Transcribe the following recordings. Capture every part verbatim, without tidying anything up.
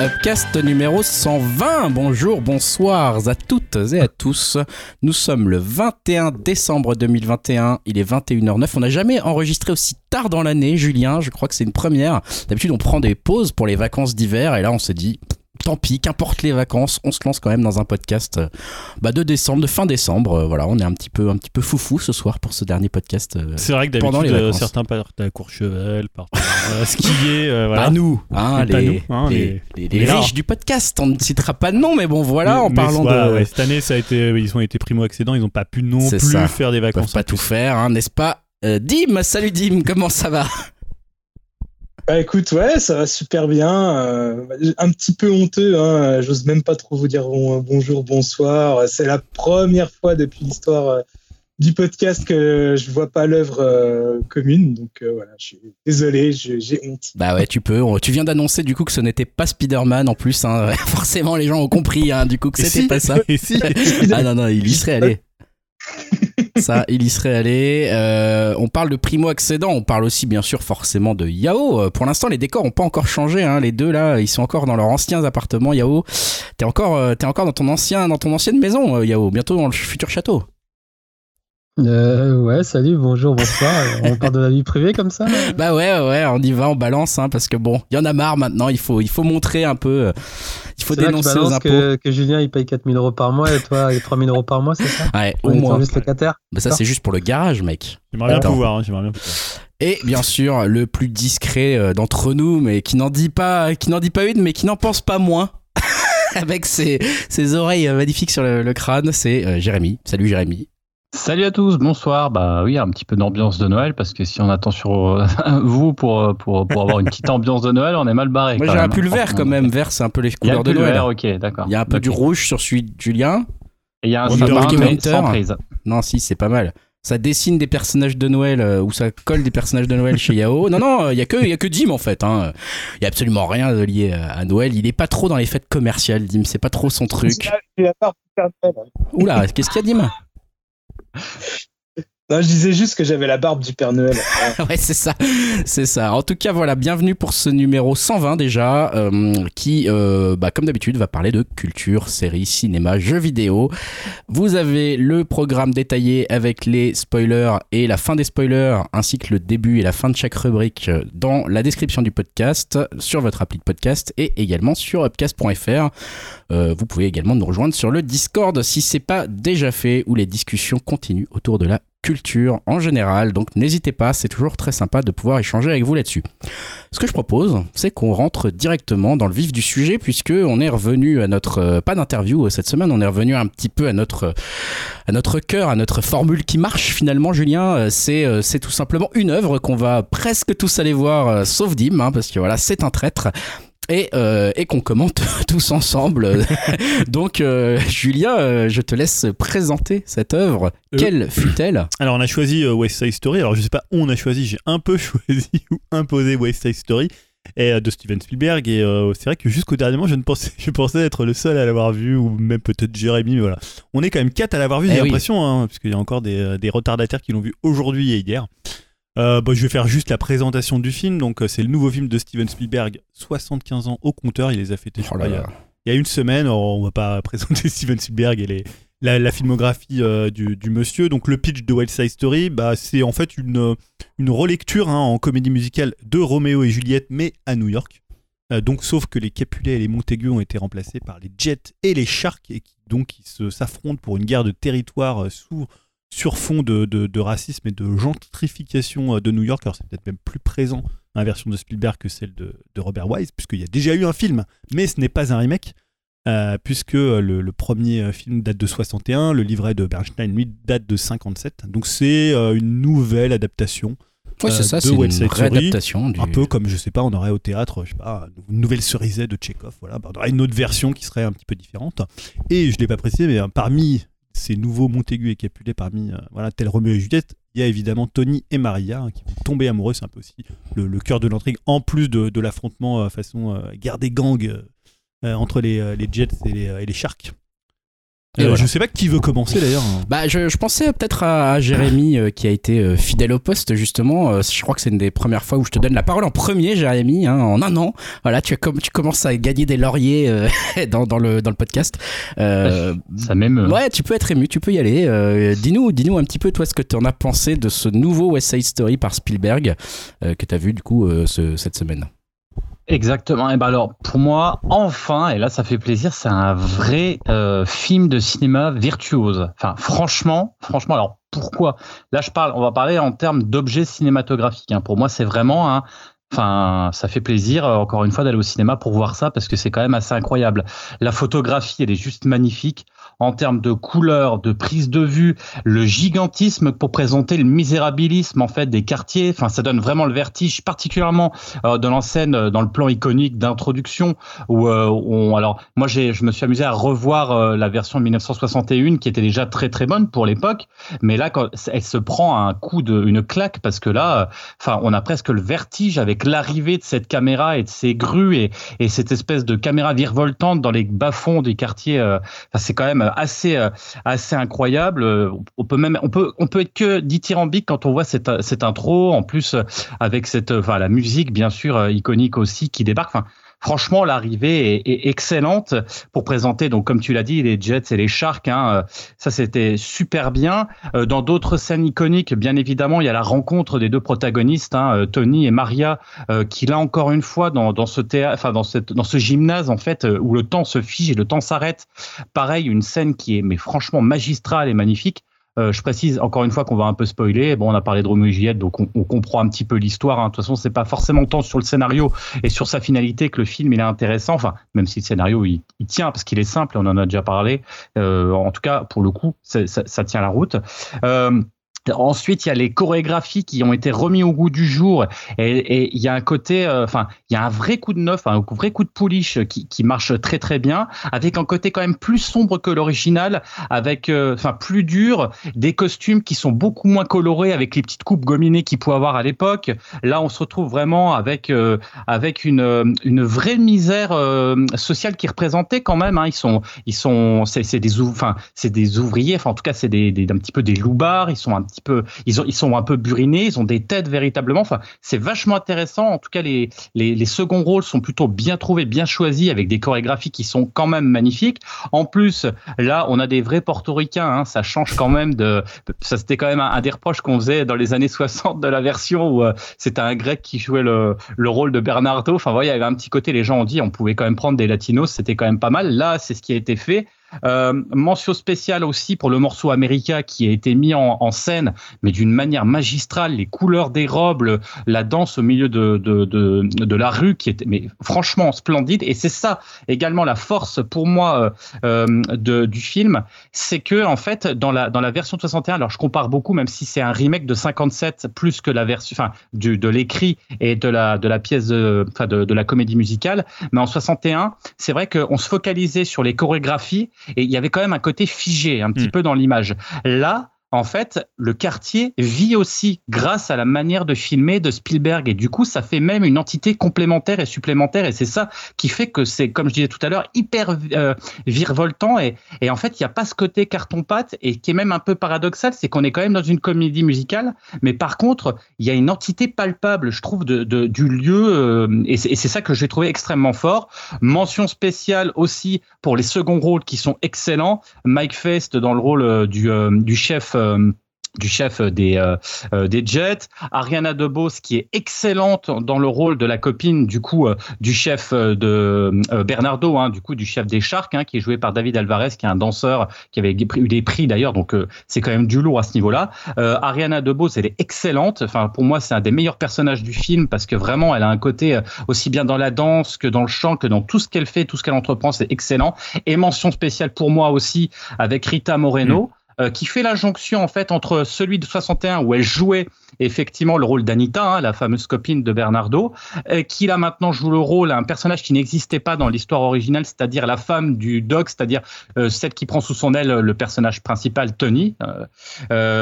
Upcast numéro cent vingt. Bonjour, bonsoir à toutes et à tous. Nous sommes le vingt et un décembre deux mille vingt et un, il est vingt et une heures zéro neuf. On n'a jamais enregistré aussi tard dans l'année, Julien, je crois que c'est une première. D'habitude on prend des pauses pour les vacances d'hiver et là on se dit... Tant pis, qu'importe les vacances, on se lance quand même dans un podcast euh, bah de décembre, de fin décembre. Euh, voilà, on est un petit peu, un petit peu foufou ce soir pour ce dernier podcast. Euh, c'est vrai que d'habitude, euh, certains partent à Courchevel, partent à skier. Euh, voilà. Pas nous, hein, les, pas nous hein, les, les, les, les, les riches du podcast. On ne citera pas de nom, mais bon, voilà, mais, en mais parlant voilà, de. Ouais, cette année, ça a été, ils ont été primo-accédants, ils n'ont pas pu non c'est plus ça. faire des vacances. Ils peuvent pas tout faire, hein, n'est-ce pas euh, Dim, salut Dim, comment ça va? Bah écoute, ouais, ça va super bien. Euh, un petit peu honteux, hein. J'ose même pas trop vous dire bon, bonjour, bonsoir. C'est la première fois depuis l'histoire euh, du podcast que je vois pas l'œuvre euh, commune. Donc euh, voilà, je suis désolé, je, j'ai honte. Bah ouais, tu peux. Tu viens d'annoncer du coup que ce n'était pas Spider-Man en plus. Hein. Forcément, les gens ont compris hein, du coup que et c'était si pas ça. Et si ah non, non, il y serait allé. Ça, il y serait allé. Euh, on parle de primo-accédant, on parle aussi bien sûr forcément de Yao. Pour l'instant, les décors n'ont pas encore changé. Hein. Les deux là, ils sont encore dans leurs anciens appartements. Yao, t'es encore, euh, t'es encore dans ton ancien, dans ton ancienne maison, euh, Yao. Bientôt dans le futur château. Euh, ouais, salut, bonjour, bonsoir. On parle de la vie privée comme ça là. Bah ouais, ouais, on y va, on balance, hein, parce que bon, il y en a marre maintenant. Il faut, il faut montrer un peu. Euh, il faut c'est dénoncer là les impôts. Que, que Julien il paye quatre mille euros par mois et toi trois mille euros par mois, c'est ça? Ouais, au moins. Juste locataire. Bah ça, c'est juste pour le garage, mec. J'aimerais bien Attends. pouvoir. Hein, j'aimerais bien pouvoir. Et bien sûr, le plus discret euh, d'entre nous, mais qui n'en dit pas, qui n'en dit pas une, mais qui n'en pense pas moins. Avec ses, ses oreilles magnifiques sur le, le crâne, c'est euh, Jérémy. Salut Jérémy. Salut à tous, bonsoir. Bah oui, un petit peu d'ambiance de Noël parce que si on attend sur euh, vous pour, pour, pour avoir une petite ambiance de Noël, on est mal barré. Moi j'ai même, un pull vert quand même, vert c'est un peu les couleurs de Noël. Vert, ok, d'accord. Il y a un peu okay. du rouge sur celui de Julien. Et il y a un sapin mais sans prise. Non si, c'est pas mal. Ça dessine des personnages de Noël euh, ou ça colle des personnages de Noël chez Yao. Non non, il y a que il y a que Dim en fait hein. Il y a absolument rien de lié à Noël, il est pas trop dans les fêtes commerciales Dim, c'est pas trop son truc. Oula, qu'est-ce qu'il y a Dim? Non, je disais juste que j'avais la barbe du Père Noël. Ouais, c'est ça, c'est ça. En tout cas, voilà, bienvenue pour ce numéro cent vingt déjà, euh, qui, euh, bah, comme d'habitude, va parler de culture, séries, cinéma, jeux vidéo. Vous avez le programme détaillé avec les spoilers et la fin des spoilers, ainsi que le début et la fin de chaque rubrique dans la description du podcast, sur votre appli de podcast et également sur upcast point f r. Euh, vous pouvez également nous rejoindre sur le Discord si c'est pas déjà fait, où les discussions continuent autour de la culture en général, donc n'hésitez pas, c'est toujours très sympa de pouvoir échanger avec vous là-dessus. Ce que je propose, c'est qu'on rentre directement dans le vif du sujet, puisque on est revenu à notre, euh, pas d'interview cette semaine, on est revenu un petit peu à notre, à notre cœur, à notre formule qui marche finalement, Julien, c'est, euh, c'est tout simplement une œuvre qu'on va presque tous aller voir, euh, sauf Dim, hein, parce que voilà, c'est un traître. Et, euh, et qu'on commente tous ensemble. Donc, euh, Julien, euh, je te laisse présenter cette œuvre. Euh, Quelle fut-elle? Alors, on a choisi euh, West Side Story. Alors, je sais pas où on a choisi. J'ai un peu choisi ou imposé West Side Story et, euh, de Steven Spielberg. Et euh, c'est vrai que jusqu'au dernier moment, je, ne pensais, je pensais être le seul à l'avoir vu, ou même peut-être Jérémy. Mais voilà. On est quand même quatre à l'avoir vu, j'ai eh l'impression, oui. hein, parce qu'il y a encore des, des retardataires qui l'ont vu aujourd'hui et hier. Euh, bah, je vais faire juste la présentation du film. Donc, euh, c'est le nouveau film de Steven Spielberg, soixante-quinze ans au compteur. Il les a fêtés oh il, y a, il y a une semaine. Alors, on va pas présenter Steven Spielberg et les, la, la filmographie euh, du, du monsieur. Donc, le pitch de West Side Story, bah, c'est en fait une, une relecture hein, en comédie musicale de Roméo et Juliette, mais à New York. Euh, donc, sauf que les Capulet et les Montaigu ont été remplacés par les Jets et les Sharks, et qui donc ils se, s'affrontent pour une guerre de territoire euh, sous sur fond de, de, de racisme et de gentrification de New York. Alors c'est peut-être même plus présent dans la version de Spielberg que celle de, de Robert Wise, puisqu'il y a déjà eu un film, mais ce n'est pas un remake, euh, puisque le, le premier film date de soixante et un, le livret de Bernstein, lui, date de cinquante-sept. Donc c'est euh, une nouvelle adaptation. Ouais, c'est ça, de c'est West une Side Story, réadaptation. Du... Un peu comme, je sais pas, on aurait au théâtre, je sais pas, une nouvelle Cerizet de Tchekhov, voilà, bah, on aurait une autre version qui serait un petit peu différente. Et je l'ai pas précisé, mais euh, parmi ces nouveaux Montaigu et Capulet, parmi euh, voilà, tel Roméo et Juliette, il y a évidemment Tony et Maria hein, qui vont tomber amoureux, c'est un peu aussi le, le cœur de l'intrigue, en plus de, de l'affrontement euh, façon euh, guerre des gangs euh, entre les, euh, les Jets et les, euh, et les Sharks. Et Euh, voilà. Je sais pas qui veut commencer d'ailleurs. Bah, je, je pensais peut-être à, à Jérémy euh, qui a été euh, fidèle au poste justement. Euh, je crois que c'est une des premières fois où je te donne la parole en premier, Jérémy, hein, en un an. Voilà, tu, as comme, tu commences à gagner des lauriers euh, dans, dans, le, dans le podcast. Euh, Ça m'émeut. ouais, tu peux être ému, tu peux y aller. Euh, dis-nous, dis-nous un petit peu toi ce que tu en as pensé de ce nouveau West Side Story par Spielberg euh, que tu as vu du coup euh, ce, cette semaine. Exactement. Et ben alors, pour moi, enfin, et là, ça fait plaisir, c'est un vrai euh, film de cinéma virtuose. Enfin, franchement, franchement, alors pourquoi ? Là, je parle, on va parler en termes d'objets cinématographiques. Hein. Pour moi, c'est vraiment un. Enfin, ça fait plaisir, euh, encore une fois, d'aller au cinéma pour voir ça parce que c'est quand même assez incroyable. La photographie, elle est juste magnifique. En termes de couleurs, de prise de vue, le gigantisme pour présenter le misérabilisme en fait des quartiers. Enfin, ça donne vraiment le vertige, particulièrement euh, dans l'enseigne, euh, dans le plan iconique d'introduction où euh, on. Alors, moi, j'ai, je me suis amusé à revoir euh, la version de dix-neuf cent soixante et un qui était déjà très très bonne pour l'époque, mais là, quand elle se prend un coup de, une claque parce que là, enfin, euh, on a presque le vertige avec l'arrivée de cette caméra et de ces grues et, et cette espèce de caméra virevoltante dans les bas-fonds des quartiers. Euh, enfin, c'est quand même assez euh, assez incroyable. On peut même on peut on peut être que dithyrambique quand on voit cette cette intro en plus avec cette enfin la musique bien sûr euh, iconique aussi qui débarque. Enfin, franchement, l'arrivée est, est excellente pour présenter, donc comme tu l'as dit, les Jets et les Sharks. Hein, ça, c'était super bien. Dans d'autres scènes iconiques, bien évidemment, il y a la rencontre des deux protagonistes, hein, Tony et Maria, euh, qui là encore une fois, dans, dans ce théâtre, enfin dans cette, dans ce gymnase en fait, où le temps se fige et le temps s'arrête. Pareil, une scène qui est, mais franchement magistrale et magnifique. Euh, je précise encore une fois qu'on va un peu spoiler. Bon, on a parlé de Roméo et Juliette, donc on, on comprend un petit peu l'histoire. Hein. De toute façon, c'est pas forcément tant sur le scénario et sur sa finalité que le film il est intéressant. Enfin, même si le scénario il, il tient parce qu'il est simple, on en a déjà parlé. Euh, en tout cas, pour le coup, ça, ça tient la route. Euh, Ensuite, il y a les chorégraphies qui ont été remis au goût du jour et il y a un côté, enfin, euh, il y a un vrai coup de neuf, un vrai coup de pouliche qui, qui marche très très bien, avec un côté quand même plus sombre que l'original, avec, enfin, euh, plus dur, des costumes qui sont beaucoup moins colorés, avec les petites coupes gominées qu'il pouvait avoir à l'époque. Là, on se retrouve vraiment avec euh, avec une une vraie misère euh, sociale qui est représentée quand même. Hein. Ils sont ils sont c'est c'est des enfin c'est des ouvriers, enfin en tout cas c'est des, des un petit peu des loupards. Ils sont un petit peu, ils, ont, ils sont un peu burinés, ils ont des têtes véritablement. Enfin, c'est vachement intéressant. En tout cas, les, les, les seconds rôles sont plutôt bien trouvés, bien choisis, avec des chorégraphies qui sont quand même magnifiques. En plus, là, on a des vrais portoricains. Hein, ça change quand même de. Ça, c'était quand même un, un des reproches qu'on faisait dans les années soixante de la version où euh, c'était un grec qui jouait le, le rôle de Bernardo. Enfin, voilà, il y avait un petit côté. Les gens ont dit, on pouvait quand même prendre des latinos. C'était quand même pas mal. Là, c'est ce qui a été fait. Euh, mention spéciale aussi pour le morceau America qui a été mis en, en scène, mais d'une manière magistrale, les couleurs des robes, le, la danse au milieu de, de, de, de la rue qui était mais franchement splendide. Et c'est ça également la force pour moi euh, de, du film, c'est que en fait dans la, dans la version de soixante et un, alors je compare beaucoup même si c'est un remake de cinquante-sept plus que la version, enfin du, de l'écrit et de la, de la pièce, de, enfin de, de la comédie musicale, mais en soixante et un, c'est vrai qu'on se focalisait sur les chorégraphies. Et il y avait quand même un côté figé, un petit mmh. peu dans l'image. Là, en fait, le quartier vit aussi grâce à la manière de filmer de Spielberg. Et du coup, ça fait même une entité complémentaire et supplémentaire. Et c'est ça qui fait que c'est, comme je disais tout à l'heure, hyper euh, virevoltant. Et, et en fait, il n'y a pas ce côté carton-pâte. Et qui est même un peu paradoxal, c'est qu'on est quand même dans une comédie musicale. Mais par contre, il y a une entité palpable, je trouve, de, de, du lieu. Euh, et, c'est, et c'est ça que j'ai trouvé extrêmement fort. Mention spéciale aussi pour les seconds rôles qui sont excellents. Mike Faist dans le rôle euh, du, euh, du chef... Euh, du chef des euh, euh, des Jets, Ariana DeBose qui est excellente dans le rôle de la copine du coup euh, du chef de euh, Bernardo, hein, du coup du chef des Sharks, hein, qui est joué par David Alvarez, qui est un danseur qui avait eu des prix d'ailleurs, donc euh, c'est quand même du lourd à ce niveau-là. Euh, Ariana DeBose, elle est excellente. Enfin pour moi c'est un des meilleurs personnages du film parce que vraiment elle a un côté euh, aussi bien dans la danse que dans le chant que dans tout ce qu'elle fait, tout ce qu'elle entreprend, c'est excellent. Et mention spéciale pour moi aussi avec Rita Moreno. Mmh. Euh, qui fait la jonction en fait entre celui de soixante et un où elle jouait effectivement le rôle d'Anita, hein, la fameuse copine de Bernardo, euh, qui là maintenant joue le rôle d'un personnage qui n'existait pas dans l'histoire originale, c'est-à-dire la femme du doc, c'est-à-dire euh, celle qui prend sous son aile le personnage principal Tony. Euh, euh,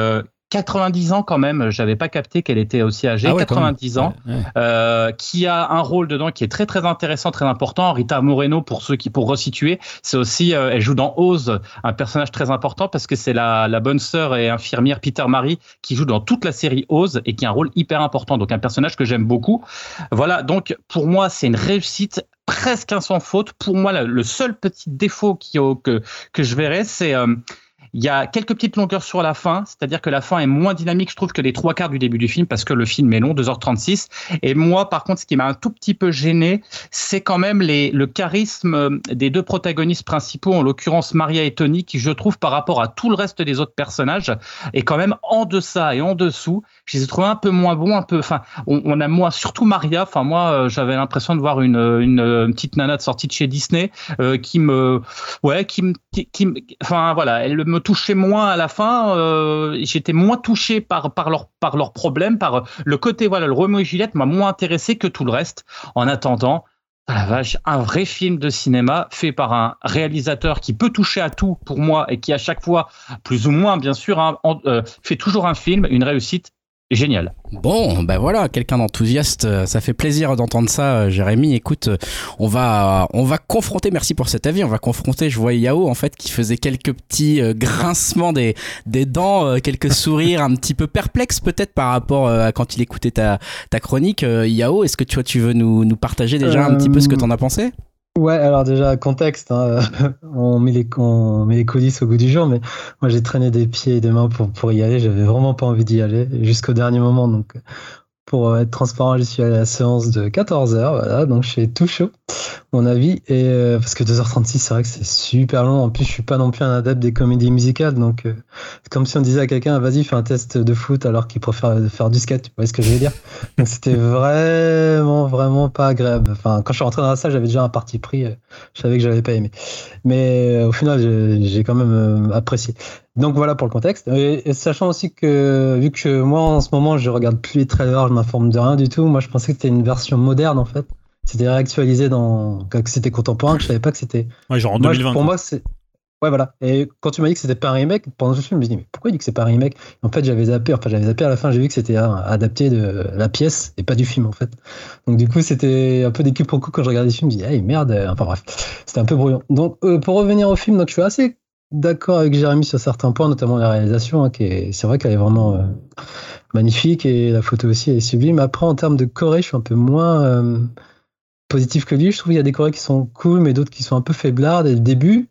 quatre-vingt-dix ans quand même, j'avais pas capté qu'elle était aussi âgée, Ah ouais, quatre-vingt-dix ans, Ouais, ouais. euh, qui a un rôle dedans qui est très très intéressant, très important. Rita Moreno, pour ceux qui, pour resituer, c'est aussi, euh, elle joue dans Oz, un personnage très important parce que c'est la, la bonne sœur et infirmière Peter Marie qui joue dans toute la série Oz et qui a un rôle hyper important, donc un personnage que j'aime beaucoup. Voilà, donc pour moi c'est une réussite presque un sans faute. Pour moi, le seul petit défaut qui, que, que je verrais, c'est euh, il y a quelques petites longueurs sur la fin, c'est-à-dire que la fin est moins dynamique, je trouve, que les trois quarts du début du film, parce que le film est long, deux heures trente-six. Et moi, par contre, ce qui m'a un tout petit peu gêné, c'est quand même les, le charisme des deux protagonistes principaux, en l'occurrence Maria et Tony, qui, je trouve, par rapport à tout le reste des autres personnages, est quand même en deçà et en dessous. Je les ai trouvés un peu moins bons, un peu, enfin, on, on a moins, surtout Maria, enfin, moi, j'avais l'impression de voir une, une, une petite nana de sortie de chez Disney, euh, qui me, ouais, qui me, qui, qui, enfin, voilà, elle me touchait moins à la fin, euh, j'étais moins touché par, par leurs par leurs problèmes, par le côté, voilà, le Roméo et Juliette m'a moins intéressé que tout le reste. En attendant, ah la vache, un vrai film de cinéma fait par un réalisateur qui peut toucher à tout pour moi et qui à chaque fois, plus ou moins bien sûr, hein, en, euh, fait toujours un film, une réussite géniale. Bon, ben voilà, quelqu'un d'enthousiaste, ça fait plaisir d'entendre ça, Jérémy. Écoute, on va, on va confronter, merci pour cet avis, on va confronter, je vois Yao, en fait, qui faisait quelques petits euh, grincements des, des dents, euh, quelques sourires un petit peu perplexes peut-être par rapport euh, à quand il écoutait ta, ta chronique. Euh, Yao, est-ce que tu, vois, tu veux nous, nous partager déjà un Euh, petit peu ce que t'en as pensé ? Ouais, alors déjà, contexte, hein, on, met les, on met les coulisses au goût du jour, mais moi j'ai traîné des pieds et des mains pour, pour y aller, j'avais vraiment pas envie d'y aller jusqu'au dernier moment, donc pour être transparent, je suis allé à la séance de quatorze heures, voilà, donc je suis tout chaud, mon avis, et euh, parce que deux heures trente-six, c'est vrai que c'est super long, en plus je suis pas non plus un adepte des comédies musicales, donc euh, c'est comme si on disait à quelqu'un, vas-y, fais un test de foot alors qu'il préfère faire du skate, tu vois ce que je veux dire? Donc c'était vraiment, vraiment pas agréable, enfin quand je suis rentré dans la salle, j'avais déjà un parti pris, euh, je savais que j'avais pas aimé, mais euh, au final, j'ai, j'ai quand même euh, apprécié. Donc voilà pour le contexte. Et, et sachant aussi que, vu que moi en ce moment je regarde plus les trailers, je m'informe de rien du tout, moi je pensais que c'était une version moderne en fait. C'était réactualisé dans. Que c'était contemporain, que je savais pas que c'était. Ouais, genre en Moi, deux mille vingt. pour quoi. moi, c'est. Ouais, voilà. Et quand tu m'as dit que c'était pas un remake, pendant ce film, je me suis dit, mais pourquoi il dit que c'est pas un remake? En fait, j'avais zappé, enfin, j'avais zappé à la fin, j'ai vu que c'était un- adapté de la pièce et pas du film, en fait. Donc, du coup, c'était un peu des quiproquos quand je regardais le film, je me dis, hey, merde, euh, enfin, bref, c'était un peu brouillon. Donc, euh, pour revenir au film, donc, je suis assez d'accord avec Jérémy sur certains points, notamment la réalisation, hein, qui est, c'est vrai qu'elle est vraiment euh, magnifique et la photo aussi, elle est sublime. Après, en termes de choré, je suis un peu moins euh, positif que lui. Je trouve qu'il y a des chorés qui sont cool, mais d'autres qui sont un peu faiblards. Dès le début,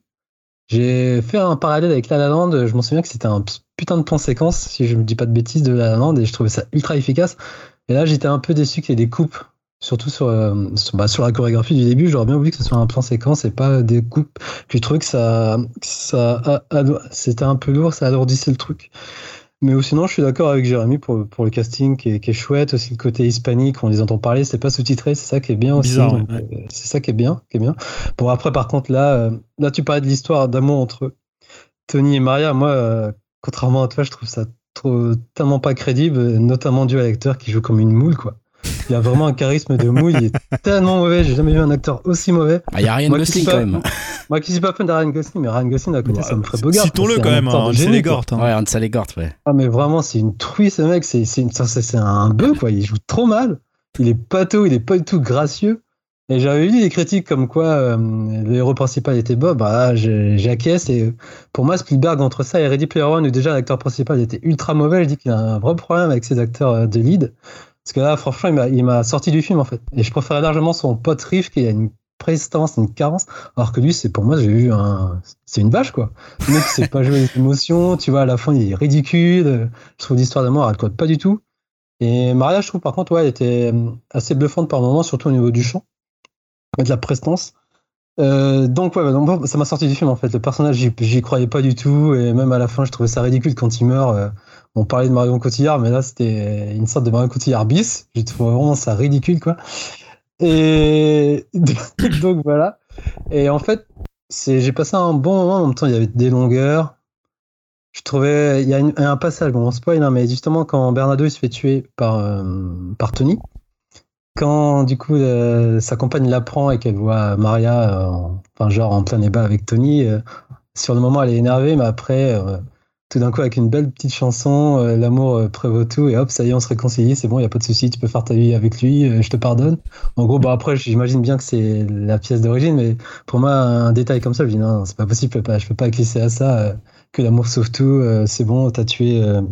j'ai fait un parallèle avec La La Land. Je m'en souviens que c'était un putain de plan séquence, si je me dis pas de bêtises, de La La Land, et je trouvais ça ultra efficace. Et là, j'étais un peu déçu qu'il y ait des coupes, surtout sur, euh, sur, bah, sur la chorégraphie du début. J'aurais bien voulu que ce soit un plan séquence et pas des coupes. Puis je trouvais que ça, que ça a- alo- c'était un peu lourd, ça alourdissait le truc. Mais euh, sinon, je suis d'accord avec Jérémy pour, pour le casting qui est, qui est chouette. Aussi le côté hispanique, on les entend parler, c'est pas sous-titré, c'est ça qui est bien aussi. Bizarre, ouais, donc, ouais. euh, c'est ça qui est bien, qui est bien. Bon, après, par contre, là, euh, là, tu parlais de l'histoire d'amour entre Tony et Maria. Moi, euh, contrairement à toi, je trouve ça trop, tellement pas crédible, notamment dû à l'acteur qui joue comme une moule, quoi. Il a vraiment un charisme de moule, il est tellement mauvais, j'ai jamais vu un acteur aussi mauvais. Ah, il y a Ryan Moi qui Gosling suis quand pas- même. Moi qui suis pas fan de Ryan Gosling, mais Ryan Gosling à côté, Ouais, ça me ferait Bogart. Citons-le C'est quand un même, acteur hein, de c'est génie, les quoi. Gortes. hein. Ouais, Ansel Elgort, ouais. Ah mais vraiment c'est une truie ce mec, c'est c'est une- c'est c'est un bœuf quoi, il joue trop mal, il est pâteau, il est pas du tout gracieux. Et j'avais lu des critiques comme quoi euh, le héros principal était Bob, bah là j'ai- j'acquiesce et euh, pour moi Spielberg entre ça et Ready Player One où déjà l'acteur principal était ultra mauvais, je dis qu'il a un vrai problème avec ses acteurs euh, de lead. Parce que là franchement il m'a il m'a sorti du film en fait. Et je préférais largement son pote Riff qui a une prestance, une carence, alors que lui c'est pour moi j'ai vu un c'est une vache quoi. Le mec il sait pas jouer les émotions, tu vois à la fin il est ridicule, euh, je trouve l'histoire d'amour elle colle pas du tout. Et Maria je trouve par contre ouais elle était euh, assez bluffante par moments, surtout au niveau du chant, et de la prestance. Euh, donc ouais, bah, donc, ça m'a sorti du film en fait. Le personnage, j'y, j'y croyais pas du tout et même à la fin, je trouvais ça ridicule quand il meurt. euh, on parlait de Marion Cotillard, mais là c'était une sorte de Marion Cotillard bis. J'ai trouvé vraiment ça ridicule quoi. Et donc voilà. Et en fait, c'est, j'ai passé un bon moment. En même temps, il y avait des longueurs. Je trouvais, il y a une- un passage, bon, on spoil, hein, mais justement quand Bernardo il se fait tuer par euh, par Tony. Quand du coup euh, sa compagne l'apprend et qu'elle voit Maria, euh, en- enfin genre en plein débat avec Tony, euh, sur le moment elle est énervée, mais après euh, tout d'un coup avec une belle petite chanson, euh, l'amour euh, prévaut tout, et hop, ça y est, on se réconcilie, c'est bon, il y a pas de souci, tu peux faire ta vie avec lui, euh, je te pardonne. En gros, bah après, j'imagine bien que c'est la pièce d'origine, mais pour moi, un détail comme ça, je dis non, non c'est pas possible, je peux pas, je peux pas glisser à ça, euh, que l'amour sauve tout, euh, c'est bon, t'as tué. Euh,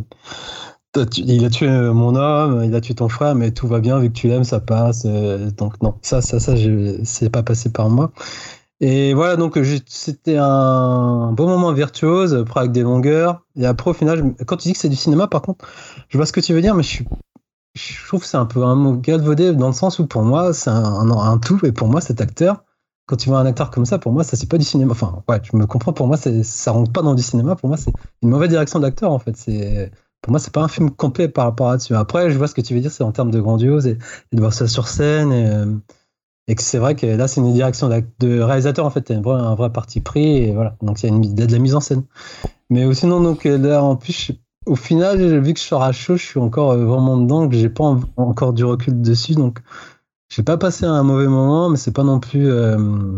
Il a tué mon homme, il a tué ton frère, mais tout va bien, vu que tu l'aimes, ça passe. Euh, donc non, ça, ça, ça, je, c'est pas passé par moi. Et voilà, donc je, c'était un bon moment virtuose, après avec des longueurs. Et après, au final, je, quand tu dis que c'est du cinéma, par contre, je vois ce que tu veux dire, mais je, suis, je trouve que c'est un peu un mot galvaudé dans le sens où pour moi, c'est un, un, un tout. Et pour moi, cet acteur, quand tu vois un acteur comme ça, pour moi, ça c'est pas du cinéma. Enfin, ouais, je me comprends. Pour moi, c'est, ça rentre pas dans du cinéma. Pour moi, c'est une mauvaise direction d'acteur en fait. C'est Pour moi, c'est pas un film complet par rapport à dessus. Après, je vois ce que tu veux dire, c'est en termes de grandiose et, et de voir ça sur scène. Et, euh, et que c'est vrai que là, c'est une direction de réalisateur, en fait, t'as un vrai, un vrai parti pris. Et voilà. Donc, il y a, une, il y a de la mise en scène. Mais sinon, donc, là, en plus, je, au final, vu que je sors à chaud, je suis encore vraiment dedans, que j'ai pas en, encore du recul dessus. Donc, j'ai pas passé un mauvais moment, mais c'est pas non plus. Euh,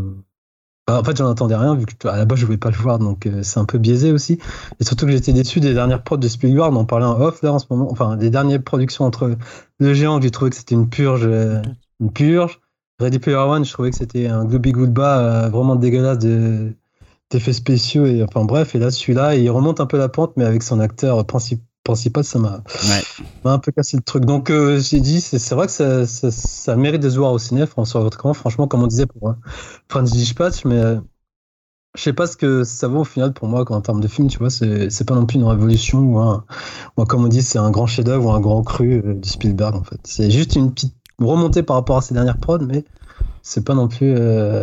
En fait, j'en attendais rien, vu que à la base, je voulais pas le voir, donc euh, c'est un peu biaisé aussi. Et surtout que j'étais déçu des dernières prods de Spielberg, on en parlait en off, là, en ce moment. Enfin, des dernières productions entre Le Géant, que j'ai trouvé que c'était une purge. Euh, une purge. Ready Player One, je trouvais que c'était un globi-goulba euh, vraiment dégueulasse de, d'effets spéciaux. Et, enfin, bref, et là, celui-là, il remonte un peu la pente, mais avec son acteur principal. principal, ça m'a, ouais. m'a un peu cassé le truc. Donc, euh, j'ai dit, c'est, c'est vrai que ça, ça, ça mérite de se voir au ciné, sur votre camp. Franchement, comme on disait pour euh, Franz Dispatch, mais euh, je sais pas ce que ça vaut au final pour moi, en termes de film, tu vois, c'est, c'est pas non plus une révolution ou un, ou comme on dit, c'est un grand chef-d'œuvre ou un grand cru euh, de Spielberg, en fait. C'est juste une petite remontée par rapport à ses dernières prods, mais c'est pas non plus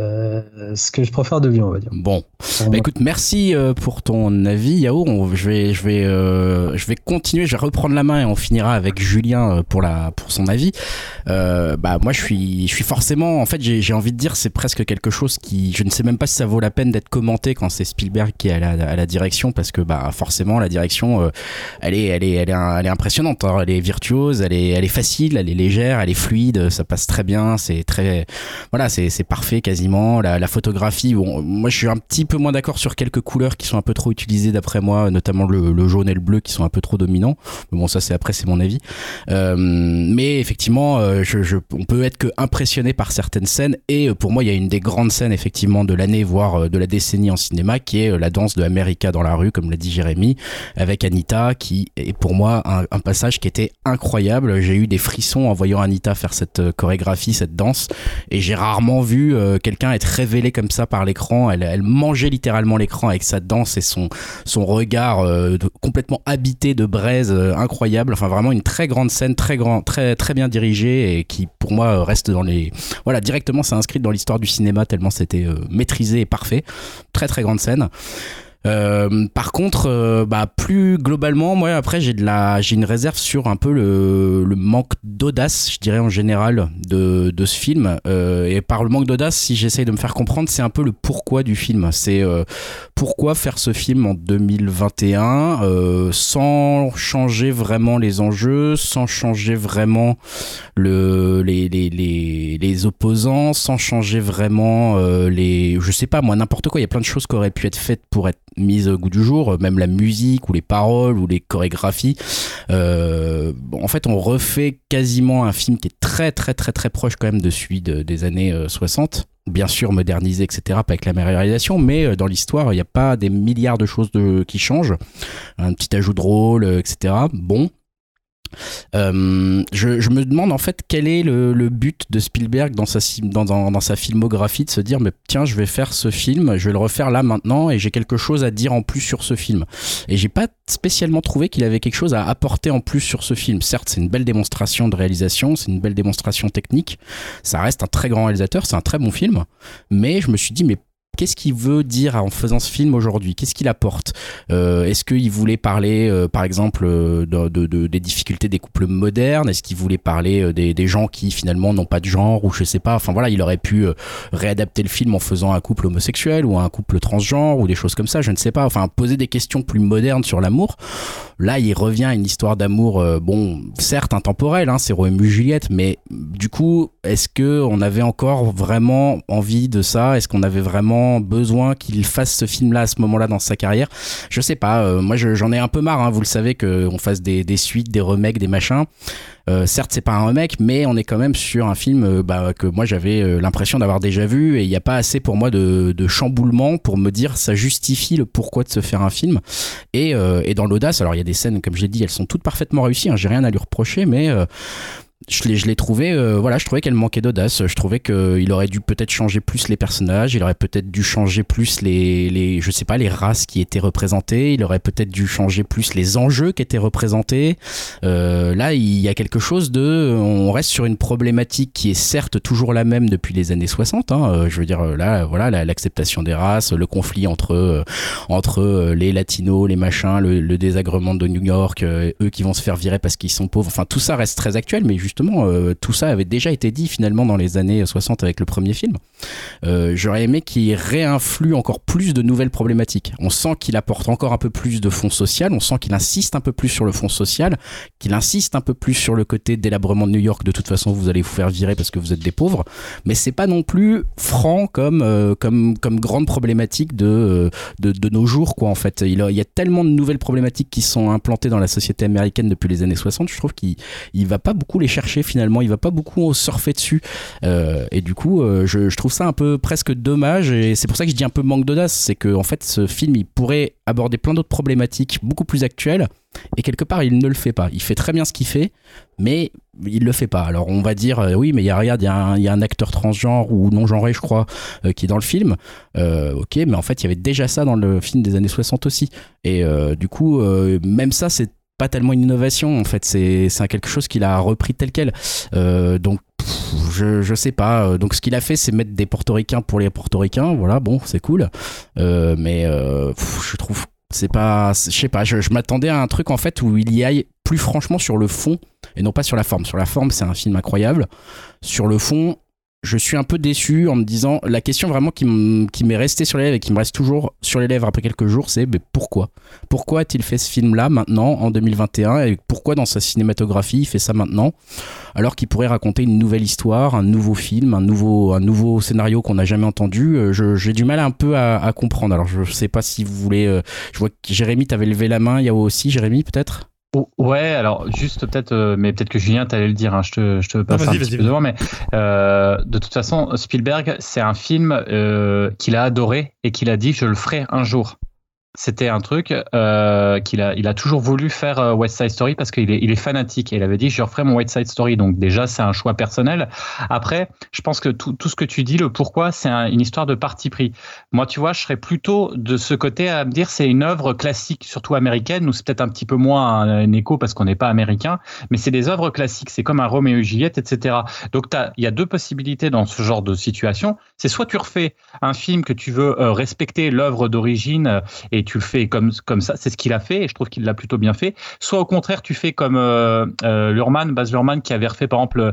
euh, ce que je préfère de lui, on va dire. Bon, bah écoute, merci euh, pour ton avis, Yao. On, je vais, je vais, euh, je vais continuer, je vais reprendre la main et on finira avec Julien pour la, pour son avis. Euh, bah moi, je suis, je suis forcément, en fait, j'ai, j'ai envie de dire, c'est presque quelque chose qui, je ne sais même pas si ça vaut la peine d'être commenté quand c'est Spielberg qui est à la, à la direction, parce que bah forcément la direction, euh, elle est, elle est, elle est, elle est impressionnante. Hein. Elle est virtuose, elle est, elle est facile, elle est légère, elle est fluide, ça passe très bien, c'est très Voilà, c'est, c'est parfait quasiment. La, la photographie, bon, moi je suis un petit peu moins d'accord sur quelques couleurs qui sont un peu trop utilisées d'après moi, notamment le, le jaune et le bleu qui sont un peu trop dominants. Mais bon, ça c'est après, c'est mon avis. Euh, mais effectivement, euh, je, je, on peut être que impressionné par certaines scènes. Et pour moi, il y a une des grandes scènes effectivement de l'année, voire de la décennie en cinéma, qui est la danse de America dans la rue, comme l'a dit Jérémy, avec Anita, qui est pour moi un, un passage qui était incroyable. J'ai eu des frissons en voyant Anita faire cette chorégraphie, cette danse, et j'ai rarement vu euh, quelqu'un être révélé comme ça par l'écran. Elle, elle mangeait littéralement l'écran avec sa danse et son, son regard euh, de, complètement habité de braise, euh, incroyable. Enfin, vraiment une très grande scène, très grand, très, très bien dirigée et qui, pour moi, reste dans les... Voilà, directement, c'est inscrit dans l'histoire du cinéma tellement c'était euh, maîtrisé et parfait. Très, très grande scène. Euh, par contre, euh, bah plus globalement, moi après j'ai de la, j'ai une réserve sur un peu le, le manque d'audace, je dirais en général de de ce film. Euh, et par le manque d'audace, si j'essaye de me faire comprendre, c'est un peu le pourquoi du film. C'est euh, pourquoi faire ce film en deux mille vingt et un euh, sans changer vraiment les enjeux, sans changer vraiment le les les les, les opposants, sans changer vraiment euh, les, je sais pas moi, n'importe quoi. Il y a plein de choses qui auraient pu être faites pour être mise au goût du jour, même la musique ou les paroles ou les chorégraphies. Euh, en fait, on refait quasiment un film qui est très très très très proche quand même de celui de, des années soixante. Bien sûr modernisé, et cetera, pas avec la même réalisation, mais dans l'histoire, il n'y a pas des milliards de choses de, qui changent. Un petit ajout de rôle, et cetera. Bon. Euh, je, je me demande en fait quel est le, le but de Spielberg dans sa, dans, dans, dans sa filmographie, de se dire mais tiens, je vais faire ce film, je vais le refaire là maintenant et j'ai quelque chose à dire en plus sur ce film. Et j'ai pas spécialement trouvé qu'il avait quelque chose à apporter en plus sur ce film. Certes, c'est une belle démonstration de réalisation, c'est une belle démonstration technique, ça reste un très grand réalisateur, c'est un très bon film, mais je me suis dit mais qu'est-ce qu'il veut dire en faisant ce film aujourd'hui ? Qu'est-ce qu'il apporte ? euh, Est-ce qu'il voulait parler, euh, par exemple, euh, de, de, de, des difficultés des couples modernes ? Est-ce qu'il voulait parler euh, des, des gens qui, finalement, n'ont pas de genre ou je sais pas ? Enfin, voilà, il aurait pu euh, réadapter le film en faisant un couple homosexuel ou un couple transgenre ou des choses comme ça, je ne sais pas. Enfin, poser des questions plus modernes sur l'amour. Là, il revient à une histoire d'amour, euh, bon, certes intemporelle, hein, c'est Roméo et Juliette, mais du coup, est-ce que on avait encore vraiment envie de ça ? Est-ce qu'on avait vraiment besoin qu'il fasse ce film-là à ce moment-là dans sa carrière ? Je sais pas. Euh, moi, je, j'en ai un peu marre. Hein, vous le savez qu'on fasse des, des suites, des remakes, des machins. Euh, certes, c'est pas un remake, mais on est quand même sur un film euh, bah, que moi j'avais euh, l'impression d'avoir déjà vu, et il n'y a pas assez pour moi de, de chamboulement pour me dire ça justifie le pourquoi de se faire un film. Et, euh, et dans l'audace, alors il y a des scènes, comme je l'ai dit, elles sont toutes parfaitement réussies. Hein, j'ai rien à lui reprocher, mais euh, je l'ai, je l'ai trouvé, euh, voilà, je trouvais qu'elle manquait d'audace. Je trouvais qu'il aurait dû peut-être changer plus les personnages, il aurait peut-être dû changer plus les, les, je sais pas, les races qui étaient représentées, il aurait peut-être dû changer plus les enjeux qui étaient représentés. Euh, là, il y a quelque chose de, on reste sur une problématique qui est certes toujours la même depuis les années soixante. Hein, euh, je veux dire, là, voilà, la, l'acceptation des races, le conflit entre euh, entre euh, les latinos, les machins, le, le désagrément de New York, euh, eux qui vont se faire virer parce qu'ils sont pauvres. Enfin, tout ça reste très actuel, mais justement. Justement, euh, tout ça avait déjà été dit finalement dans les années soixante avec le premier film. Euh, j'aurais aimé qu'il réinflue encore plus de nouvelles problématiques. On sent qu'il apporte encore un peu plus de fond social, on sent qu'il insiste un peu plus sur le fond social, qu'il insiste un peu plus sur le côté délabrement de New York. De toute façon, vous allez vous faire virer parce que vous êtes des pauvres, mais c'est pas non plus franc comme euh, comme comme grande problématique de, de de nos jours, quoi. En fait, il, a, il y a tellement de nouvelles problématiques qui sont implantées dans la société américaine depuis les années soixante. Je trouve qu'il il va pas beaucoup les chercher. Finalement, il va pas beaucoup surfer dessus, euh, et du coup euh, je, je trouve ça un peu presque dommage, et c'est pour ça que je dis un peu manque d'audace. C'est que en fait ce film il pourrait aborder plein d'autres problématiques beaucoup plus actuelles, et quelque part il ne le fait pas. Il fait très bien ce qu'il fait, mais il le fait pas. Alors on va dire euh, oui, mais il y a, regarde, il y a un, il y a un acteur transgenre ou non genré, je crois, euh, qui est dans le film. Euh, ok, mais en fait il y avait déjà ça dans le film des années soixante aussi, et euh, du coup euh, même ça c'est pas tellement une innovation, en fait, c'est c'est quelque chose qu'il a repris tel quel. Euh, donc pff, je je sais pas. Donc ce qu'il a fait, c'est mettre des portoricains pour les portoricains. Voilà, bon, c'est cool. Euh, mais euh, pff, je trouve c'est pas, je sais pas. Je, je m'attendais à un truc en fait où il y aille plus franchement sur le fond et non pas sur la forme. Sur la forme, c'est un film incroyable. Sur le fond, je suis un peu déçu en me disant, la question vraiment qui, m- qui m'est restée sur les lèvres et qui me reste toujours sur les lèvres après quelques jours, c'est mais pourquoi Pourquoi a-t-il fait ce film-là maintenant, en deux mille vingt et un, et pourquoi dans sa cinématographie il fait ça maintenant, alors qu'il pourrait raconter une nouvelle histoire, un nouveau film, un nouveau, un nouveau scénario qu'on n'a jamais entendu. je, J'ai du mal un peu à, à comprendre. Alors je sais pas si vous voulez... Euh, je vois que Jérémy, t'avais levé la main, Yao aussi. Jérémy, peut-être ? Oh, ouais, alors juste peut-être, euh, mais peut-être que Julien t'allais le dire, hein, je te, je te passe non, un vas-y, petit vas-y, peu devant, mais euh, de toute façon, Spielberg, c'est un film euh, qu'il a adoré et qu'il a dit je le ferai un jour. C'était un truc euh, qu'il a, il a toujours voulu faire euh, West Side Story parce qu'il est, il est fanatique et il avait dit je referai mon West Side Story. Donc déjà c'est un choix personnel. Après, je pense que tout, tout ce que tu dis, le pourquoi, c'est un, une histoire de parti pris. Moi, tu vois, je serais plutôt de ce côté à me dire c'est une œuvre classique, surtout américaine. Nous c'est peut-être un petit peu moins un, un écho parce qu'on n'est pas américain, mais c'est des œuvres classiques. C'est comme un Roméo et Juliette, et cetera. Donc il y a deux possibilités dans ce genre de situation. C'est soit tu refais un film que tu veux euh, respecter l'œuvre d'origine euh, et tu le fais comme, comme ça, c'est ce qu'il a fait et je trouve qu'il l'a plutôt bien fait. Soit au contraire, tu fais comme euh, euh, Luhrmann, Baz Luhrmann qui avait refait par exemple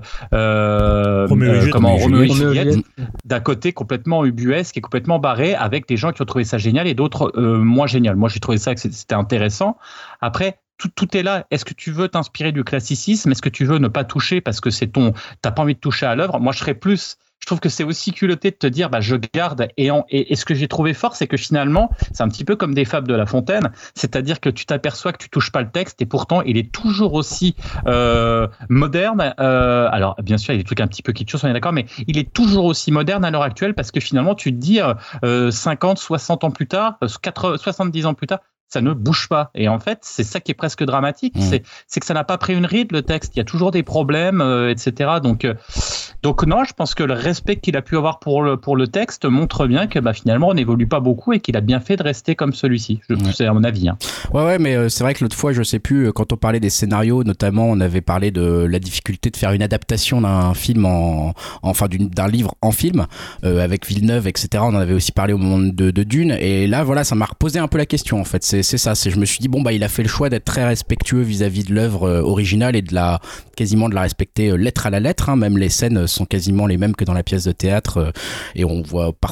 euh, Roméo et euh, Juliette, comment, Roméo et Roméo et Juliette, Juliette. d'un côté complètement ubuesque et complètement barré avec des gens qui ont trouvé ça génial et d'autres euh, moins génial. Moi, j'ai trouvé ça que c'était intéressant. Après, Tout, tout est là. Est-ce que tu veux t'inspirer du classicisme ? Est-ce que tu veux ne pas toucher parce que c'est ton, t'as pas envie de toucher à l'œuvre ? Moi, je serais plus. Je trouve que c'est aussi culotté de te dire, bah, je garde. Et, en, et, et ce que j'ai trouvé fort, c'est que finalement, c'est un petit peu comme des fables de La Fontaine. C'est-à-dire que tu t'aperçois que tu touches pas le texte et pourtant, il est toujours aussi euh, moderne. Euh, alors, bien sûr, il y a des trucs un petit peu kitschos, on est d'accord, mais il est toujours aussi moderne à l'heure actuelle parce que finalement, tu te dis euh, cinquante, soixante ans plus tard, quatre-vingts, soixante-dix ans plus tard, ça ne bouge pas. Et en fait, c'est ça qui est presque dramatique. Mmh. C'est, c'est que ça n'a pas pris une ride, le texte. Il y a toujours des problèmes, euh, et cetera. Donc, euh, donc non, je pense que le respect qu'il a pu avoir pour le, pour le texte montre bien que bah, finalement, on n'évolue pas beaucoup et qu'il a bien fait de rester comme celui-ci. Je, ouais. C'est à mon avis. Hein. Ouais, ouais, mais euh, c'est vrai que l'autre fois, je sais plus, quand on parlait des scénarios, notamment, on avait parlé de la difficulté de faire une adaptation d'un film en, enfin, d'une, d'un livre en film, euh, avec Villeneuve, et cetera. On en avait aussi parlé au moment de, de Dune. Et là, voilà, ça m'a reposé un peu la question, en fait. C'est, c'est ça. C'est, je me suis dit bon bah il a fait le choix d'être très respectueux vis-à-vis de l'œuvre euh, originale et de la quasiment de la respecter euh, lettre à la lettre. Hein, même les scènes sont quasiment les mêmes que dans la pièce de théâtre euh, et on voit parfois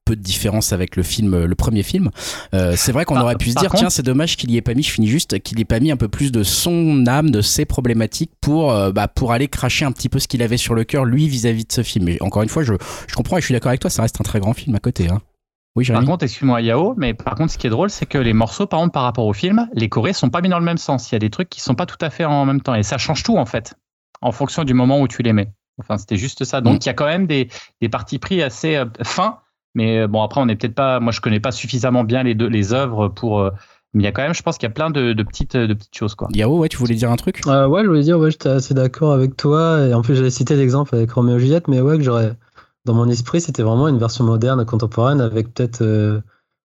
peu de différence avec le film, le premier film. Euh, c'est vrai qu'on Par- aurait pu se par dire, contre- tiens, c'est dommage qu'il y ait pas mis, je finis juste, qu'il y ait pas mis un peu plus de son âme, de ses problématiques pour, euh, bah, pour aller cracher un petit peu ce qu'il avait sur le cœur, lui, vis-à-vis de ce film. Mais encore une fois, je, je comprends et je suis d'accord avec toi, ça reste un très grand film à côté, hein. Oui, Par Jérémy. contre, excuse-moi Yao, mais par contre, ce qui est drôle, c'est que les morceaux, par exemple, par rapport au film, les chorés sont pas mis dans le même sens. Il y a des trucs qui sont pas tout à fait en même temps, et ça change tout en fait, en fonction du moment où tu les mets. Enfin, c'était juste ça. Donc, Mm. il y a quand même des, des partis pris assez euh, fins, mais euh, bon, après, on n'est peut-être pas. Moi, je connais pas suffisamment bien les deux les œuvres pour. euh, mais il y a quand même, je pense qu'il y a plein de, de petites de petites choses quoi. Yao, ouais, tu voulais dire un truc? Euh, ouais, je voulais dire, ouais, j'étais assez d'accord avec toi. Et en plus, j'avais cité l'exemple avec Roméo et Juliette, mais ouais, que j'aurais. Dans mon esprit, c'était vraiment une version moderne, contemporaine, avec peut-être. Euh,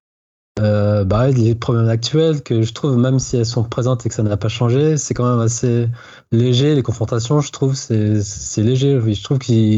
euh, bah, ouais, les problèmes actuels que je trouve, même si elles sont présentes et que ça n'a pas changé, c'est quand même assez léger. Les confrontations, je trouve, c'est c'est léger. Oui, je trouve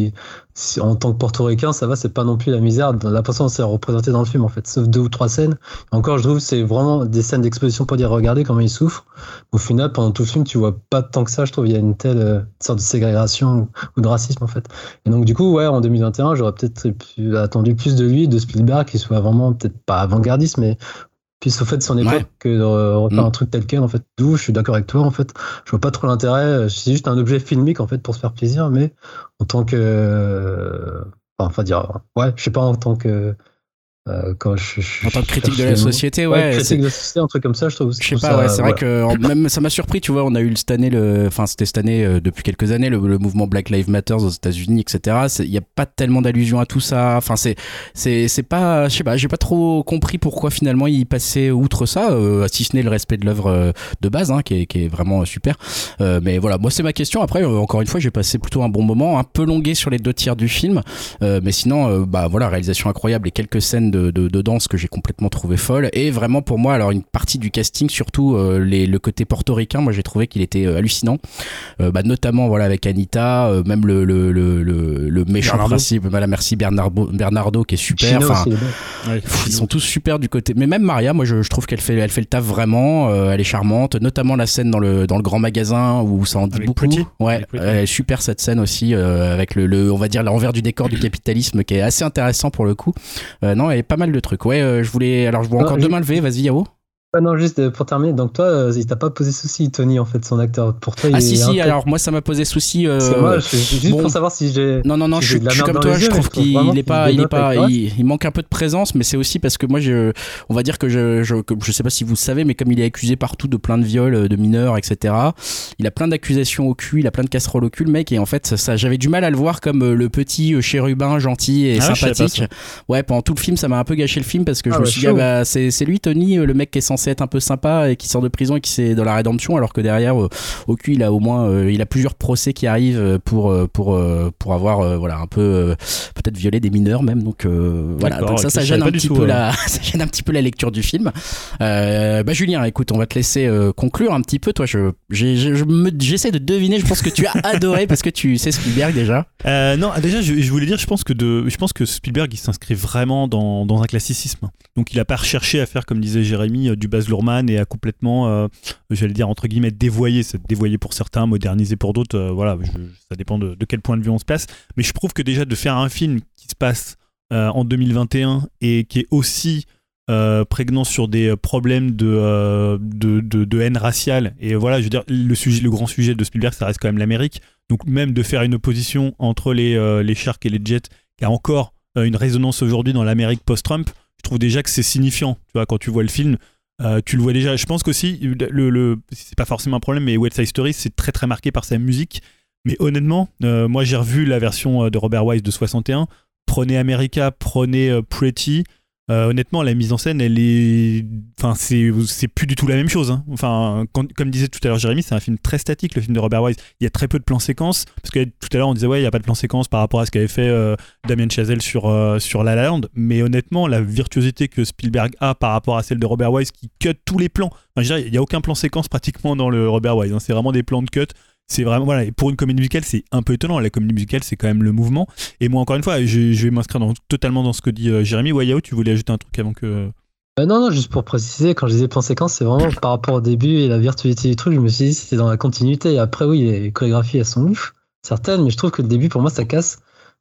qu'en tant que portoricain, ça va, c'est pas non plus la misère. La façon dont c'est représenté dans le film, en fait, sauf deux ou trois scènes. Et encore, je trouve, c'est vraiment des scènes d'exposition pour dire, regardez comment il souffre. Au final, pendant tout le film, tu vois pas tant que ça. Je trouve il y a une telle euh, sorte de ségrégation ou, ou de racisme, en fait. Et donc, du coup, ouais, en deux mille vingt et un, j'aurais peut-être pu- attendu plus de lui, de Spielberg, qui soit vraiment peut-être pas avant-gardiste, mais plus au fait de son époque Ouais. que de re- refaire Mm. un truc tel quel, en fait. D'où je suis d'accord avec toi, en fait. Je vois pas trop l'intérêt. C'est juste un objet filmique, en fait, pour se faire plaisir, mais en tant que. euh, Enfin, enfin, dire. Ouais, je sais pas, en tant que. euh, quand je, je- En tant que je critique de cherche la le mot. société, Ouais, ouais. c'est- critique de la société, un truc comme ça, je trouve. Je sais trouve pas, ça, ouais, c'est vrai ouais. que en- même ça m'a surpris, tu vois, on a eu cette année, le, enfin c'était cette année euh, depuis quelques années le, le mouvement Black Lives Matter aux États-Unis, et cetera. Il y a pas tellement d'allusions à tout ça. Enfin c'est c'est c'est pas, je sais pas, j'ai pas trop compris pourquoi finalement il passait outre ça, euh, si ce n'est le respect de l'œuvre euh, de base, hein, qui est qui est vraiment super. Euh, mais voilà, moi c'est ma question. Après, euh, encore une fois, j'ai passé plutôt un bon moment, un peu longué sur les deux tiers du film, euh, mais sinon, euh, bah voilà, réalisation incroyable et quelques scènes de, de, de danse que j'ai complètement trouvé folles. Et vraiment pour moi, alors une partie du casting, surtout euh, les, le côté portoricain, moi j'ai trouvé qu'il était euh, hallucinant. Euh, bah, notamment voilà avec Anita, euh, même le le le le, le méchant Bernardo. principe, voilà, merci Bernardo, Bernardo qui est super. Chino Enfin, aussi, il est bon. Ouais, Pff, ils sont tous super du côté, mais même Maria, moi je, je trouve qu'elle fait elle fait le taf vraiment, euh, elle est charmante, notamment la scène dans le dans le grand magasin où ça en dit Avec beaucoup. Pretty. Ouais, Avec Pretty. elle est super cette scène aussi, euh, avec le, le on va dire l'envers du décor du capitalisme qui est assez intéressant pour le coup. Euh, non, il y a pas mal de trucs. Ouais, euh, je voulais alors je vois Non, encore je- demain lever, vas-y Yao. Ah non, juste euh, pour terminer, donc toi, euh, il t'a pas posé souci, Tony, en fait, son acteur. Pour toi, Ah il si est un si, peu- alors moi ça m'a posé souci. euh, Parce que moi, je- juste bon. pour savoir si j'ai. Non non non, si je, j'ai suis- de la je suis merde comme dans toi, les je yeux, mais trouve je trouve qu'il vraiment est qu'il pas, il est dénote pas, avec toi. il, il manque un peu de présence, mais c'est aussi parce que moi je, on va dire que je, je, que- je sais pas si vous le savez, mais comme il est accusé partout de plein de viols de mineurs, et cetera. Il a plein d'accusations au cul, il a plein de casseroles au cul, le mec, et en fait ça, j'avais du mal à le voir comme euh, le petit euh, chérubin gentil et Ah ouais, je savais pas sympathique. Ouais, pendant tout le film, ça m'a un peu gâché le film parce que Ah je me ouais, suis dit, chaud. ah bah c'est, c'est lui Tony, euh, le mec qui est censé être un peu sympa et qui sort de prison et qui c'est dans la rédemption, alors que derrière euh, au cul il a au moins euh, il a plusieurs procès qui arrivent euh, pour euh, pour euh, pour avoir euh, voilà un peu euh, peut-être violé des mineurs même, donc euh, voilà, D'accord, donc ça ok, ça je gêne savais un pas du petit tout, peu ouais. la ça gêne un petit peu la lecture du film. Euh, bah Julien, écoute, on va te laisser euh, conclure un petit peu. Toi, je j'ai, je, je me, j'essaie de deviner. Je pense que tu as adoré parce que tu sais Spielberg déjà. Euh, non, déjà, je, je voulais dire, je pense que de, je pense que Spielberg, il s'inscrit vraiment dans, dans un classicisme. Donc, il a pas recherché à faire, comme disait Jérémy, euh, du Baz Luhrmann et à complètement, euh, j'allais dire entre guillemets, dévoyer. C'est dévoyer pour certains, moderniser pour d'autres. euh, voilà, je- ça dépend de, de quel point de vue on se place. Mais je trouve que déjà de faire un film qui se passe euh, en deux mille vingt et un et qui est aussi euh, prégnant sur des problèmes de, euh, de, de, de haine raciale. Et voilà, je veux dire, le, sujet, le grand sujet de Spielberg, ça reste quand même l'Amérique. Donc même de faire une opposition entre les, euh, les Sharks et les Jets, qui a encore euh, une résonance aujourd'hui dans l'Amérique post-Trump, je trouve déjà que c'est signifiant. Tu vois, quand tu vois le film, euh, tu le vois déjà. Je pense qu'aussi, le, le, c'est pas forcément un problème, mais West Side Story, c'est très très marqué par sa musique. Mais honnêtement, euh, moi j'ai revu la version de Robert Wise de soixante et un. Prenez America, prenez euh, Pretty. Euh, honnêtement, la mise en scène, elle est, enfin, c'est, c'est plus du tout la même chose. Hein. Enfin, quand- comme disait tout à l'heure Jérémy, c'est un film très statique, le film de Robert Wise. Il y a très peu de plans séquences, parce que tout à l'heure on disait ouais, il y a pas de plan séquence par rapport à ce qu'avait fait euh, Damien Chazelle sur euh, sur La La Land. Mais honnêtement, la virtuosité que Spielberg a par rapport à celle de Robert Wise, qui cut tous les plans. Enfin, je dirais, il y a aucun plan séquence pratiquement dans le Robert Wise. Hein. C'est vraiment des plans de cut. C'est vraiment, voilà, et pour une comédie musicale, c'est un peu étonnant. La comédie musicale, c'est quand même le mouvement. Et moi, encore une fois, je, je vais m'inscrire dans, totalement dans ce que dit euh, Jérémy. Ouais, Yao, tu voulais ajouter un truc avant que. Euh, non, non, juste pour préciser, quand je disais plan séquence, c'est vraiment par rapport au début et la virtuosité du truc, je me suis dit c'était dans la continuité. Et après, oui, les chorégraphies, elles sont ouf, certaines, mais je trouve que le début, pour moi, ça casse.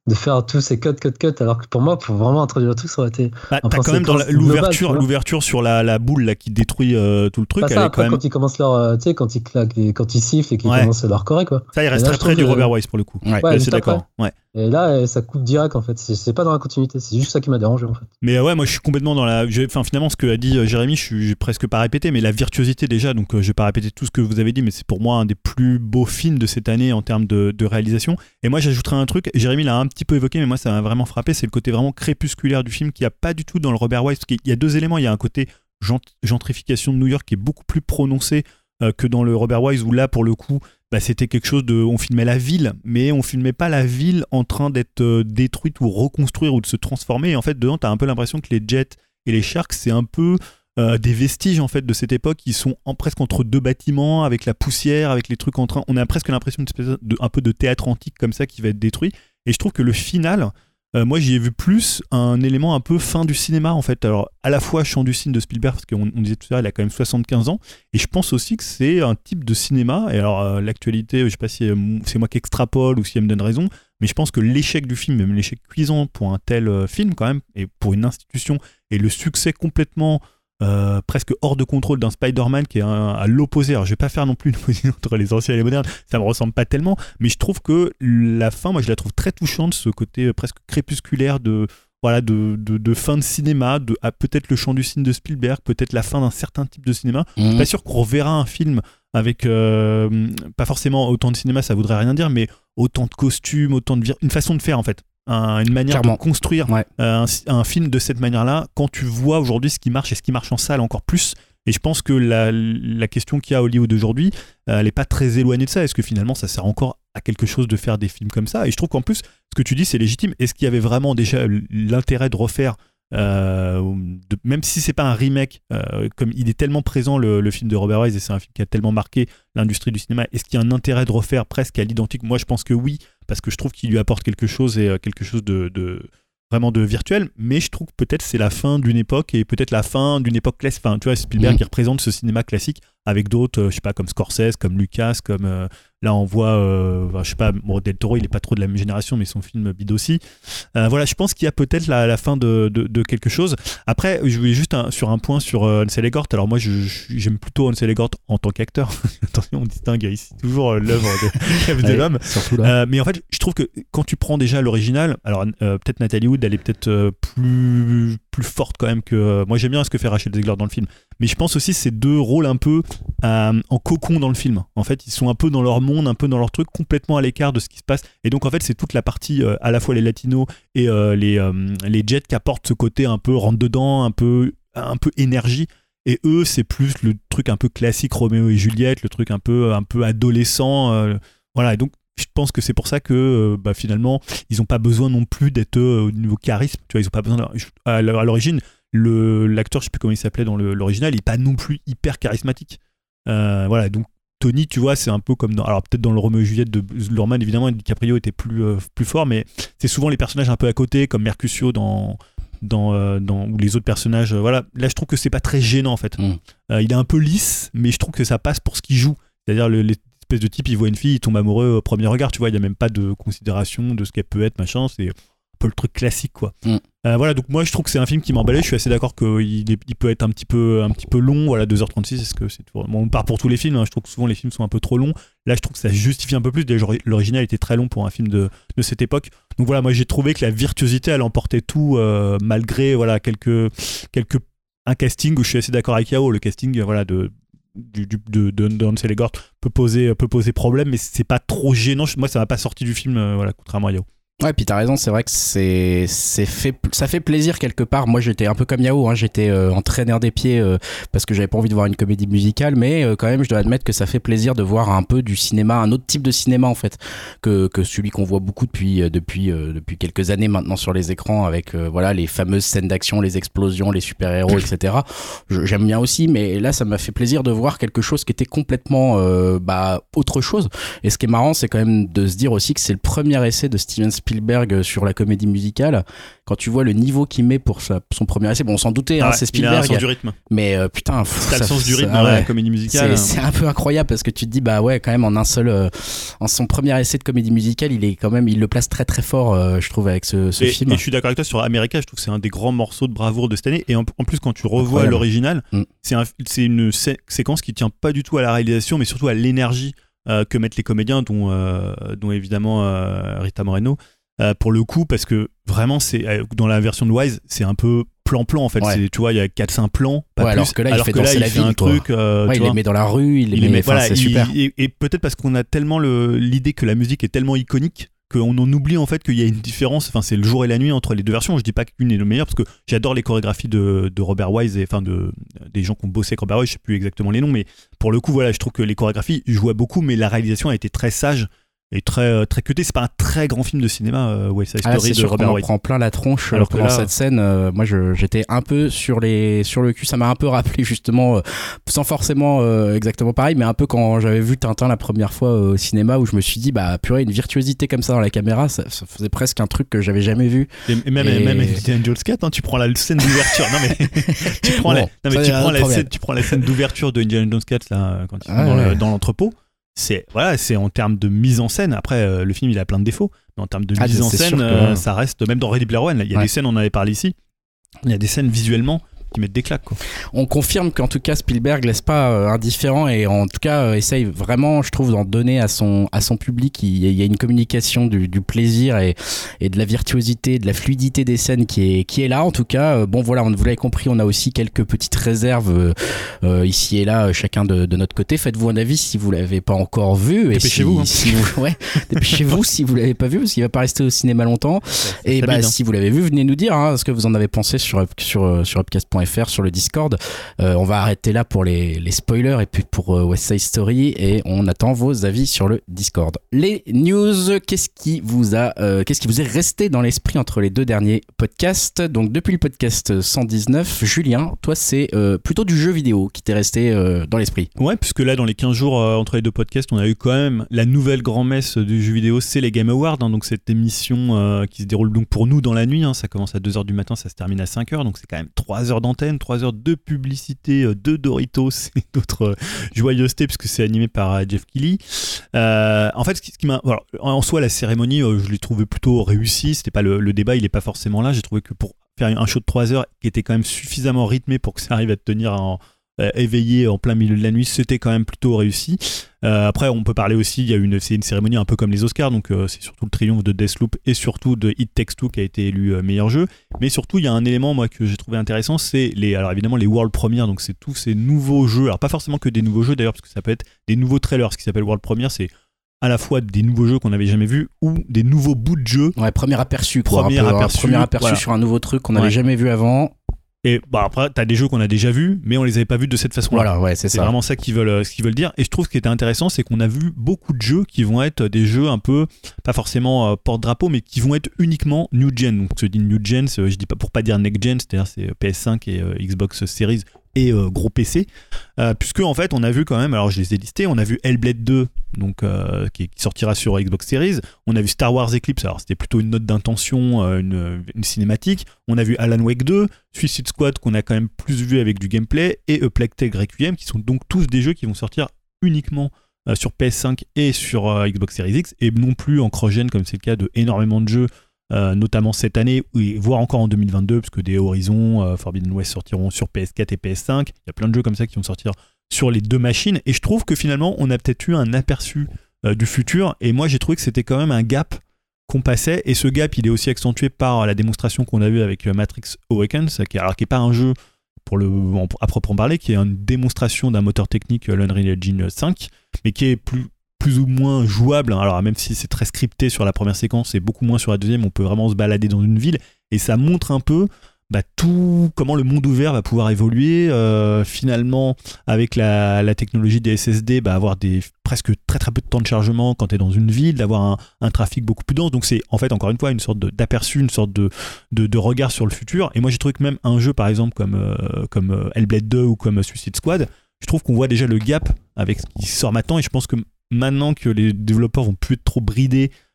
de faire tous ces cuts, cuts, cuts, alors que pour moi, pour vraiment introduire le truc, ça aurait été. Bah, t'as quand même dans la, l'ouverture, global, l'ouverture sur la, la boule là qui détruit euh, tout le truc. Pas ça, elle après, est quand, quand même... ils commencent leur, euh, tu sais, quand ils claquent, et, quand ils sifflent et qu'ils ouais. commencent leur corée, quoi. Ça, il reste très près du Robert Wise pour le coup. Ouais, ouais c'est d'accord. Ouais. Et là, ça coupe direct en fait. C'est, c'est pas dans la continuité. C'est juste ça qui m'a dérangé en fait. Mais ouais, moi je suis complètement dans la. Enfin, finalement, ce que a dit Jérémy, je suis presque pas répété, mais la virtuosité déjà. Donc, euh, je vais pas répéter tout ce que vous avez dit, mais c'est pour moi un des plus beaux films de cette année en termes de, de réalisation. Et moi, j'ajouterais un truc. Jérémy l'a un petit peu évoqué, mais moi, ça m'a vraiment frappé. C'est le côté vraiment crépusculaire du film qu'il n'y a pas du tout dans le Robert Wise. Parce qu'il y a deux éléments. Il y a un côté gent- gentrification de New York qui est beaucoup plus prononcé euh, que dans le Robert Wise, où là, pour le coup. Bah, c'était quelque chose de. On filmait la ville, mais on filmait pas la ville en train d'être euh, détruite ou reconstruire ou de se transformer. Et en fait, dedans, t'as un peu l'impression que les jets et les sharks, c'est un peu euh, des vestiges en fait de cette époque qui sont en, presque entre deux bâtiments, avec la poussière, avec les trucs en train. On a presque l'impression d'une espèce de, un peu de théâtre antique comme ça qui va être détruit. Et je trouve que le final. Euh, moi, j'y ai vu plus un élément un peu fin du cinéma, en fait. Alors, à la fois chant du cygne de Spielberg, parce qu'on on disait tout à l'heure, il a quand même soixante-quinze ans, et je pense aussi que c'est un type de cinéma, et alors, euh, l'actualité, je sais pas si euh, c'est moi qui extrapole ou si elle me donne raison, mais je pense que l'échec du film, même l'échec cuisant pour un tel euh, film, quand même, et pour une institution, et le succès complètement... Euh, presque hors de contrôle d'un Spider-Man qui est un, à l'opposé. Alors je vais pas faire non plus une opposition entre les anciens et les modernes, ça me ressemble pas tellement, mais je trouve que la fin, moi je la trouve très touchante, ce côté presque crépusculaire de voilà de, de, de fin de cinéma, de à peut-être le chant du cygne de Spielberg, peut-être la fin d'un certain type de cinéma. Mmh. Je suis pas sûr qu'on reverra un film avec euh, pas forcément autant de cinéma, ça voudrait rien dire, mais autant de costumes, autant de vir- une façon de faire en fait. Un, une manière Clairement. de construire ouais. euh, un, un film de cette manière-là quand tu vois aujourd'hui ce qui marche et ce qui marche en salle encore plus. Et je pense que la, la question qu'il y a à Hollywood aujourd'hui, euh, elle n'est pas très éloignée de ça. Est-ce que finalement ça sert encore à quelque chose de faire des films comme ça ? Et je trouve qu'en plus, ce que tu dis, c'est légitime. Est-ce qu'il y avait vraiment déjà l'intérêt de refaire Euh, de, même si c'est pas un remake, euh, comme il est tellement présent le, le film de Robert Wise et c'est un film qui a tellement marqué l'industrie du cinéma, est-ce qu'il y a un intérêt de refaire presque à l'identique ? Moi je pense que oui, parce que je trouve qu'il lui apporte quelque chose et euh, quelque chose de, de vraiment de virtuel, mais je trouve que peut-être c'est la fin d'une époque et peut-être la fin d'une époque classique. Enfin, tu vois, Spielberg mmh. qui représente ce cinéma classique avec d'autres, euh, je sais pas, comme Scorsese, comme Lucas, comme euh, là on voit, euh, enfin, je sais pas, bon, Del Toro, il est pas trop de la même génération, mais son film bide aussi. Euh, voilà, je pense qu'il y a peut-être la, la fin de, de, de quelque chose. Après, je voulais juste un, sur un point sur euh, Ansel Elgort. Alors moi, je, je, j'aime plutôt Ansel Elgort en tant qu'acteur. Attention, on distingue ici toujours euh, l'œuvre de, de ouais, l'homme. Euh, mais en fait, je trouve que quand tu prends déjà l'original, alors euh, peut-être Nathalie Wood, elle est peut-être euh, plus plus forte quand même que euh, moi. J'aime bien ce que fait Rachel Zegler dans le film, mais je pense aussi ces deux rôles un peu euh, en cocon dans le film. En fait, ils sont un peu dans leur monde, un peu dans leur truc, complètement à l'écart de ce qui se passe. Et donc en fait, c'est toute la partie euh, à la fois les latinos et euh, les euh, les Jets qui apportent ce côté un peu rentre dedans, un peu un peu énergie. Et eux, c'est plus le truc un peu classique Roméo et Juliette, le truc un peu un peu adolescent. Euh, voilà. Et donc je pense que c'est pour ça que euh, bah, finalement ils n'ont pas besoin non plus d'être euh, au niveau charisme. Tu vois, ils ont pas besoin. De... À l'origine, le l'acteur, je sais plus comment il s'appelait dans le, l'original, il est pas non plus hyper charismatique. Euh, voilà, donc Tony, tu vois, c'est un peu comme dans, alors peut-être dans le Roméo et Juliette de Baz Luhrmann, évidemment, DiCaprio était plus euh, plus fort, mais c'est souvent les personnages un peu à côté, comme Mercutio dans dans euh, dans ou les autres personnages. Euh, voilà, là je trouve que c'est pas très gênant en fait. Mm. Euh, il est un peu lisse, mais je trouve que ça passe pour ce qu'il joue. C'est-à-dire le, les espèce de type, il voit une fille, il tombe amoureux au premier regard, tu vois, il n'y a même pas de considération de ce qu'elle peut être, machin, c'est un peu le truc classique, quoi. Mm. Euh, voilà, donc moi je trouve que c'est un film qui m'emballait, je suis assez d'accord qu'il est, il peut être un petit peu, un petit peu long, voilà, deux heures trente-six, est-ce que c'est toujours... Bon, on part pour tous les films, hein, je trouve que souvent les films sont un peu trop longs, là je trouve que ça justifie un peu plus, déjà l'original était très long pour un film de, de cette époque, donc voilà, moi j'ai trouvé que la virtuosité elle emportait tout, euh, malgré, voilà, quelques, quelques, un casting où je suis assez d'accord avec Yao, le casting, voilà, de Du, du, de, de, de Ansel Elgort peut poser, peut poser problème, mais c'est pas trop gênant. Moi, ça m'a pas sorti du film, euh, voilà, contrairement à Yao. Ouais, puis t'as raison, c'est vrai que c'est, c'est fait, ça fait plaisir quelque part. Moi, j'étais un peu comme Yao, hein, j'étais euh, entraîneur des pieds euh, parce que j'avais pas envie de voir une comédie musicale, mais euh, quand même, je dois admettre que ça fait plaisir de voir un peu du cinéma, un autre type de cinéma en fait, que, que celui qu'on voit beaucoup depuis, euh, depuis, euh, depuis quelques années maintenant sur les écrans avec euh, voilà, les fameuses scènes d'action, les explosions, les super-héros, et cetera. Je, j'aime bien aussi, mais là, ça m'a fait plaisir de voir quelque chose qui était complètement euh, bah, autre chose. Et ce qui est marrant, c'est quand même de se dire aussi que c'est le premier essai de Steven Spielberg Spielberg sur la comédie musicale, quand tu vois le niveau qu'il met pour sa, son premier essai, bon on s'en doutait, ah hein, ouais, c'est Spielberg, il a un sens du rythme. Mais euh, putain, pff, t'as ça, le sens du rythme ça, dans ouais, la comédie musicale. C'est, c'est un peu incroyable parce que tu te dis bah ouais quand même en un seul, euh, en son premier essai de comédie musicale, il est quand même, il le place très très fort, euh, je trouve avec ce, ce et, film. Et je suis d'accord avec toi sur America, je trouve que c'est un des grands morceaux de bravoure de cette année. Et en, en plus quand tu revois Incroyable. l'original, mm. c'est, un, c'est une sé- séquence qui tient pas du tout à la réalisation, mais surtout à l'énergie euh, que mettent les comédiens, dont, euh, dont évidemment euh, Rita Moreno. Euh, pour le coup, parce que vraiment, c'est euh, dans la version de Wise, c'est un peu plan-plan en fait. Ouais. C'est, tu vois, il y a quatre cinq plans, pas Ouais, plus. alors que là, il alors fait que là, danser il la fait ville, un quoi. truc. Euh, Ouais, tu il vois, les met dans la rue, il les il les met, met. enfin, Voilà, c'est il- super. Et, et peut-être parce qu'on a tellement le, l'idée que la musique est tellement iconique qu'on en oublie en fait qu'il y a une différence. Enfin, c'est le jour et la nuit entre les deux versions. Je dis pas qu'une est le meilleur parce que j'adore les chorégraphies de, de Robert Wise et enfin de des gens qui ont bossé avec Robert Wise. Je sais plus exactement les noms, mais pour le coup, voilà, je trouve que les chorégraphies jouaient beaucoup, mais la réalisation a été très sage. Et très très cuté, c'est pas un très grand film de cinéma, euh, West Side Ah, Story c'est de sûr Robert qu'on en Wise. prend plein la tronche Alors que pendant là- cette scène. Euh, moi, je, j'étais un peu sur les sur le cul. Ça m'a un peu rappelé justement, euh, sans forcément euh, exactement pareil, mais un peu quand j'avais vu Tintin la première fois euh, au cinéma, où je me suis dit bah purée, une virtuosité comme ça dans la caméra, ça, ça faisait presque un truc que j'avais jamais vu. Et, et même Et- même Indiana Jones quatre, hein, tu prends la scène d'ouverture. Non mais tu prends Bon, la, non, mais ça, tu y a prends un la problème. scène, tu prends la scène d'ouverture de Indiana Jones quatre là quand ils sont Ah, dans, ouais. le- dans l'entrepôt. C'est voilà, c'est en termes de mise en scène. Après, euh, le film il a plein de défauts, mais en termes de Ah, mise c'est- en c'est scène, sûr que- euh, ça reste même dans Ready Player One. Là, il y a Ouais. des scènes, on en avait parlé ici. Il y a des scènes visuellement qui mettent des claques quoi. On confirme qu'en tout cas Spielberg laisse pas euh, indifférent et en tout cas euh, essaye vraiment, je trouve, d'en donner à son à son public. Il y a, il y a une communication du, du plaisir et, et de la virtuosité, de la fluidité des scènes qui est qui est là. En tout cas, euh, bon voilà, on vous l'avez compris, on a aussi quelques petites réserves euh, euh, ici et là, euh, chacun de, de notre côté. Faites-vous un avis si vous l'avez pas encore vu. Et si, Dépêchez-vous, hein. si vous, ouais, dépêchez-vous si vous l'avez pas vu parce qu'il va pas rester au cinéma longtemps. Et Ça bah, bide, hein. si vous l'avez vu, venez nous dire hein, ce que vous en avez pensé sur up- sur sur upcast point f r, sur le Discord. Euh, on va arrêter là pour les, les spoilers et puis pour euh, West Side Story et on attend vos avis sur le Discord. Les news, qu'est-ce qui vous a, euh, qu'est-ce qui vous est resté dans l'esprit entre les deux derniers podcasts? Donc depuis le podcast cent dix-neuf, Julien, toi c'est euh, plutôt du jeu vidéo qui t'est resté euh, dans l'esprit. Ouais, puisque là, dans les quinze jours euh, entre les deux podcasts, on a eu quand même la nouvelle grand-messe du jeu vidéo, c'est les Game Awards, hein, donc cette émission euh, qui se déroule donc pour nous dans la nuit, hein, ça commence à deux heures du matin, ça se termine à cinq heures, donc c'est quand même trois heures d'antenne, trois heures de publicité, euh, de Doritos et d'autres euh, joyeusetés, puisque c'est animé par euh, Jeff Keighley. Euh, en fait, ce qui, ce qui m'a... Alors, en soi, la cérémonie, euh, je l'ai trouvé plutôt réussie, c'était pas le, le débat, il n'est pas forcément là, j'ai trouvé que pour faire un show de trois heures qui était quand même suffisamment rythmé pour que ça arrive à te tenir en... Euh, éveillé en plein milieu de la nuit, c'était quand même plutôt réussi. Euh, après, on peut parler aussi, il y a une, c'est une cérémonie un peu comme les Oscars, donc euh, c'est surtout le triomphe de Deathloop et surtout de It Takes Two qui a été élu euh, meilleur jeu. Mais surtout, il y a un élément moi que j'ai trouvé intéressant, c'est les, alors évidemment les World Premiere, donc c'est tous ces nouveaux jeux. Alors pas forcément que des nouveaux jeux d'ailleurs, parce que ça peut être des nouveaux trailers. Ce qui s'appelle World Premiere, c'est à la fois des nouveaux jeux qu'on n'avait jamais vus ou des nouveaux bouts de jeux. Ouais, premier aperçu, quoi, Premier un peu, aperçu, un premier aperçu voilà. sur un nouveau truc qu'on Ouais. n'avait jamais vu avant. Et bah, après, t'as des jeux qu'on a déjà vus, mais on les avait pas vus de cette façon-là. Voilà, ouais, c'est C'est ça. vraiment ça qu'ils veulent, euh, ce qu'ils veulent dire. Et je trouve ce qui était intéressant, c'est qu'on a vu beaucoup de jeux qui vont être des jeux un peu, pas forcément euh, porte-drapeau, mais qui vont être uniquement new gen. Donc, je dis new gen, c'est, je dis pas pour pas dire next gen, c'est-à-dire c'est P S cinq et euh, Xbox Series et euh, gros P C. Euh, puisque en fait, on a vu quand même, alors je les ai listés, on a vu Hellblade deux, donc euh, qui, qui sortira sur Xbox Series. On a vu Star Wars Eclipse, alors c'était plutôt une note d'intention, euh, une, une cinématique. On a vu Alan Wake deux, Suicide Squad qu'on a quand même plus vu avec du gameplay, et A Plague Tale Requiem, qui sont donc tous des jeux qui vont sortir uniquement euh, sur P S cinq et sur euh, Xbox Series X, et non plus en cross-gen comme c'est le cas de énormément de jeux, euh, notamment cette année, et voire encore en deux mille vingt-deux, parce que des Horizon, euh, Forbidden West sortiront sur P S quatre et P S cinq. Il y a plein de jeux comme ça qui vont sortir sur les deux machines, et je trouve que finalement on a peut-être eu un aperçu euh, du futur, et moi j'ai trouvé que c'était quand même un gap qu'on passait, et ce gap il est aussi accentué par la démonstration qu'on a vue avec Matrix Awakens, qui, alors qui n'est pas un jeu pour le, à proprement parler, qui est une démonstration d'un moteur technique, l'Unreal Engine cinq, mais qui est plus, plus ou moins jouable. Alors même si c'est très scripté sur la première séquence et beaucoup moins sur la deuxième, on peut vraiment se balader dans une ville, et ça montre un peu bah, tout comment le monde ouvert va pouvoir évoluer, euh, finalement avec la, la technologie des S S D, bah, avoir des, presque très très peu de temps de chargement quand tu es dans une ville, d'avoir un, un trafic beaucoup plus dense. Donc c'est en fait encore une fois une sorte de, d'aperçu, une sorte de, de, de regard sur le futur. Et moi j'ai trouvé que même un jeu par exemple comme, euh, comme Hellblade deux ou comme Suicide Squad, je trouve qu'on voit déjà le gap avec ce qui sort maintenant, et je pense que maintenant que les développeurs vont plus être trop bridés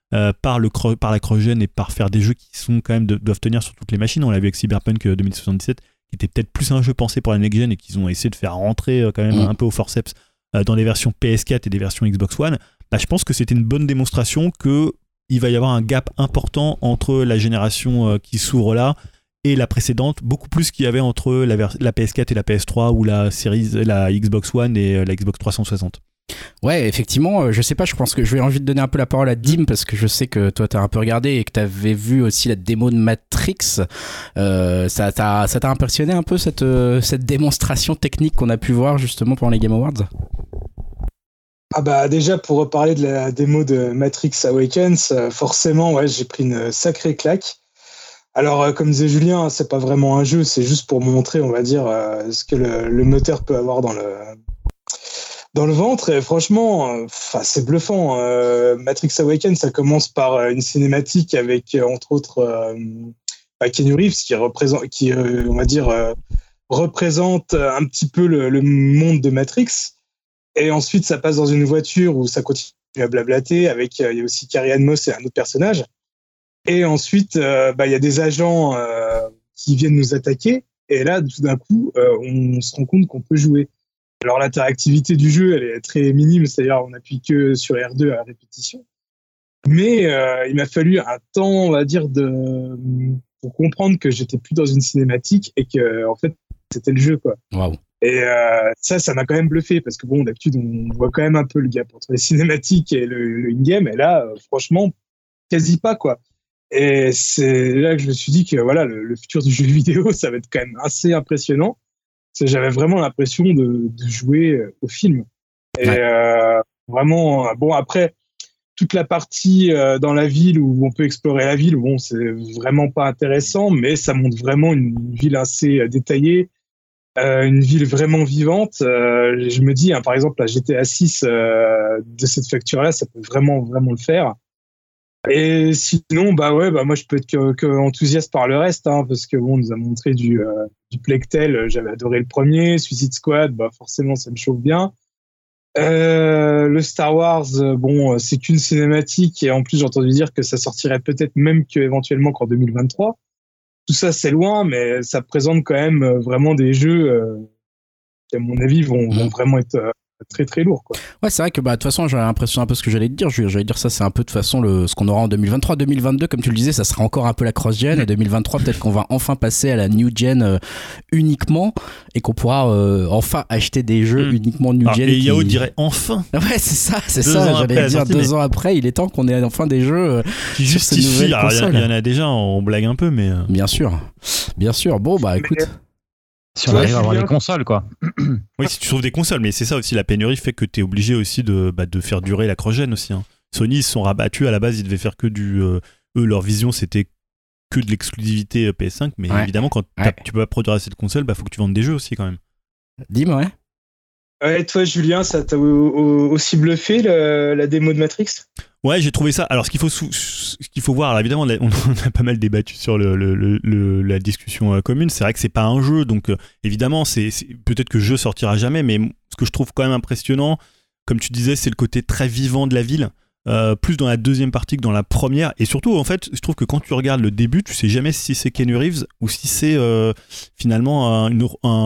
euh, par, le cro- par la cross-gen et par faire des jeux qui sont quand même de, doivent tenir sur toutes les machines. On l'a vu avec Cyberpunk deux mille soixante-dix-sept, qui était peut-être plus un jeu pensé pour la next-gen et qu'ils ont essayé de faire rentrer euh, quand même mmh. un peu au forceps euh, dans les versions P S quatre et des versions Xbox One. Bah, je pense que c'était une bonne démonstration qu'il va y avoir un gap important entre la génération euh, qui s'ouvre là et la précédente, beaucoup plus qu'il y avait entre la, vers- la P S quatre et la P S trois ou la, série, la Xbox One et euh, la Xbox trois cent soixante. Ouais, effectivement, je sais pas, je pense que je vais envie de donner un peu la parole à Dim parce que je sais que toi t'as un peu regardé et que t'avais vu aussi la démo de Matrix. Euh, ça, t'a, ça t'a impressionné un peu cette, cette démonstration technique qu'on a pu voir justement pendant les Game Awards ? Ah bah déjà pour reparler de la démo de Matrix Awakens, forcément ouais j'ai pris une sacrée claque. Alors comme disait Julien, c'est pas vraiment un jeu, c'est juste pour montrer on va dire ce que le, le moteur peut avoir dans le dans le ventre et franchement enfin c'est bluffant. Euh, Matrix Awakens ça commence par une cinématique avec entre autres euh, Keanu Reeves qui représente qui euh, on va dire euh, représente un petit peu le, le monde de Matrix. Et ensuite, ça passe dans une voiture où ça continue à blablater. Avec, euh, il y a aussi Carrie-Anne Moss et un autre personnage. Et ensuite, euh, bah, il y a des agents euh, qui viennent nous attaquer. Et là, tout d'un coup, euh, on se rend compte qu'on peut jouer. Alors, l'interactivité du jeu, elle est très minime. C'est-à-dire, on n'appuie que sur R deux à répétition. Mais euh, il m'a fallu un temps, on va dire, de pour comprendre que j'étais plus dans une cinématique et que, en fait, c'était le jeu, quoi. Waouh. Et euh, ça, ça m'a quand même bluffé parce que bon, d'habitude, on voit quand même un peu le gap entre les cinématiques et le, le in-game. Et là, euh, franchement, quasi pas, quoi. Et c'est là que je me suis dit que voilà, le, le futur du jeu vidéo, ça va être quand même assez impressionnant. Parce que j'avais vraiment l'impression de, de jouer au film. Et ouais. euh, vraiment, bon, après, toute la partie euh, dans la ville où on peut explorer la ville, bon, c'est vraiment pas intéressant, mais ça montre vraiment une ville assez détaillée. Euh, une ville vraiment vivante. Euh, je me dis, hein, par exemple, la G T A six euh, de cette facture-là, ça peut vraiment, vraiment le faire. Et sinon, bah ouais, bah moi je peux être que, que enthousiaste par le reste, hein, parce que bon, on nous a montré du, euh, du Plague Tale. J'avais adoré le premier, Suicide Squad, bah forcément ça me chauffe bien. Euh, le Star Wars, bon, c'est qu'une cinématique et en plus j'ai entendu dire que ça sortirait peut-être même qu'éventuellement qu'en deux mille vingt-trois. Tout ça, c'est loin, mais ça présente quand même vraiment des jeux euh, qui, à mon avis, vont, vont vraiment être euh, très très lourds, quoi. Ouais, c'est vrai que bah, de toute façon, j'avais l'impression un peu ce que j'allais te dire. J'allais dire ça, c'est un peu de toute façon le, ce qu'on aura en deux mille vingt-trois. deux mille vingt-deux, comme tu le disais, ça sera encore un peu la cross-gen. Et deux mille vingt-trois, peut-être qu'on va enfin passer à la new-gen euh, uniquement et qu'on pourra euh, enfin acheter des jeux mmh. uniquement new-gen. Et qui... Yao dirait enfin. Ouais, c'est ça, c'est deux ça. J'allais dire sortie, deux mais... ans après, il est temps qu'on ait enfin des jeux euh, qui justifient. Il y, y en a déjà, on blague un peu, mais. Bien sûr, bien sûr. Bon, bah écoute. Si on ouais, arrive à avoir des consoles, quoi. Oui, si tu trouves des consoles, mais c'est ça aussi, la pénurie fait que t'es obligé aussi de, bah, de faire durer la cross-gen aussi. Hein. Sony, ils se sont rabattus, à la base, ils devaient faire que du... Euh, eux, leur vision, c'était que de l'exclusivité P S cinq, mais ouais. évidemment, quand ouais. tu peux pas produire assez de consoles, bah faut que tu vendes des jeux aussi, quand même. Dis-moi, ouais. Ouais, toi, Julien, ça t'a aussi bluffé, le, la démo de Matrix ? Ouais, j'ai trouvé ça. Alors, ce qu'il faut, sou- ce qu'il faut voir, alors évidemment, on a, on a pas mal débattu sur le, le, le, le, la discussion euh, commune. C'est vrai que c'est pas un jeu, donc euh, évidemment, c'est, c'est peut-être que le jeu sortira jamais, mais ce que je trouve quand même impressionnant, comme tu disais, c'est le côté très vivant de la ville. Euh, plus dans la deuxième partie que dans la première, et surtout en fait je trouve que quand tu regardes le début tu sais jamais si c'est Keanu Reeves ou si c'est euh, finalement un,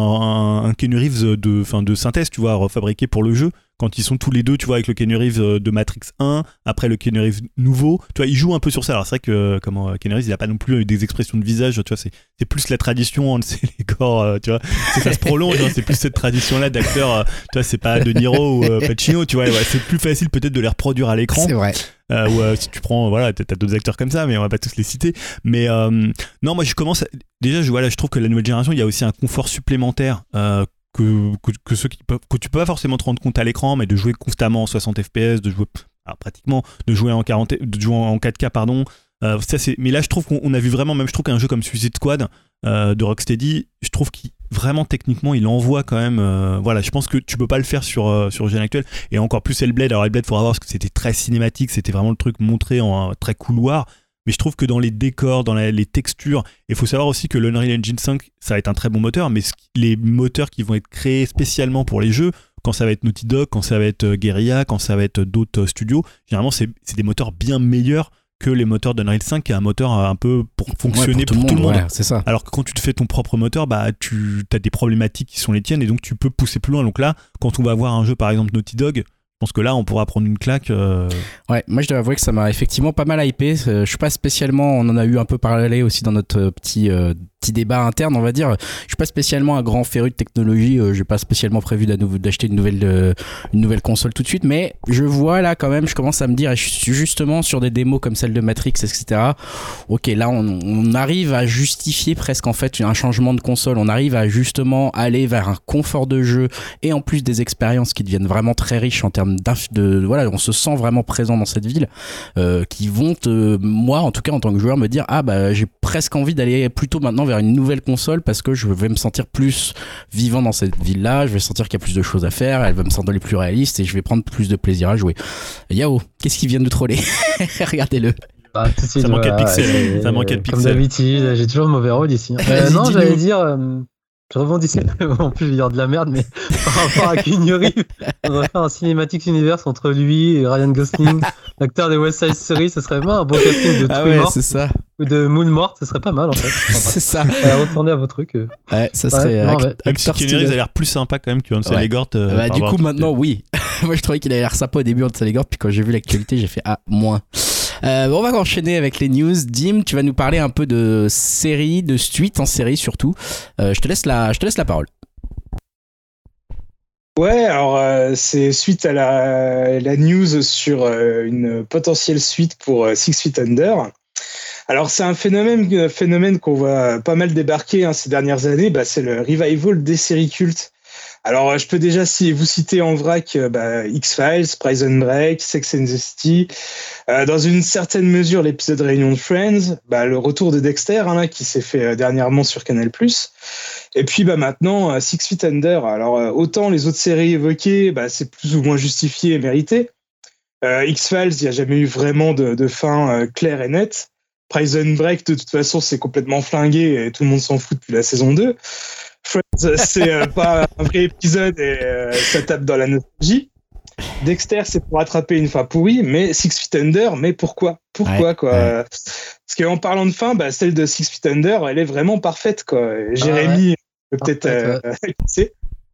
un, un Keanu Reeves de, fin, de synthèse, tu vois, refabriqué pour le jeu, quand ils sont tous les deux, tu vois, avec le Keanu Reeves de Matrix un, après le Keanu Reeves nouveau, tu vois, ils jouent un peu sur ça. Alors c'est vrai que comment, Keanu Reeves il a pas non plus des expressions de visage, tu vois, c'est, c'est plus la tradition, c'est les corps, euh, tu vois, c'est, ça se prolonge, hein, c'est plus cette tradition là d'acteurs, euh, tu vois, c'est pas De Niro ou euh, Pacino, tu vois, ouais, c'est plus facile peut-être de les reproduire à l'écran. C'est vrai. Euh, ou euh, si tu prends, voilà, t'as, t'as d'autres acteurs comme ça, mais on va pas tous les citer. Mais euh, non, moi je commence, à, déjà, je, voilà, je trouve que la nouvelle génération, il y a aussi un confort supplémentaire. Euh, Que, que, que ceux qui peuvent, que tu peux pas forcément te rendre compte à l'écran, mais de jouer constamment en soixante F P S, de jouer alors pratiquement de jouer en quarante, de jouer en quatre K pardon. Euh, ça c'est, mais là je trouve qu'on on a vu vraiment, même je trouve qu'un jeu comme Suicide Squad euh, de Rocksteady, je trouve qu'il vraiment techniquement il envoie quand même. Euh, voilà, je pense que tu peux pas le faire sur euh, sur le gen actuel, et encore plus Hellblade. Alors Hellblade, faudra voir parce que c'était très cinématique, c'était vraiment le truc montré en euh, très couloir. Mais je trouve que dans les décors, dans la, les textures, il faut savoir aussi que l'Unreal Engine cinq, ça va être un très bon moteur, mais les moteurs qui vont être créés spécialement pour les jeux quand ça va être Naughty Dog, quand ça va être Guerrilla, quand ça va être d'autres studios, généralement c'est, c'est des moteurs bien meilleurs que les moteurs d'Unreal cinq, qui est un moteur un peu pour fonctionner ouais, pour, tout, pour tout le monde. Ouais, c'est ça. Alors que quand tu te fais ton propre moteur, bah, tu as des problématiques qui sont les tiennes et donc tu peux pousser plus loin. Donc là, quand on va voir un jeu par exemple Naughty Dog, je pense que là on pourra prendre une claque. Euh... Ouais, moi je dois avouer que ça m'a effectivement pas mal hypé. Je suis pas spécialement, on en a eu un peu parlé aussi dans notre petit euh, petit débat interne, on va dire. Je suis pas spécialement un grand féru de technologie. Euh, j'ai pas spécialement prévu d'acheter une nouvelle euh, une nouvelle console tout de suite, mais je vois là quand même, je commence à me dire, et je suis justement sur des démos comme celle de Matrix, et cetera. Ok, là on, on arrive à justifier presque en fait un changement de console. On arrive à justement aller vers un confort de jeu et en plus des expériences qui deviennent vraiment très riches en termes de voilà, on se sent vraiment présent dans cette ville, euh, qui vont te, moi en tout cas en tant que joueur, me dire ah bah j'ai presque envie d'aller plutôt maintenant vers une nouvelle console parce que je vais me sentir plus vivant dans cette ville là, je vais sentir qu'il y a plus de choses à faire, elle va me sembler plus réaliste et je vais prendre plus de plaisir à jouer. Yao, qu'est-ce qui vient de troller? Regardez-le. Bah, tout de suite, ça manquait voilà, de pixels, ça manquait de comme pixels. d'habitude, j'ai toujours le mauvais rôle ici. Euh, non, j'allais dire, euh, je rebondissais, en plus je vais dire de la merde, mais par rapport à Keanu Reeves, on devrait faire un cinématique universe entre lui et Ryan Gosling, l'acteur de West Side Story, ce serait pas un bon casting de ah True ouais, Mort c'est ça. ou de Moon Mort, ce serait pas mal en fait. C'est ça. Allez, retournez à vos trucs. Euh. Ouais, ça serait. Ouais, non, act- ouais. Même si Keanu Reeves a l'air plus sympa quand même que Ansel Ouais. Elgort. Euh, bah, par du rapport coup à tout. maintenant oui. Moi je trouvais qu'il avait l'air sympa au début Ansel Elgort, puis quand j'ai vu l'actualité j'ai fait ah moins. Euh, on va enchaîner avec les news. Dim, tu vas nous parler un peu de séries, de suite en série surtout. Euh, je te laisse la, je te laisse la parole. Ouais, alors euh, c'est suite à la, la news sur euh, une potentielle suite pour euh, Six Feet Under. Alors c'est un phénomène, phénomène qu'on voit pas mal débarquer hein, ces dernières années, bah, c'est le revival des séries cultes. Alors je peux déjà si vous citer en vrac bah, X-Files, Prison Break, Sex and the City, euh, dans une certaine mesure l'épisode Réunion de Friends, bah, le retour de Dexter hein, là, qui s'est fait euh, dernièrement sur Canal plus. Et puis bah, maintenant euh, Six Feet Under. Alors euh, autant les autres séries évoquées, bah, c'est plus ou moins justifié et mérité. Euh, X-Files, il n'y a jamais eu vraiment de, de fin euh, claire et nette. Prison Break, de toute façon, c'est complètement flingué et tout le monde s'en fout depuis la saison deux. Friends, c'est euh, pas un vrai épisode et euh, ça tape dans la nostalgie. Dexter, c'est pour attraper une fin pourrie, mais Six Feet Under, mais pourquoi Pourquoi, ouais, quoi ouais. Parce qu'en parlant de fin, bah, celle de Six Feet Under, elle est vraiment parfaite, quoi. Jérémy, ah ouais. peut peut-être euh, ouais.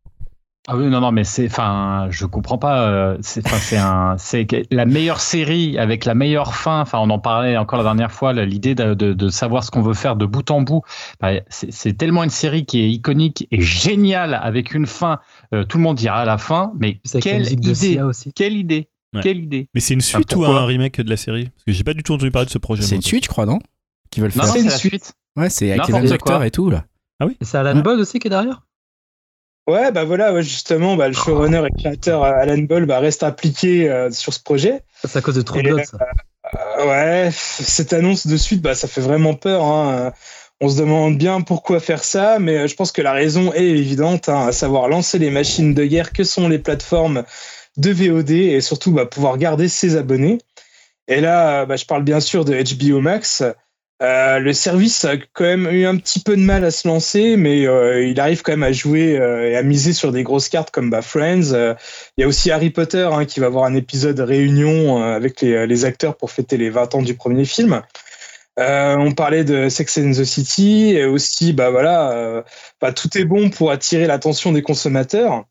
Ah oui, non, non, mais c'est, enfin, je comprends pas. Euh, c'est, enfin, c'est un, c'est la meilleure série avec la meilleure fin. Enfin, on en parlait encore la dernière fois. L'idée de, de, de savoir ce qu'on veut faire de bout en bout. Bah, c'est, c'est tellement une série qui est iconique et géniale avec une fin. Euh, tout le monde dira à la fin, mais quelle idée, aussi. quelle idée, ouais. quelle idée. Mais c'est une suite enfin, ou un remake de la série? Parce que j'ai pas du tout entendu parler de ce projet. C'est une suite, je crois, non? Qui veulent faire. Non, non, c'est la suite. Ouais, c'est avec les mêmes acteurs et tout là. Ah oui. Et c'est Alan ouais. Ball aussi qui est derrière. Ouais, bah voilà, ouais, justement, bah, le showrunner et créateur Alan Ball bah, reste impliqué euh, sur ce projet. C'est à cause de True Blood, ça. Euh, ouais, cette annonce de suite, bah, ça fait vraiment peur. Hein. On se demande bien pourquoi faire ça, mais je pense que la raison est évidente, hein, à savoir lancer les machines de guerre que sont les plateformes de V O D et surtout bah, pouvoir garder ses abonnés. Et là, bah, je parle bien sûr de H B O Max. Euh, le service a quand même eu un petit peu de mal à se lancer, mais euh, il arrive quand même à jouer euh, et à miser sur des grosses cartes comme bah, Friends. Euh, il y a aussi Harry Potter hein, qui va avoir un épisode réunion euh, avec les, les acteurs pour fêter les vingt ans du premier film. Euh, on parlait de Sex and the City et aussi, bah voilà, euh, bah, tout est bon pour attirer l'attention des consommateurs.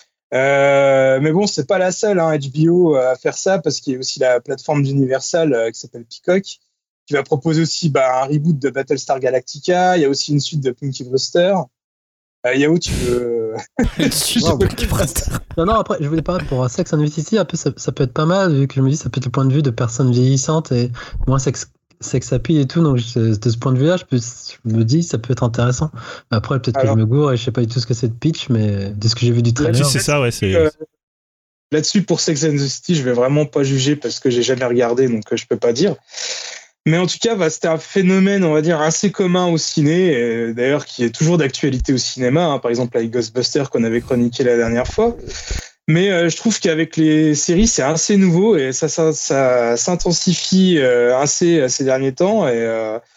Euh, mais bon, c'est pas la seule hein, H B O à faire ça parce qu'il y a aussi la plateforme d'Universal euh, qui s'appelle Peacock, qui va proposer aussi bah, un reboot de Battlestar Galactica. Il y a aussi une suite de Pinky Brewster. Euh, Yao, tu veux... Une suite de Pinky Brewster. Non, non, après, je voulais parler pour Sex and the City. Un peu, ça, ça peut être pas mal, vu que je me dis ça peut être le point de vue de personnes vieillissantes et moins sex, sex appeal et tout. Donc, je, de ce point de vue-là, je, peux, je me dis ça peut être intéressant. Après, peut-être Alors, que je me gourre et je sais pas du tout ce que c'est de pitch, mais de ce que j'ai vu du trailer. C'est ça, ouais. C'est... Euh, là-dessus, pour Sex and the City, je vais vraiment pas juger parce que j'ai jamais regardé, donc euh, je peux pas dire. Mais en tout cas, bah, c'était un phénomène, on va dire, assez commun au ciné, et d'ailleurs qui est toujours d'actualité au cinéma, hein, par exemple avec Ghostbusters qu'on avait chroniqué la dernière fois. Mais euh, je trouve qu'avec les séries, c'est assez nouveau et ça, ça, ça s'intensifie euh, assez ces derniers temps. Et euh,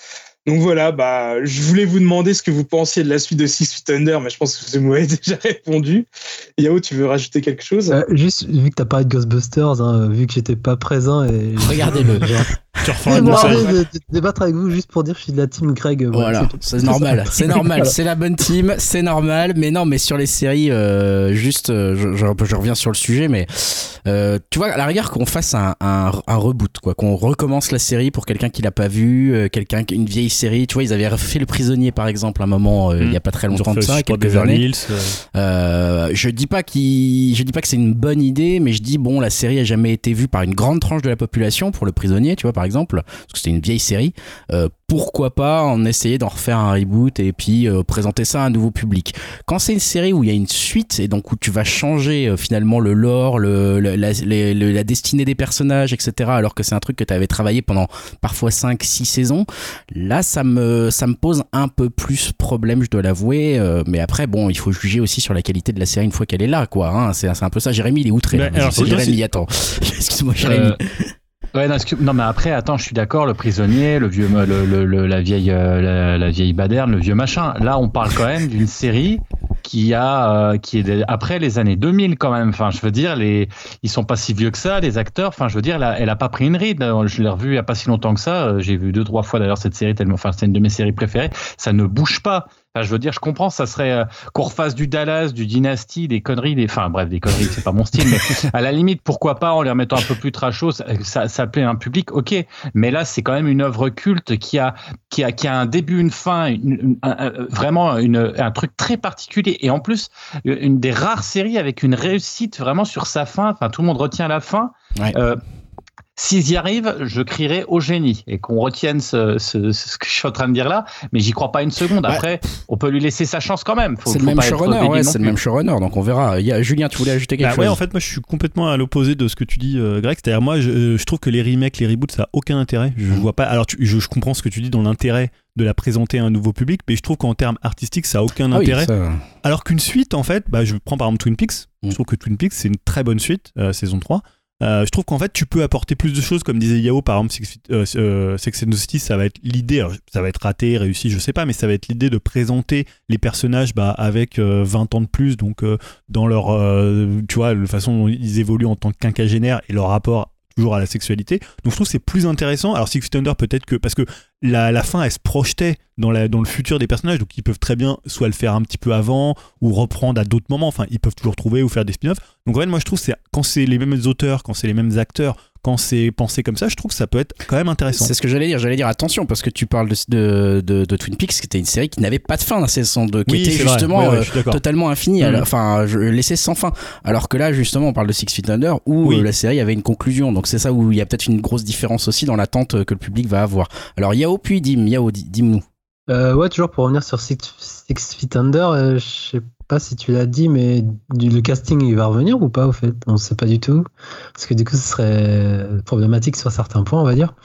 Donc voilà, bah, je voulais vous demander ce que vous pensiez de la suite de Six Feet Under, mais je pense que vous m'avez déjà répondu. Yao, tu veux rajouter quelque chose ? euh, Juste, vu que t'as parlé de Ghostbusters, hein, vu que j'étais pas présent et... Regardez-le. Tu referas J'ai un conseil. envie de, de débattre avec vous juste pour dire que je suis de la team Greg. euh, Voilà, c'est tout. c'est normal, c'est normal, Voilà. c'est la bonne team, c'est normal. Mais non, mais sur les séries, euh, juste, euh, je, je, je reviens sur le sujet, mais euh, tu vois, à la rigueur qu'on fasse un, un, un reboot, quoi, qu'on recommence la série pour quelqu'un qui l'a pas vu, euh, quelqu'un une vieille série. Tu vois, ils avaient fait Le Prisonnier par exemple, un moment, euh, Mm. il y a pas très Ils ont longtemps de fait, ça, je crois, quelques Beverly années. Hills, euh, Euh, je dis pas qu'il, je dis pas que c'est une bonne idée, mais je dis bon, la série a jamais été vue par une grande tranche de la population pour Le Prisonnier, tu vois par exemple, parce que c'était une vieille série. Euh, pourquoi pas en essayer d'en refaire un reboot et puis euh, présenter ça à un nouveau public. Quand c'est une série où il y a une suite et donc où tu vas changer euh, finalement le lore, le, le, la, les, le, la destinée des personnages, et cetera. Alors que c'est un truc que tu avais travaillé pendant parfois cinq six saisons, là ça me ça me pose un peu plus problème, je dois l'avouer. Euh, mais après bon, il faut juger aussi sur la qualité de la série une fois qu'elle est là, quoi. Hein. C'est, c'est un peu ça. Jérémy, il est outré. Mais Là. alors, C'est c'est bien, Jérémy, c'est- attends. Excuse-moi, Jérémy. Euh, Ouais, non, excuse- non, mais après, attends, je suis d'accord, le prisonnier, le vieux, le, le, le- la vieille, euh, la, la vieille baderne, le vieux machin. Là, on parle quand même d'une série qui a, euh, qui est des- après les années deux mille quand même. Enfin, je veux dire, les, ils sont pas si vieux que ça, les acteurs. Enfin, je veux dire, elle a, elle a pas pris une ride. Je l'ai revue il y a pas si longtemps que ça. Euh, J'ai vu deux, trois fois d'ailleurs cette série tellement, enfin, c'est une de mes séries préférées. Ça ne bouge pas. Enfin, je veux dire, je comprends, ça serait euh, qu'on refasse du Dallas, du Dynasty, des conneries, des, enfin bref, des conneries, c'est pas mon style, mais à la limite, pourquoi pas en les remettant un peu plus trashos, ça, ça, ça plaît à un public, ok. Mais là, c'est quand même une œuvre culte qui a, qui a, qui a un début, une fin, une, une, un, un, vraiment une, un truc très particulier. Et en plus, une des rares séries avec une réussite vraiment sur sa fin. Enfin, tout le monde retient la fin. Ouais. Euh, S'ils y arrivent, je crierai au génie et qu'on retienne ce, ce, ce que je suis en train de dire là, mais j'y crois pas une seconde. Après, ouais. On peut lui laisser sa chance quand même. Faut, c'est faut le même pas showrunner, ouais, c'est plus. le même showrunner, donc on verra. Il y a, Julien, tu voulais ajouter quelque bah, chose ? Ouais, en fait, moi je suis complètement à l'opposé de ce que tu dis, euh, Greg. C'est-à-dire, moi je, je trouve que les remakes, les reboots, ça a aucun intérêt. Je vois pas. Alors, tu, je, je comprends ce que tu dis dans l'intérêt de la présenter à un nouveau public, mais je trouve qu'en termes artistiques, ça a aucun ah intérêt. Oui, ça... Alors qu'une suite, en fait, bah, je prends par exemple Twin Peaks. Mm. Je trouve que Twin Peaks, c'est une très bonne suite, euh, saison trois. Euh, je trouve qu'en fait tu peux apporter plus de choses, comme disait Yao, par exemple Six, euh, euh, Sex and the City, ça va être l'idée, alors, ça va être raté, réussi, je sais pas, mais ça va être l'idée de présenter les personnages bah, avec euh, vingt ans de plus, donc euh, dans leur, euh, tu vois, la façon dont ils évoluent en tant que quinquagénaires et leur rapport toujours à la sexualité. Donc je trouve que c'est plus intéressant. Alors Six Feet Under, peut-être que parce que la, la fin elle se projetait dans, la, dans le futur des personnages, donc ils peuvent très bien soit le faire un petit peu avant ou reprendre à d'autres moments, enfin ils peuvent toujours trouver ou faire des spin-offs. Donc en fait moi je trouve que c'est, quand c'est les mêmes auteurs, quand c'est les mêmes acteurs, quand c'est pensé comme ça, je trouve que ça peut être quand même intéressant. C'est ce que j'allais dire, j'allais dire attention, parce que tu parles de, de, de, de Twin Peaks, qui était une série qui n'avait pas de fin, la saison deux, qui oui, était justement ouais, ouais, euh, totalement infinie, mmh. enfin laissée sans fin. Alors que là justement on parle de Six Feet Under où oui. euh, la série avait une conclusion, donc c'est ça où il y a peut-être une grosse différence aussi dans l'attente que le public va avoir. Alors Yao puis Dim, Yao, dis-nous. Euh, ouais, toujours pour revenir sur Six, Six Feet Under, euh, je sais pas si tu l'as dit, mais du, le casting il va revenir ou pas au fait, on sait pas du tout, parce que du coup ce serait problématique sur certains points, on va dire.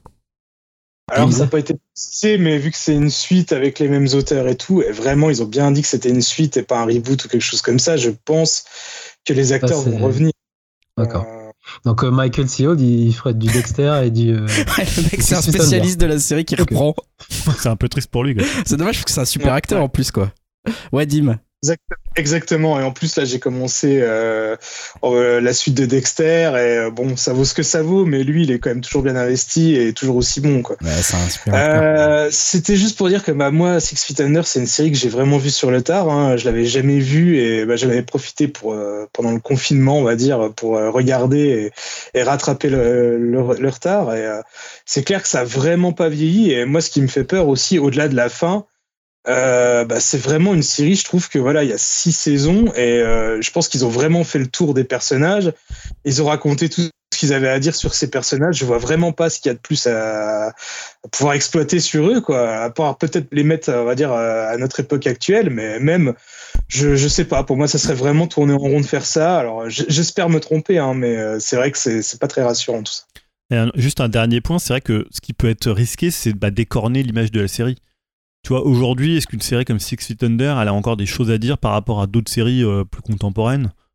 Alors ça n'a pas été précisé, mais vu que c'est une suite avec les mêmes auteurs et tout, et vraiment ils ont bien dit que c'était une suite et pas un reboot ou quelque chose comme ça, je pense que les acteurs ah, vont revenir. D'accord. Euh... Donc euh, Michael C. Hall, il ferait du Dexter et du... Euh, le mec c'est un spécialiste de la série qui reprend. C'est un peu triste pour lui. Quoi. C'est dommage parce que c'est un super acteur ouais. en plus quoi. Ouais Dim. Exactement, et en plus là j'ai commencé euh, euh, la suite de Dexter et euh, bon ça vaut ce que ça vaut, mais lui il est quand même toujours bien investi et toujours aussi bon quoi. Ouais, c'est un super euh, c'était juste pour dire que bah, moi Six Feet Under c'est une série que j'ai vraiment vue sur le tard, hein. Je l'avais jamais vue et bah, j'en avais profité pour, euh, pendant le confinement on va dire pour euh, regarder et, et rattraper le, le, le retard et euh, c'est clair que ça a vraiment pas vieilli et moi ce qui me fait peur aussi au-delà de la fin, Euh, bah, c'est vraiment une série, je trouve que voilà, il y a six saisons et euh, je pense qu'ils ont vraiment fait le tour des personnages. Ils ont raconté tout ce qu'ils avaient à dire sur ces personnages. Je vois vraiment pas ce qu'il y a de plus à, à pouvoir exploiter sur eux, quoi. À part peut-être les mettre, on va dire, à notre époque actuelle, mais même, je, je sais pas. Pour moi, ça serait vraiment tourner en rond de faire ça. Alors, j'espère me tromper, hein, mais c'est vrai que c'est, c'est pas très rassurant tout ça. Et un, juste un dernier point, c'est vrai que ce qui peut être risqué, c'est bah, d'écorner l'image de la série. Tu vois, aujourd'hui, est-ce qu'une série comme Six Feet Under, elle a encore des choses à dire par rapport à d'autres séries euh, plus contemporaines ?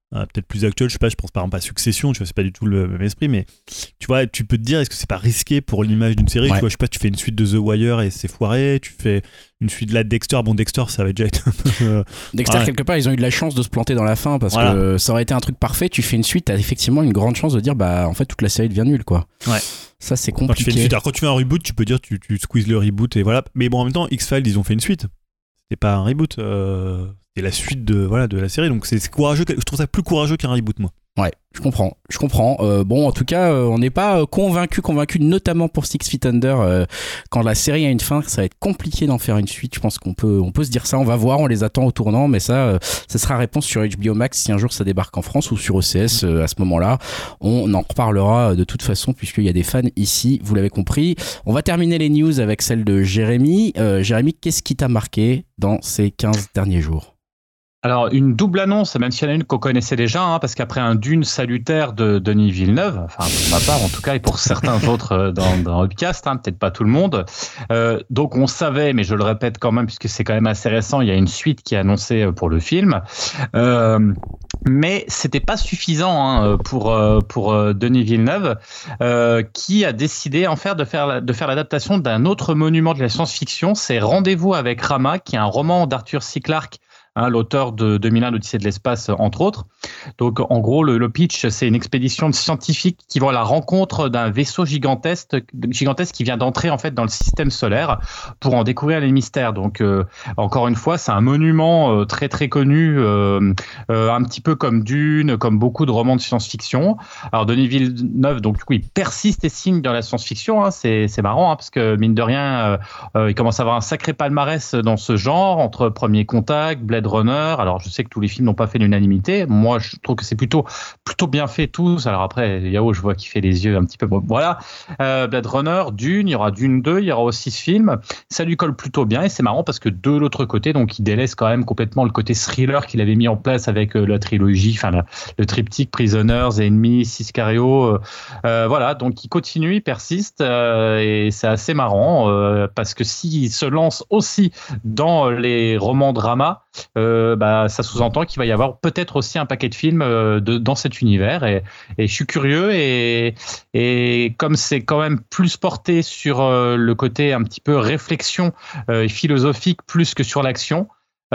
euh, peut-être plus actuel, je sais pas, je pense par exemple à Succession, tu vois, c'est pas du tout le même esprit, mais tu vois, tu peux te dire, est-ce que c'est pas risqué pour l'image d'une série, ouais. tu vois, je sais pas, tu fais une suite de The Wire et c'est foiré, tu fais une suite de la Dexter, bon Dexter ça va déjà être un peu... Dexter, ouais. quelque part, ils ont eu de la chance de se planter dans la fin parce Voilà. que ça aurait été un truc parfait, tu fais une suite, t'as effectivement une grande chance de dire, bah en fait toute la série devient nulle, quoi. Ouais. Ça c'est Quand tu fais compliqué. une suite, alors quand tu fais un reboot, tu peux dire, tu, tu squeezes le reboot et voilà, mais bon en même temps, X-Files ils ont fait une suite, c'était pas un reboot, euh... c'est la suite de, voilà, de la série, donc c'est, c'est courageux, je trouve ça plus courageux qu'un reboot, moi. Ouais, je comprends, je comprends. Euh, bon, en tout cas, euh, on n'est pas euh, convaincu, convaincu, notamment pour Six Feet Under. Euh, quand la série a une fin, ça va être compliqué d'en faire une suite. Je pense qu'on peut, on peut se dire ça. On va voir, on les attend au tournant, mais ça, euh, ça sera réponse sur H B O Max si un jour ça débarque en France ou sur O C S. Euh, à ce moment-là, on en reparlera de toute façon puisqu'il y a des fans ici. Vous l'avez compris. On va terminer les news avec celle de Jérémy. Euh, Jérémy, qu'est-ce qui t'a marqué dans ces quinze derniers jours? Alors, une double annonce, même s'il y en a une qu'on connaissait déjà, hein, parce qu'après un Dune salutaire de Denis Villeneuve, enfin pour ma part en tout cas, et pour certains autres dans, dans Upcast, hein, peut-être pas tout le monde, euh, donc on savait, mais je le répète quand même, puisque c'est quand même assez récent, il y a une suite qui est annoncée pour le film, euh, mais c'était pas suffisant hein, pour, pour Denis Villeneuve, euh, qui a décidé en faire de, faire de faire l'adaptation d'un autre monument de la science-fiction, c'est Rendez-vous avec Rama, qui est un roman d'Arthur C. Clarke, Hein, l'auteur de deux mille un, l'Odyssée de l'espace, entre autres. Donc, en gros, le, le pitch, c'est une expédition de scientifiques qui vont à la rencontre d'un vaisseau gigantesque, gigantesque qui vient d'entrer en fait dans le système solaire pour en découvrir les mystères. Donc, euh, encore une fois, c'est un monument euh, très très connu, euh, euh, un petit peu comme Dune, comme beaucoup de romans de science-fiction. Alors, Denis Villeneuve, donc du coup, il persiste et signe dans la science-fiction. Hein, c'est, c'est marrant hein, parce que mine de rien, euh, euh, il commence à avoir un sacré palmarès dans ce genre entre Premier Contact, Blade Runner. Alors je sais que tous les films n'ont pas fait l'unanimité. Moi je trouve que c'est plutôt plutôt bien fait tous. Alors après Yao je vois qu'il fait les yeux un petit peu. Bon, voilà. Euh, Blade Runner, Dune, il y aura Dune deux, il y aura aussi ce film. Ça lui colle plutôt bien et c'est marrant parce que de l'autre côté donc il délaisse quand même complètement le côté thriller qu'il avait mis en place avec euh, la trilogie, enfin la, le triptyque Prisoners, Enemy, Sicario. Euh, euh, voilà donc il continue, il persiste euh, et c'est assez marrant euh, parce que s'il se lance aussi dans les romans drama, Euh, bah, ça sous-entend qu'il va y avoir peut-être aussi un paquet de films euh, de, dans cet univers et, et je suis curieux et, et comme c'est quand même plus porté sur euh, le côté un petit peu réflexion euh, philosophique plus que sur l'action,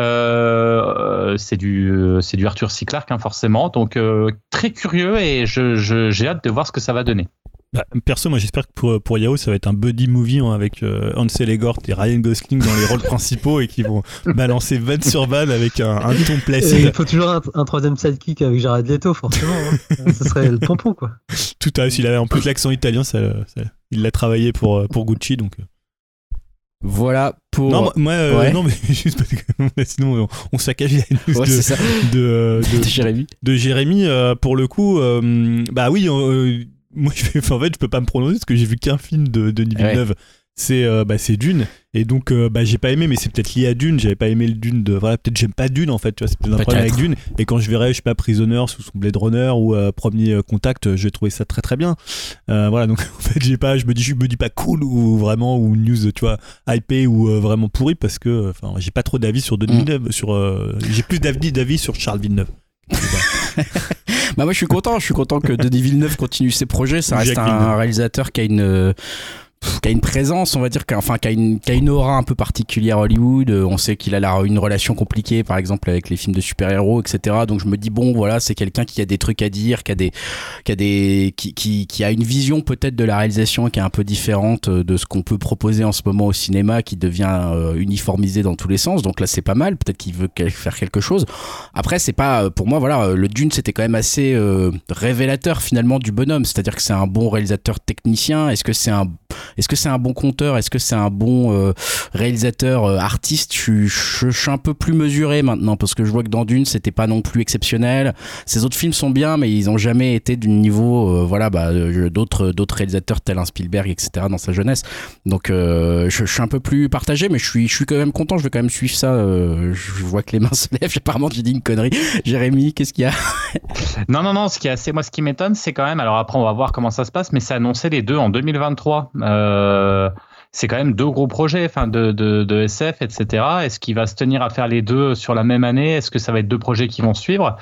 euh, c'est du c'est du Arthur C. Clarke hein, forcément, donc euh, très curieux et je, je, j'ai hâte de voir ce que ça va donner. Bah, perso, moi j'espère que pour, pour Yao, ça va être un buddy movie hein, avec euh, Ansel Elgort et Ryan Gosling dans les rôles principaux et qui vont balancer vanne sur vanne avec un, un ton Et placide. il faut toujours un, un troisième sidekick avec Jared Leto, forcément. Hein. Ça serait le pompon, quoi. Tout à fait. Il avait en plus l'accent italien, ça, ça, il l'a travaillé pour, pour Gucci. Donc. Voilà pour. Non, moi, moi euh, Ouais. non, mais juste parce que sinon on, on saccage la news Ouais, de, c'est ça. de, de, De Jérémy. de Jérémy. Euh, pour le coup, euh, bah oui, euh, moi je fais, enfin, en fait, je peux pas me prononcer parce que j'ai vu qu'un film de Denis Villeneuve. Ouais. C'est, euh, bah, c'est Dune. Et donc, euh, bah, j'ai pas aimé, mais c'est peut-être lié à Dune. J'avais pas aimé le Dune de. Voilà, peut-être j'aime pas Dune en fait. Tu vois, c'est peut-être un Peut-être. problème avec Dune. Et quand je verrai, je sais pas, Prisoners ou son Blade Runner ou euh, Premier Contact, je vais trouver ça très très bien. Euh, voilà, donc en fait, j'ai pas, je me dis, je me dis pas cool ou vraiment, ou news, tu vois, hypé ou euh, vraiment pourri parce que, enfin, j'ai pas trop d'avis sur Denis Villeneuve. Mm. Sur, euh, j'ai plus d'avis, d'avis sur Charles Villeneuve. Bah moi je suis content, je suis content que Denis Villeneuve continue ses projets. Ça reste un, un réalisateur qui a une euh, qui a une présence, on va dire, qui a, enfin qui a une qui a une aura un peu particulière à Hollywood. On sait qu'il a la, une relation compliquée, par exemple avec les films de super-héros, et cetera. Donc je me dis bon, voilà, c'est quelqu'un qui a des trucs à dire, qui a des qui a des qui qui, qui a une vision peut-être de la réalisation qui est un peu différente de ce qu'on peut proposer en ce moment au cinéma, qui devient euh, uniformisé dans tous les sens. Donc là c'est pas mal. Peut-être qu'il veut faire quelque chose. Après c'est pas, pour moi voilà, le Dune c'était quand même assez euh, révélateur finalement du bonhomme. C'est-à-dire que c'est un bon réalisateur technicien. Est-ce que c'est un Est-ce que c'est un bon conteur? Est-ce que c'est un bon euh, réalisateur euh, artiste? je, je, je suis un peu plus mesuré maintenant parce que je vois que dans Dune c'était pas non plus exceptionnel. Ces autres films sont bien mais ils ont jamais été du niveau euh, voilà bah d'autres d'autres réalisateurs tels un Spielberg et cetera dans sa jeunesse. Donc euh, je, je suis un peu plus partagé mais je suis je suis quand même content. Je vais quand même suivre ça. Euh, je vois que les mains se lèvent. Apparemment j'ai dit une connerie. Jérémy, qu'est-ce qu'il y a? Non non non. Ce qui est assez moi ce qui m'étonne c'est quand même, alors après on va voir comment ça se passe, mais c'est annoncé les deux en deux mille vingt-trois. Euh, c'est quand même deux gros projets, enfin de, de, de S F, et cetera. Est-ce qu'il va se tenir à faire les deux sur la même année? Est-ce que ça va être deux projets qui vont suivre?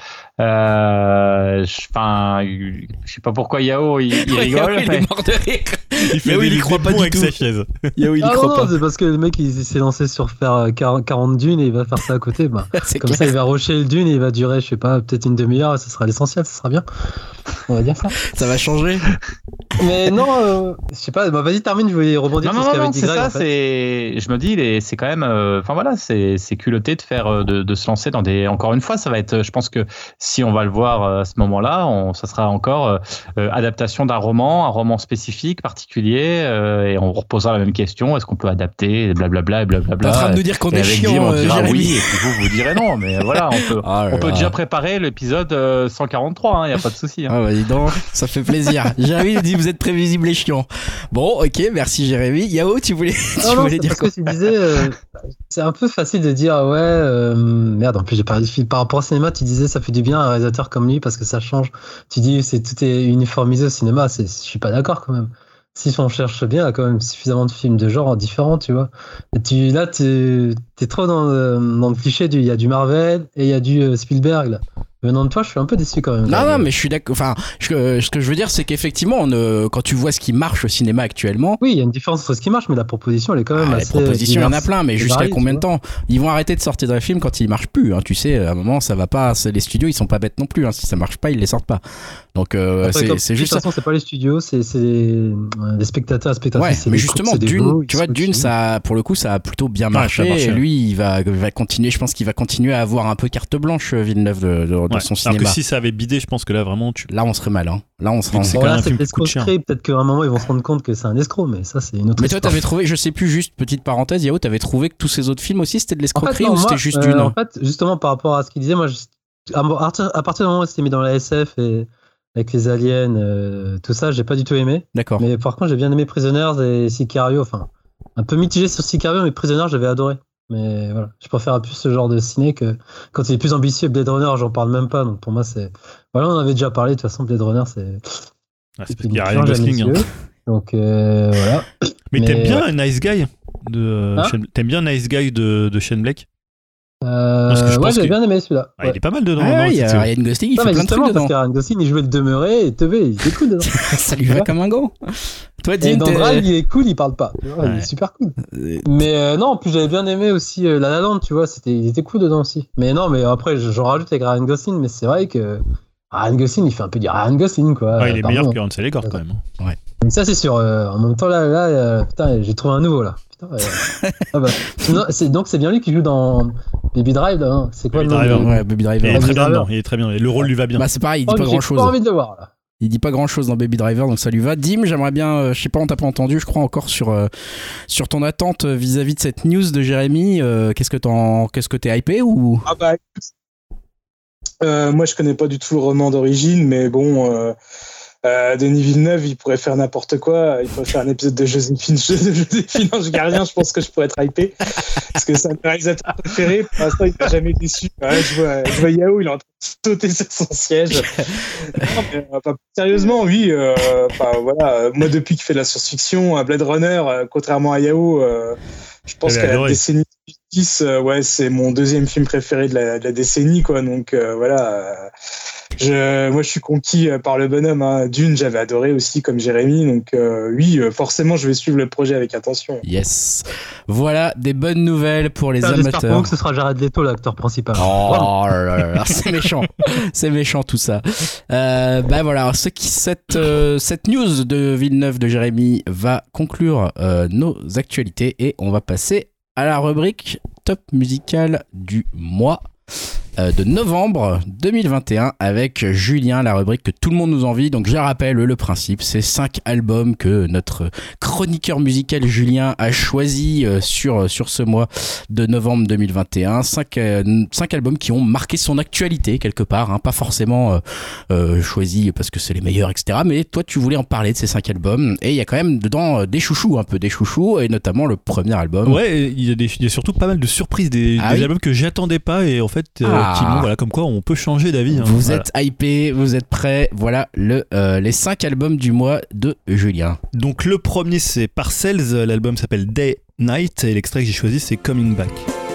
euh, Enfin, je, je sais pas pourquoi Yao il, il rigole. Yao, il mais... est mort de rire. Il fait Yao, des, il y des croit pas ponts du avec tout. sa chaise. Yao, il y Ah croit non, pas. non, c'est parce que le mec il s'est lancé sur faire quarante dunes et il va faire ça à côté. Bah, C'est comme clair. ça, il va rusher le dune et il va durer, je sais pas, peut-être une demi-heure et ce sera l'essentiel, ce sera bien. On va dire ça. Ça va changer. Mais non, euh, je sais pas, bah, vas-y, termine, je voulais rebondir Non, sur non, ce non, qu'avait non, dit c'est Greg. ça, en fait. c'est, je me dis, les- c'est quand même, euh, enfin voilà, c'est, c'est culotté de faire, euh, de, de se lancer dans des, encore une fois, ça va être, je pense que si on va le voir euh, à ce moment-là, on, ça sera encore euh, euh, adaptation d'un roman, un roman spécifique, particulier, euh, et on reposera la même question, est-ce qu'on peut adapter, et blablabla, et T'es blablabla. en train de nous dire qu'on Et est avec chiant, Dim, on euh, dira Jérémy. oui, et puis vous, vous direz non, mais voilà, on peut, Ah là on peut là. déjà préparer l'épisode euh, cent quarante-trois, il n'y a pas de souci. hein. Ah bah dis donc, ça fait plaisir. Jérémy nous dit vous êtes prévisible et chiant. Bon, ok, merci Jérémy. Yao, tu voulais, tu Non, non, voulais c'est dire parce quoi? que tu disais, euh, c'est un peu facile de dire, ouais, euh, merde, en plus j'ai parlé de film. Par rapport au cinéma, tu disais, ça fait du bien à un réalisateur comme lui parce que ça change. Tu dis, c'est tout est uniformisé au cinéma, c'est, je suis pas d'accord quand même. Si on cherche bien, il y a quand même suffisamment de films de genre différents, tu vois. Et tu, là, tu es trop dans, le- dans le cliché du, il y a du Marvel et il y a du euh, Spielberg, là. Venant de toi, je suis un peu déçu quand même. Non, non, mais je suis d'accord. Enfin, je- ce que je veux dire, c'est qu'effectivement, on, euh, quand tu vois ce qui marche au cinéma actuellement, Oui, il y a une différence entre ce qui marche, mais la proposition, elle est quand même ah, les assez. propositions, il y en a diverse plein, mais et jusqu'à variée, combien tu de temps ils vont arrêter de sortir des films quand ils marchent plus, hein, tu sais, à un moment, ça va pas. c'est- Les studios, ils sont pas bêtes non plus. Hein, si ça marche pas, ils les sortent pas. Donc, euh, Après, c'est comme- c'est de juste toute ça. façon, c'est pas les studios, c'est c'est les, les spectateurs, les spectatrices. Ouais, c'est mais des justement, couples, c'est des Dune, beaux, ils tu vois, sont Dune, dessus. ça, pour le coup, ça a plutôt bien Ouais, ça a marché. marché, et ouais. lui, il va, il va continuer. Je pense qu'il va continuer à avoir un peu carte blanche, Villeneuve, de, de, de Ouais. son Alors que cinéma. si ça avait bidé, je pense que là vraiment tu. Là, on serait mal. Hein. Là, on serait. Vu que c'est en- Bon, quand là, même un c'est film de qui coûte cher. l'escroquerie. Peut-être qu'à un moment, ils vont se rendre compte que c'est un escroc, mais ça, c'est une autre Mais toi, histoire. t'avais trouvé, je sais plus, juste petite parenthèse, Yao, t'avais trouvé que tous ces autres films aussi, c'était de En fait, l'escroquerie non, ou moi, c'était juste euh, Dune? En fait, justement, par rapport à ce qu'il disait, moi, je- à partir, à partir du moment où c'était mis dans la S F et avec les aliens, euh, tout ça, j'ai pas du tout aimé. D'accord. Mais par contre, j'ai bien aimé Prisoners et Sicario. Enfin, un peu mitigé sur Sicario, mais Prisoners, j'avais adoré. Mais voilà, je préfère plus ce genre de ciné que quand il est plus ambitieux. Blade Runner, j'en parle même pas. Donc pour moi, c'est. Voilà, on en avait déjà parlé. De toute façon, Blade Runner, c'est. Ah, c'est parce une qu'il y a Ryan plonge à mes Gosling. hein. yeux. Donc euh, voilà. Mais, Mais t'aimes bien ouais. Nice Guy de Hein Shane- T'aimes bien Nice Guy de, de Shane Black? Euh, Parce que je ouais, pense j'avais que- bien aimé celui-là. Ah, Ouais. il est pas mal dedans. Ah, non, ouais, il y c'est- a Ryan Gosling, il Non, fait mais plein de trucs justement, dedans. parce qu'Aaron Gosling, il jouait le demeuré et teubé, il était cool dedans. Ça lui va comme un go. Toi, Et Dim, dans t'es- Drive, il est cool, il parle pas. Tu vois, Il Ouais. est super cool. Euh, Mais euh, non, en plus, j'avais bien aimé aussi euh, La La Land, tu vois, c'était, il était cool dedans aussi. Mais non, mais après, j'en rajoute avec Ryan Gosling, mais c'est vrai que Ryan Gosling, il fait un peu du Ryan Gosling, quoi. Ah, il est Pardon. meilleur que Ansel Elgort quand même. Mais ça, c'est sûr. euh, en même temps, là, là euh, putain, j'ai trouvé un nouveau, là. Putain, euh, ah bah, sinon, c'est, donc, c'est bien lui qui joue dans Baby Drive, là. Hein. C'est quoi Baby le nom Driver. de- Ouais, Baby Il Driver. est Baby très bien Driver. dedans. Il est très bien. Et le rôle lui va bien. Bah, c'est pareil, il dit Oh, pas j'ai grand pas chose. envie de le voir, là. Il dit pas grand chose dans Baby Driver, donc ça lui va. Dim, j'aimerais bien, euh, je sais pas, on t'a pas entendu, je crois encore sur euh, sur ton attente euh, vis-à-vis de cette news de Jérémy. Euh, qu'est-ce que t'en, qu'est-ce que t'es hypé ou? Ah bah écoute, euh, moi je connais pas du tout le roman d'origine, mais bon, euh, euh, Denis Villeneuve, il pourrait faire n'importe quoi. Il pourrait faire un épisode de Joséphine, de Joséphine Ange Gardien. Je pense que je pourrais être hypé parce que c'est un réalisateur préféré. Pour l'instant, il m'a jamais déçu. Ouais, je vois, je vois Yao, il est en train de sauter sur son siège. Non, mais, enfin, sérieusement, oui. euh, Enfin voilà, euh, moi depuis qu'il fait de la science-fiction, à Blade Runner, euh, contrairement à Yao, euh, je pense Elle a qu'à la adoré. décennie dix, euh, ouais, c'est mon deuxième film préféré de la, de la décennie, quoi. Donc euh, voilà. euh, je, moi, je suis conquis euh, par le bonhomme. Hein. Dune, j'avais adoré aussi, comme Jérémy. Donc euh, oui, euh, forcément, je vais suivre le projet avec attention. Yes. Voilà des bonnes nouvelles pour les Putain, J'espère pour amateurs. vous que ce sera Jared Leto, l'acteur principal. Oh là là là là, c'est méchant, c'est méchant tout ça. Euh, bah voilà, ce qui, cette, euh, cette news de Villeneuve de Jérémy va conclure euh, nos actualités et on va passer à la rubrique top musical du mois euh, de novembre deux mille vingt et un avec Julien, la rubrique que tout le monde nous envie. Donc je rappelle le principe, c'est cinq albums que notre chroniqueur musical Julien a choisi euh, sur, sur ce mois de novembre deux mille vingt et un. cinq, euh, cinq albums qui ont marqué son actualité quelque part, hein, pas forcément euh, euh, choisis parce que c'est les meilleurs, et cetera. Mais toi tu voulais en parler de ces cinq albums et il y a quand même dedans euh, des chouchous, un peu des chouchous, et notamment le premier album. Ouais, il y, a des, il y a surtout pas mal de surprises, des, Ah des oui. albums que j'attendais pas et en fait, euh, Ah. Effectivement, voilà, comme quoi on peut changer d'avis. Hein, vous voilà. êtes hypés, vous êtes prêts. Voilà le, euh, les cinq albums du mois de Julien. Donc le premier c'est Parcells, l'album s'appelle Day Night et l'extrait que j'ai choisi c'est Coming Back.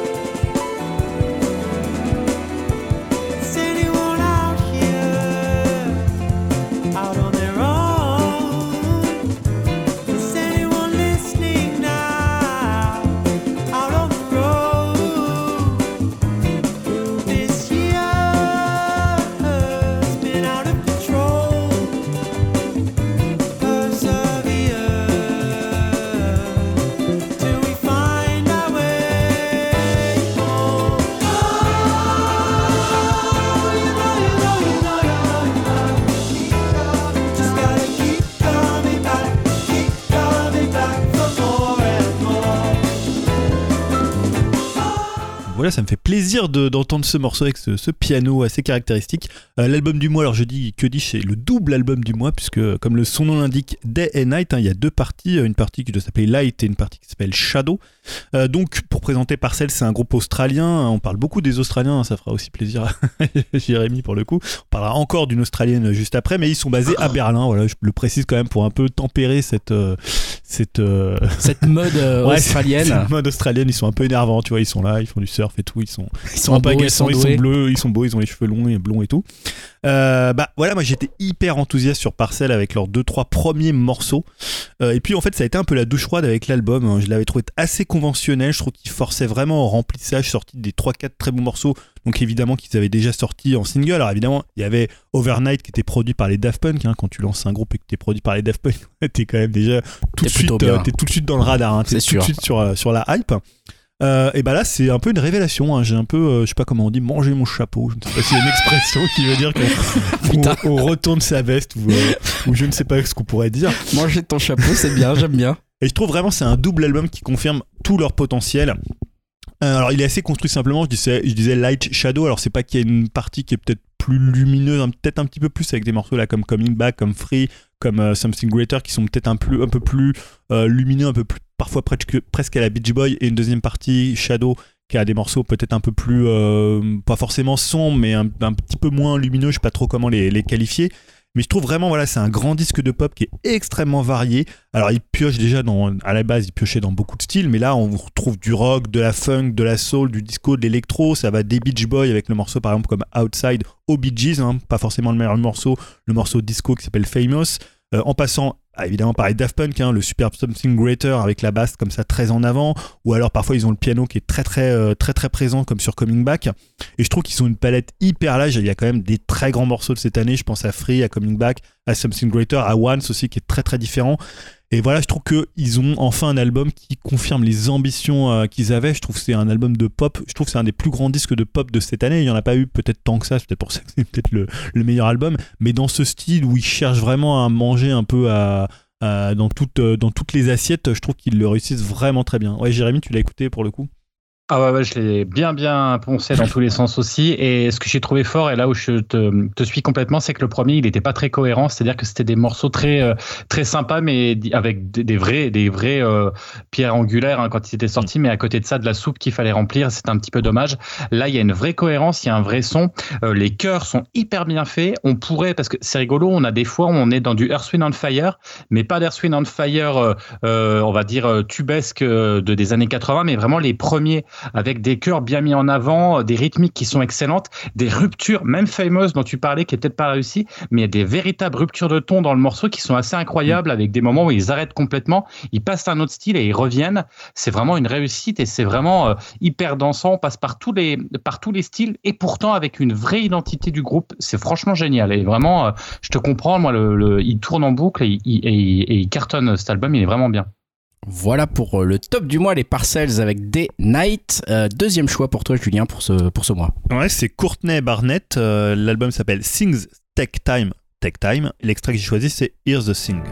Voilà, ça me fait plaisir de, d'entendre ce morceau avec ce, ce piano assez caractéristique. Euh, l'album du mois, alors je dis, que dis-je, c'est le double album du mois, puisque comme le, son nom l'indique, Day and Night, hein, il y a deux parties, une partie qui doit s'appeler Light et une partie qui s'appelle Shadow. Euh, donc, pour présenter Parcells, c'est un groupe australien, on parle beaucoup des Australiens, hein, ça fera aussi plaisir à Jérémy pour le coup. On parlera encore d'une Australienne juste après, mais ils sont basés à Berlin, voilà, je le précise quand même pour un peu tempérer cette... Euh, cette, euh... cette mode euh, ouais, australienne. Cette mode australienne, ils sont un peu énervants, tu vois, ils sont là, ils font du surf et tout, ils sont, ils sont beaux, ils sont, ils sont bleus, ils sont beaux, ils ont les cheveux longs et blonds et tout. Euh, bah voilà, moi j'étais hyper enthousiaste sur Parcells avec leurs deux trois premiers morceaux. Euh, et puis en fait, ça a été un peu la douche froide avec l'album. Hein. Je l'avais trouvé assez conventionnel. Je trouve qu'il forçait vraiment au remplissage, sorti des trois quatre très bons morceaux. Donc évidemment qu'ils avaient déjà sorti en single. Alors évidemment, il y avait Overnight qui était produit par les Daft Punk. Hein. Quand tu lances un groupe et que t'es produit par les Daft Punk, t'es quand même déjà tout de suite, euh, t'es tout de suite dans le radar. Hein. T'es C'est tout sûr. de suite sur euh, sur la hype. Euh, et bah là c'est un peu une révélation, hein. J'ai un peu, euh, je sais pas comment on dit, manger mon chapeau, je ne sais pas s'il y a une expression qui veut dire qu'on on, on retourne sa veste ou, euh, ou je ne sais pas ce qu'on pourrait dire. Manger ton chapeau c'est bien, j'aime bien. Et je trouve vraiment c'est un double album qui confirme tout leur potentiel. Euh, alors il est assez construit simplement, je disais, je disais Light Shadow, alors c'est pas qu'il y a une partie qui est peut-être plus lumineuse, hein, peut-être un petit peu plus avec des morceaux là comme Coming Back, comme Free, comme uh, Something Greater qui sont peut-être un, plus, un peu plus euh, lumineux, un peu plus parfois presque, presque à la Beach Boy, et une deuxième partie Shadow qui a des morceaux peut-être un peu plus euh, pas forcément sombres mais un, un petit peu moins lumineux, je sais pas trop comment les, les qualifier. Mais je trouve vraiment, voilà, c'est un grand disque de pop qui est extrêmement varié. Alors, il pioche déjà dans, à la base, il piochait dans beaucoup de styles, mais là, on retrouve du rock, de la funk, de la soul, du disco, de l'électro. Ça va des Beach Boys avec le morceau, par exemple, comme Outside aux Bee Gees, hein, pas forcément le meilleur morceau, le morceau disco qui s'appelle Famous, euh, en passant ah, évidemment par les Daft Punk, hein, le super Something Greater avec la basse comme ça très en avant, ou alors parfois ils ont le piano qui est très très euh, très très présent comme sur Coming Back. Et je trouve qu'ils ont une palette hyper large. Il y a quand même des très grands morceaux de cette année. Je pense à Free, à Coming Back, à Something Greater, à Once aussi qui est très très différent. Et voilà, je trouve qu'ils ont enfin un album qui confirme les ambitions euh, qu'ils avaient. Je trouve que c'est un album de pop. Je trouve que c'est un des plus grands disques de pop de cette année. Il n'y en a pas eu peut-être tant que ça. C'est peut-être pour ça que c'est peut-être le, le meilleur album. Mais dans ce style où ils cherchent vraiment à manger un peu à, à, dans, toute, dans toutes les assiettes, je trouve qu'ils le réussissent vraiment très bien. Ouais, Jérémy, tu l'as écouté pour le coup ? Ah ouais, ouais, je l'ai bien bien poncé dans tous les sens aussi. Et ce que j'ai trouvé fort, et là où je te, te suis complètement, c'est que le premier, il n'était pas très cohérent. C'est-à-dire que c'était des morceaux très euh, très sympas, mais avec des, des vrais des vrais euh, pierres angulaires hein, quand ils étaient sortis. Mais à côté de ça, de la soupe qu'il fallait remplir, c'est un petit peu dommage. Là, il y a une vraie cohérence, il y a un vrai son. Euh, les chœurs sont hyper bien faits. On pourrait, parce que c'est rigolo, on a des fois où on est dans du Earth, Wind and Fire, mais pas d'Earth, Wind and Fire, euh, euh, on va dire euh, tubesque euh, de des années quatre-vingts, mais vraiment les premiers, avec des chœurs bien mis en avant, des rythmiques qui sont excellentes, des ruptures, même Famous dont tu parlais, qui est peut-être pas réussi, mais il y a des véritables ruptures de ton dans le morceau qui sont assez incroyables, avec des moments où ils arrêtent complètement, ils passent à un autre style et ils reviennent. C'est vraiment une réussite et c'est vraiment euh, hyper dansant. On passe par tous les par tous les styles et pourtant avec une vraie identité du groupe. C'est franchement génial et vraiment, euh, je te comprends. Moi, le, le, il tourne en boucle et il, et, et, et il cartonne cet album. Il est vraiment bien. Voilà pour le top du mois, les Parcells avec Day Night. Euh, deuxième choix pour toi, Julien, pour ce, pour ce mois. Ouais, c'est Courtney Barnett. Euh, l'album s'appelle Things Take Time, Take Time. L'extrait que j'ai choisi, c'est Here's the Thing.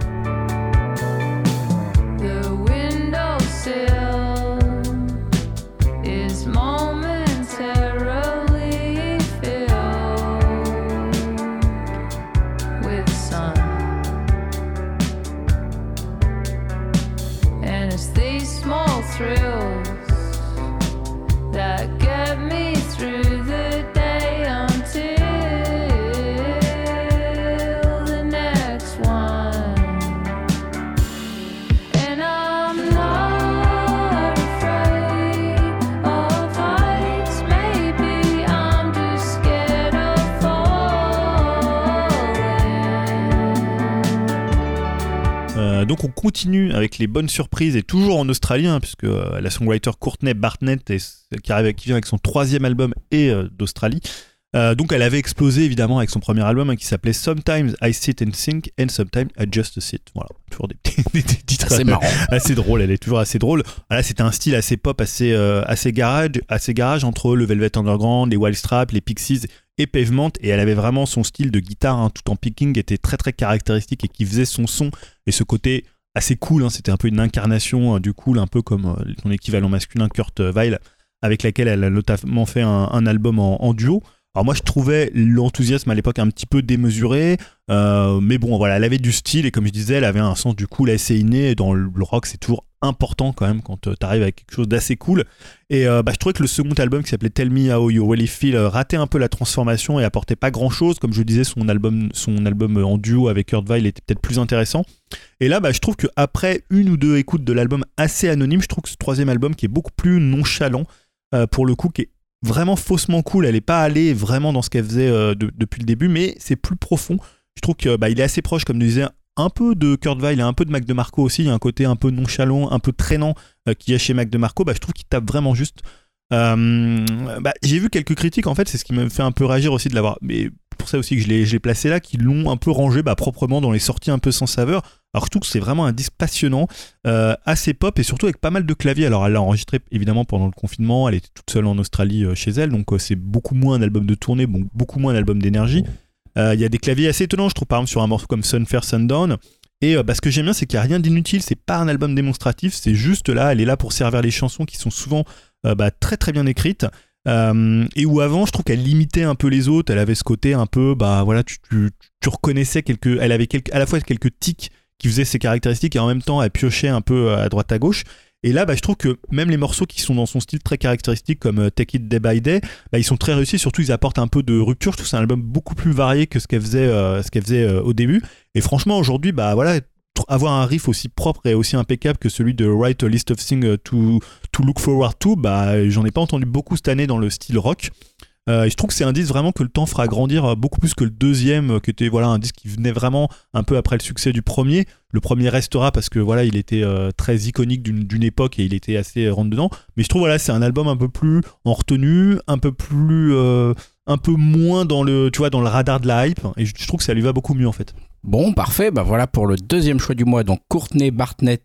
Thrills that get me through the day. Euh, donc on continue avec les bonnes surprises et toujours en Australie, hein, puisque euh, la songwriter Courtney Barnett est, qui, arrive, qui vient avec son troisième album et euh, d'Australie. Euh, donc elle avait explosé évidemment avec son premier album hein, qui s'appelait Sometimes I Sit and Think and Sometimes I Just Sit. Voilà, toujours des petits, des, des titres c'est marrant. assez drôles. Elle est toujours assez drôle. Là c'était un style assez pop, assez euh, assez garage, assez garage entre le Velvet Underground, les Wild Straps, les Pixies et Pavement. Et elle avait vraiment son style de guitare hein, tout en picking qui était très très caractéristique et qui faisait son son et ce côté assez cool. Hein, c'était un peu une incarnation euh, du cool, un peu comme euh, son équivalent masculin Kurt Weill, avec laquelle elle a notamment fait un, un album en, en duo. Alors moi je trouvais l'enthousiasme à l'époque un petit peu démesuré, euh, mais bon voilà, elle avait du style et comme je disais, elle avait un sens du cool assez inné. Et dans le rock c'est toujours important quand même quand euh, t'arrives avec quelque chose d'assez cool. Et euh, bah, je trouvais que le second album qui s'appelait Tell Me How You Really Feel euh, ratait un peu la transformation et apportait pas grand chose. Comme je disais, son album, son album en duo avec Kurt Weill était peut-être plus intéressant. Et là bah, je trouve qu'après une ou deux écoutes de l'album assez anonyme, je trouve que ce troisième album qui est beaucoup plus nonchalant euh, pour le coup, qui est vraiment faussement cool, elle est pas allée vraiment dans ce qu'elle faisait euh, de, depuis le début, mais c'est plus profond. Je trouve qu'il bah, est assez proche, comme je disais, un peu de Kurt Weill et un peu de Mac DeMarco aussi. Il y a un côté un peu nonchalant, un peu traînant euh, qu'il y a chez Mac DeMarco. Bah, je trouve qu'il tape vraiment juste. Euh, bah, j'ai vu quelques critiques, en fait, c'est ce qui me fait un peu réagir aussi de l'avoir. Mais pour ça aussi que je l'ai, je l'ai placé là, qui l'ont un peu rangé bah, proprement dans les sorties un peu sans saveur. Alors je trouve que c'est vraiment un disque passionnant, euh, assez pop et surtout avec pas mal de claviers. Alors elle l'a enregistré évidemment pendant le confinement, elle était toute seule en Australie euh, chez elle, donc euh, c'est beaucoup moins un album de tournée, bon, beaucoup moins un album d'énergie. Il euh, y a des claviers assez étonnants, je trouve, par exemple sur un morceau comme Sunfair Sundown. Et euh, bah, ce que j'aime bien, c'est qu'il n'y a rien d'inutile, c'est pas un album démonstratif, c'est juste là, elle est là pour servir les chansons qui sont souvent euh, bah, très très bien écrites. Euh, et où avant je trouve qu'elle limitait un peu les autres, elle avait ce côté un peu, bah voilà, tu, tu, tu reconnaissais quelques, elle avait quelques, à la fois quelques tics qui faisait ses caractéristiques et en même temps elle piochait un peu à droite à gauche. Et là bah, je trouve que même les morceaux qui sont dans son style très caractéristique comme euh, Take It Day by Day, bah, ils sont très réussis, surtout ils apportent un peu de rupture. Je trouve que c'est un album beaucoup plus varié que ce qu'elle faisait, euh, ce qu'elle faisait euh, au début. Et franchement aujourd'hui bah voilà, avoir un riff aussi propre et aussi impeccable que celui de Write a List of Things to, to Look Forward to, bah j'en ai pas entendu beaucoup cette année dans le style rock. Euh, et je trouve que c'est un disque vraiment que le temps fera grandir beaucoup plus que le deuxième, qui était voilà un disque qui venait vraiment un peu après le succès du premier. Le premier restera parce que voilà il était euh, très iconique d'une, d'une époque et il était assez rentre dedans. Mais je trouve voilà c'est un album un peu plus en retenue, un peu plus euh, un peu moins dans le tu vois dans le radar de la hype. Et je, je trouve que ça lui va beaucoup mieux en fait. Bon, parfait. Bah voilà pour le deuxième choix du mois. Donc Courtney Barnett,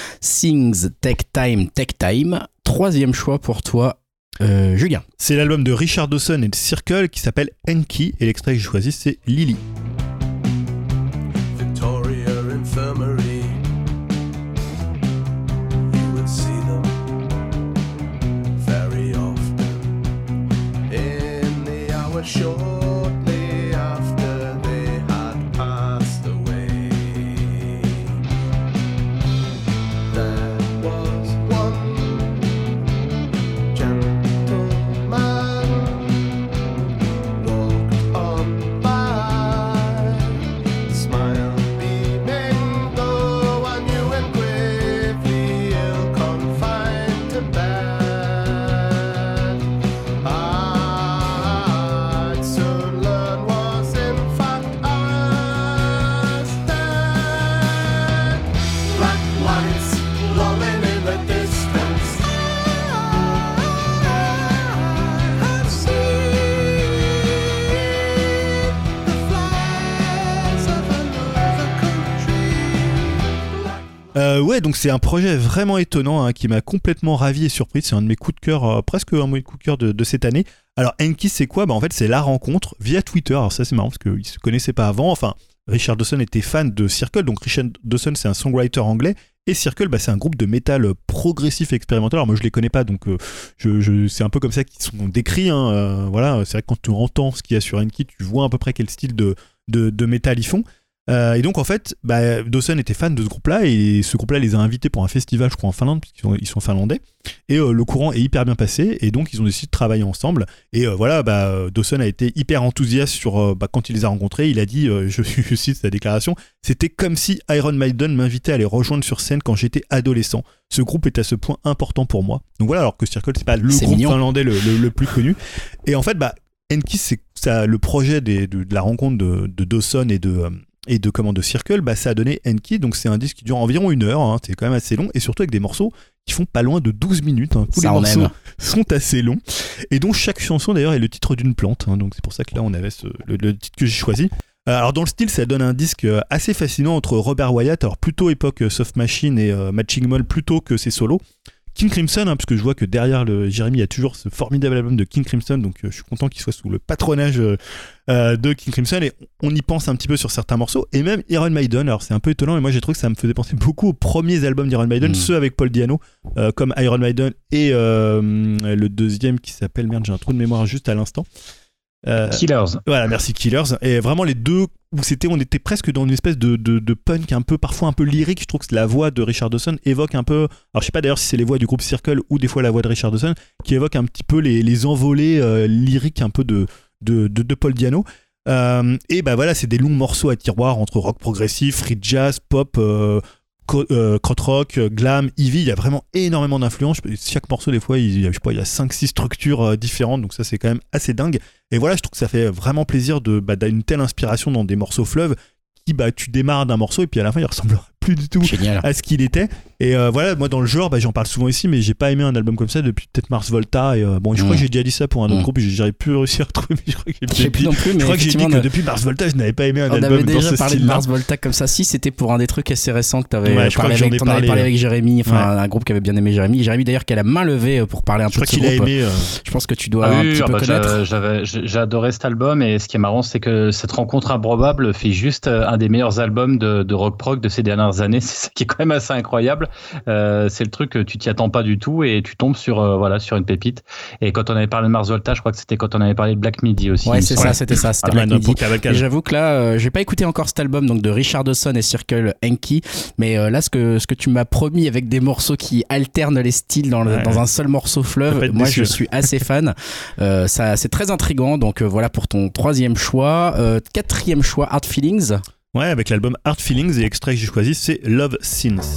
Things Take Time, Take Time. Troisième choix pour toi. Euh, Julien. C'est l'album de Richard Dawson et de Circle qui s'appelle Enki et l'extrait que j'ai choisi c'est Lily. Victoria Infirmary. You would see them very often in the hour shortly after they had passed away. There was one Euh, ouais, donc c'est un projet vraiment étonnant hein, qui m'a complètement ravi et surpris. C'est un de mes coups de cœur, euh, presque un de mes coups de cœur de, de cette année. Alors Enki, c'est quoi ? Bah en fait, c'est la rencontre via Twitter. Alors ça, c'est marrant parce qu'ils se connaissaient pas avant. Enfin, Richard Dawson était fan de Circle, donc Richard Dawson, c'est un songwriter anglais. Et Circle, bah, c'est un groupe de métal progressif et expérimental. Alors moi, je les connais pas, donc euh, je, je, c'est un peu comme ça qu'ils sont décrits. Hein, euh, voilà, c'est vrai que quand tu entends ce qu'il y a sur Enki, tu vois à peu près quel style de, de, de métal ils font. Euh, et donc en fait bah, Dawson était fan de ce groupe là et ce groupe là les a invités pour un festival je crois en Finlande puisqu'ils sont, ils sont finlandais et euh, le courant est hyper bien passé et donc ils ont décidé de travailler ensemble et euh, voilà bah, Dawson a été hyper enthousiaste sur, euh, bah, quand il les a rencontrés il a dit euh, je, je cite sa déclaration, c'était comme si Iron Maiden m'invitait à les rejoindre sur scène quand j'étais adolescent, ce groupe est à ce point important pour moi. Donc voilà, alors que Circle c'est pas le c'est groupe mignon. finlandais le, le, le plus connu et en fait bah Enki c'est ça, le projet des, de, de la rencontre de, de Dawson et de, et de comment de Circle, bah, ça a donné Enki. Donc c'est un disque qui dure environ une heure, hein, c'est quand même assez long, et surtout avec des morceaux qui font pas loin de douze minutes. Hein. Tous ça les on morceaux aime. sont assez longs, et dont chaque chanson d'ailleurs est le titre d'une plante. Hein. Donc c'est pour ça que là on avait ce, le, le titre que j'ai choisi. Alors dans le style, ça donne un disque assez fascinant entre Robert Wyatt, alors plutôt époque Soft Machine et euh, Matching Mall plutôt que ses solos. King Crimson, hein, parce que je vois que derrière le Jérémy, il y a toujours ce formidable album de King Crimson, donc euh, je suis content qu'il soit sous le patronage euh, de King Crimson, et on y pense un petit peu sur certains morceaux, et même Iron Maiden. Alors c'est un peu étonnant, mais moi j'ai trouvé que ça me faisait penser beaucoup aux premiers albums d'Iron Maiden, mmh. ceux avec Paul Diano, euh, comme Iron Maiden, et euh, le deuxième qui s'appelle, merde, j'ai un trou de mémoire juste à l'instant. Euh, Killers. Voilà, merci Killers. Et vraiment les deux où c'était, on était presque dans une espèce de, de, de punk un peu, parfois un peu lyrique. Je trouve que la voix de Richard Dawson évoque un peu. Alors je sais pas d'ailleurs si c'est les voix du groupe Circle ou des fois la voix de Richard Dawson qui évoque un petit peu les, les envolées euh, lyriques un peu de, de, de, de Paul Diano. Euh, et bah voilà, c'est des longs morceaux à tiroir entre rock progressif, free jazz, pop. Euh, Euh, krautrock, glam, heavy, il y a vraiment énormément d'influences. Chaque morceau, des fois, il y a, je sais pas, il y a cinq six structures euh, différentes, donc ça c'est quand même assez dingue. Et voilà, je trouve que ça fait vraiment plaisir de, bah, d'une telle inspiration dans des morceaux fleuves qui, bah, tu démarres d'un morceau et puis à la fin il ressemblera plus du tout Génial. à ce qu'il était. Et euh, voilà, moi dans le genre, bah, j'en parle souvent ici, mais j'ai pas aimé un album comme ça depuis peut-être Mars Volta. Et euh, bon, je mmh. crois que j'ai déjà dit ça pour un autre mmh. groupe, j'aurais plus réussi à retrouver, mais je crois que j'ai, je sais plus non plus, mais je crois que j'ai dit que on a... depuis Mars Volta, je n'avais pas aimé un on album avait dans déjà ce parlé de style-là. Mars Volta comme ça. Si, c'était pour un des trucs assez récents que t'avais Ouais, je parlé crois que avec, j'en ai parlé, parlé euh... avec Jérémy, enfin ouais. un groupe qui avait bien aimé Jérémy. Jérémy d'ailleurs qui a la main levée pour parler un je peu crois de ce qu'il groupe. a aimé. Euh... Je pense que tu dois ah un oui, petit ah peu bah, connaître. J'avais, j'ai adoré cet album, et ce qui est marrant, c'est que cette rencontre improbable fait juste un des meilleurs albums de, de rock prog de ces dernières années. C'est ça qui est quand même assez incroyable. Euh, c'est le truc que tu t'y attends pas du tout et tu tombes sur euh, voilà sur une pépite. Et quand on avait parlé de Mars Volta, je crois que c'était quand on avait parlé de Black Midi aussi. Ouais, c'est ça, c'était ça, c'était ah, Black man, Midi. pour Et j'avoue que là, euh, j'ai pas écouté encore cet album donc de Richard Dawson et Circle Enki, mais euh, là ce que ce que tu m'as promis avec des morceaux qui alternent les styles dans, le, ouais. dans un seul morceau fleuve, moi déçu. Je suis assez fan. Euh, ça, c'est très intriguant. Donc euh, voilà pour ton troisième choix, euh, quatrième choix, Hard Feelings. Ouais, avec l'album Hard Feelings, et l'extrait que j'ai choisi, c'est Love Sins.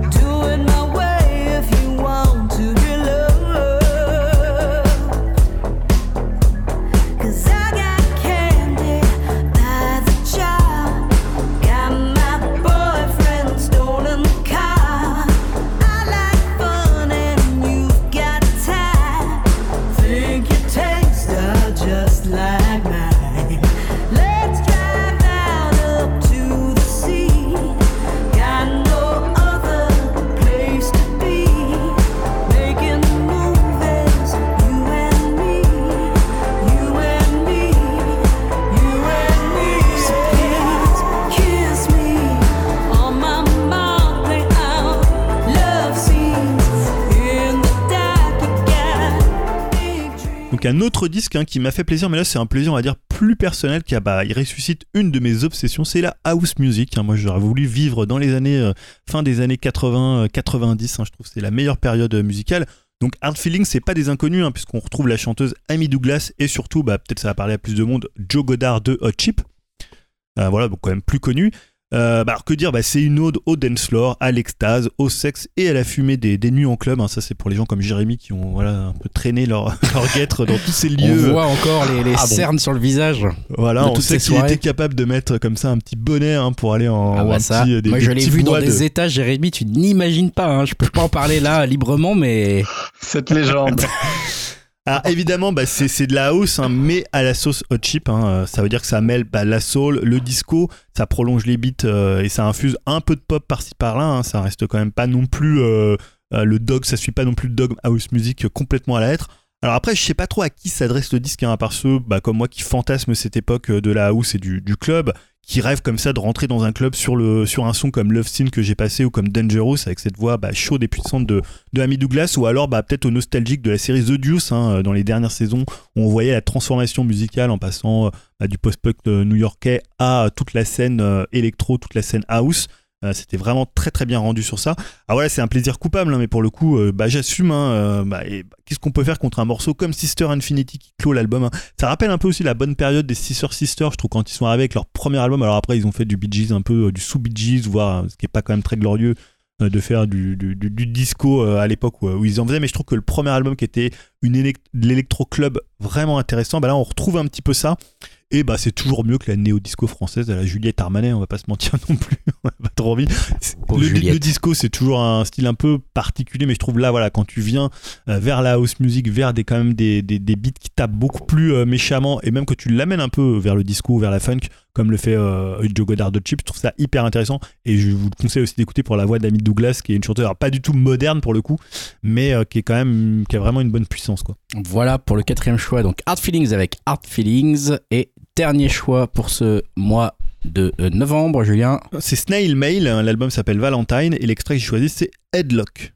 Un autre disque hein, qui m'a fait plaisir, mais là c'est un plaisir on va dire plus personnel, qui a, bah, il ressuscite une de mes obsessions, c'est la house music. Hein. Moi j'aurais voulu vivre dans les années euh, fin des années quatre-vingts quatre-vingt-dix, hein, je trouve que c'est la meilleure période euh, musicale. Donc Hard Feelings, c'est pas des inconnus, hein, puisqu'on retrouve la chanteuse Amy Douglas et surtout, bah, peut-être ça va parler à plus de monde, Joe Goddard de Hot Chip. Euh, voilà, donc quand même plus connu. Euh, bah alors que dire, bah c'est une ode au dance floor, à l'extase, au sexe et à la fumée des, des nuits en club. Hein. Ça c'est pour les gens comme Jérémy qui ont voilà un peu traîné leur, leur guêtre dans tous ces lieux. On voit encore les, les ah cernes bon. Sur le visage. Voilà, on sait qu'il était capable de mettre comme ça un petit bonnet hein, pour aller en ah bah un ça. petit, des, moi des je l'ai vu dans de... des états, Jérémy, tu n'imagines pas. Hein. Je peux pas en parler là librement, mais cette légende. Alors évidemment, bah, c'est, c'est de la house, hein, mais à la sauce Hot Chip. Hein, ça veut dire que ça mêle bah, la soul, le disco, ça prolonge les beats euh, et ça infuse un peu de pop par-ci par-là. Hein, ça reste quand même pas non plus euh, euh, le dog, ça suit pas non plus le dogme house music complètement à la lettre. Alors après, je sais pas trop à qui s'adresse le disque, hein, à part ceux bah, comme moi qui fantasment cette époque de la house et du, du club, qui rêvent comme ça de rentrer dans un club sur, le, sur un son comme Love Scene que j'ai passé ou comme Dangerous avec cette voix bah, chaude et puissante de, de Amy Douglas, ou alors bah, peut-être au nostalgique de la série The Deuce hein, dans les dernières saisons où on voyait la transformation musicale en passant bah, du post-punk new-yorkais à toute la scène euh, électro, toute la scène house. Euh, c'était vraiment très très bien rendu sur ça. Ah voilà, c'est un plaisir coupable, hein, mais pour le coup, euh, bah, j'assume. Hein, euh, bah, et, bah, qu'est-ce qu'on peut faire contre un morceau comme Sister Infinity qui clôt l'album hein. Ça rappelle un peu aussi la bonne période des Sister Sisters, je trouve, quand ils sont arrivés avec leur premier album. Alors après, ils ont fait du Bee Gees, un peu euh, du sous-Bee Gees, voire ce qui est pas quand même très glorieux euh, de faire du, du, du, du disco euh, à l'époque où, où ils en faisaient. Mais je trouve que le premier album qui était une élect- l'électro-club vraiment intéressant, bah là on retrouve un petit peu ça. Et bah c'est toujours mieux que la néo-disco française à la Juliette Armanet, on va pas se mentir non plus, on a pas trop envie. Le, le disco c'est toujours un style un peu particulier, mais je trouve là voilà quand tu viens euh, vers la house music, vers des quand même des, des, des beats qui tapent beaucoup plus euh, méchamment, et même que tu l'amènes un peu vers le disco, vers la funk, comme le fait euh, Joe Goddard de Chip, je trouve ça hyper intéressant, et je vous conseille aussi d'écouter pour la voix d'Amy Douglas, qui est une chanteuse alors pas du tout moderne pour le coup, mais euh, qui est quand même qui a vraiment une bonne puissance quoi. Voilà pour le quatrième choix, donc Hard Feelings avec Hard Feelings, et dernier choix pour ce mois de euh, novembre, Julien. C'est Snail Mail, l'album s'appelle Valentine et l'extrait que j'ai choisi c'est Headlock.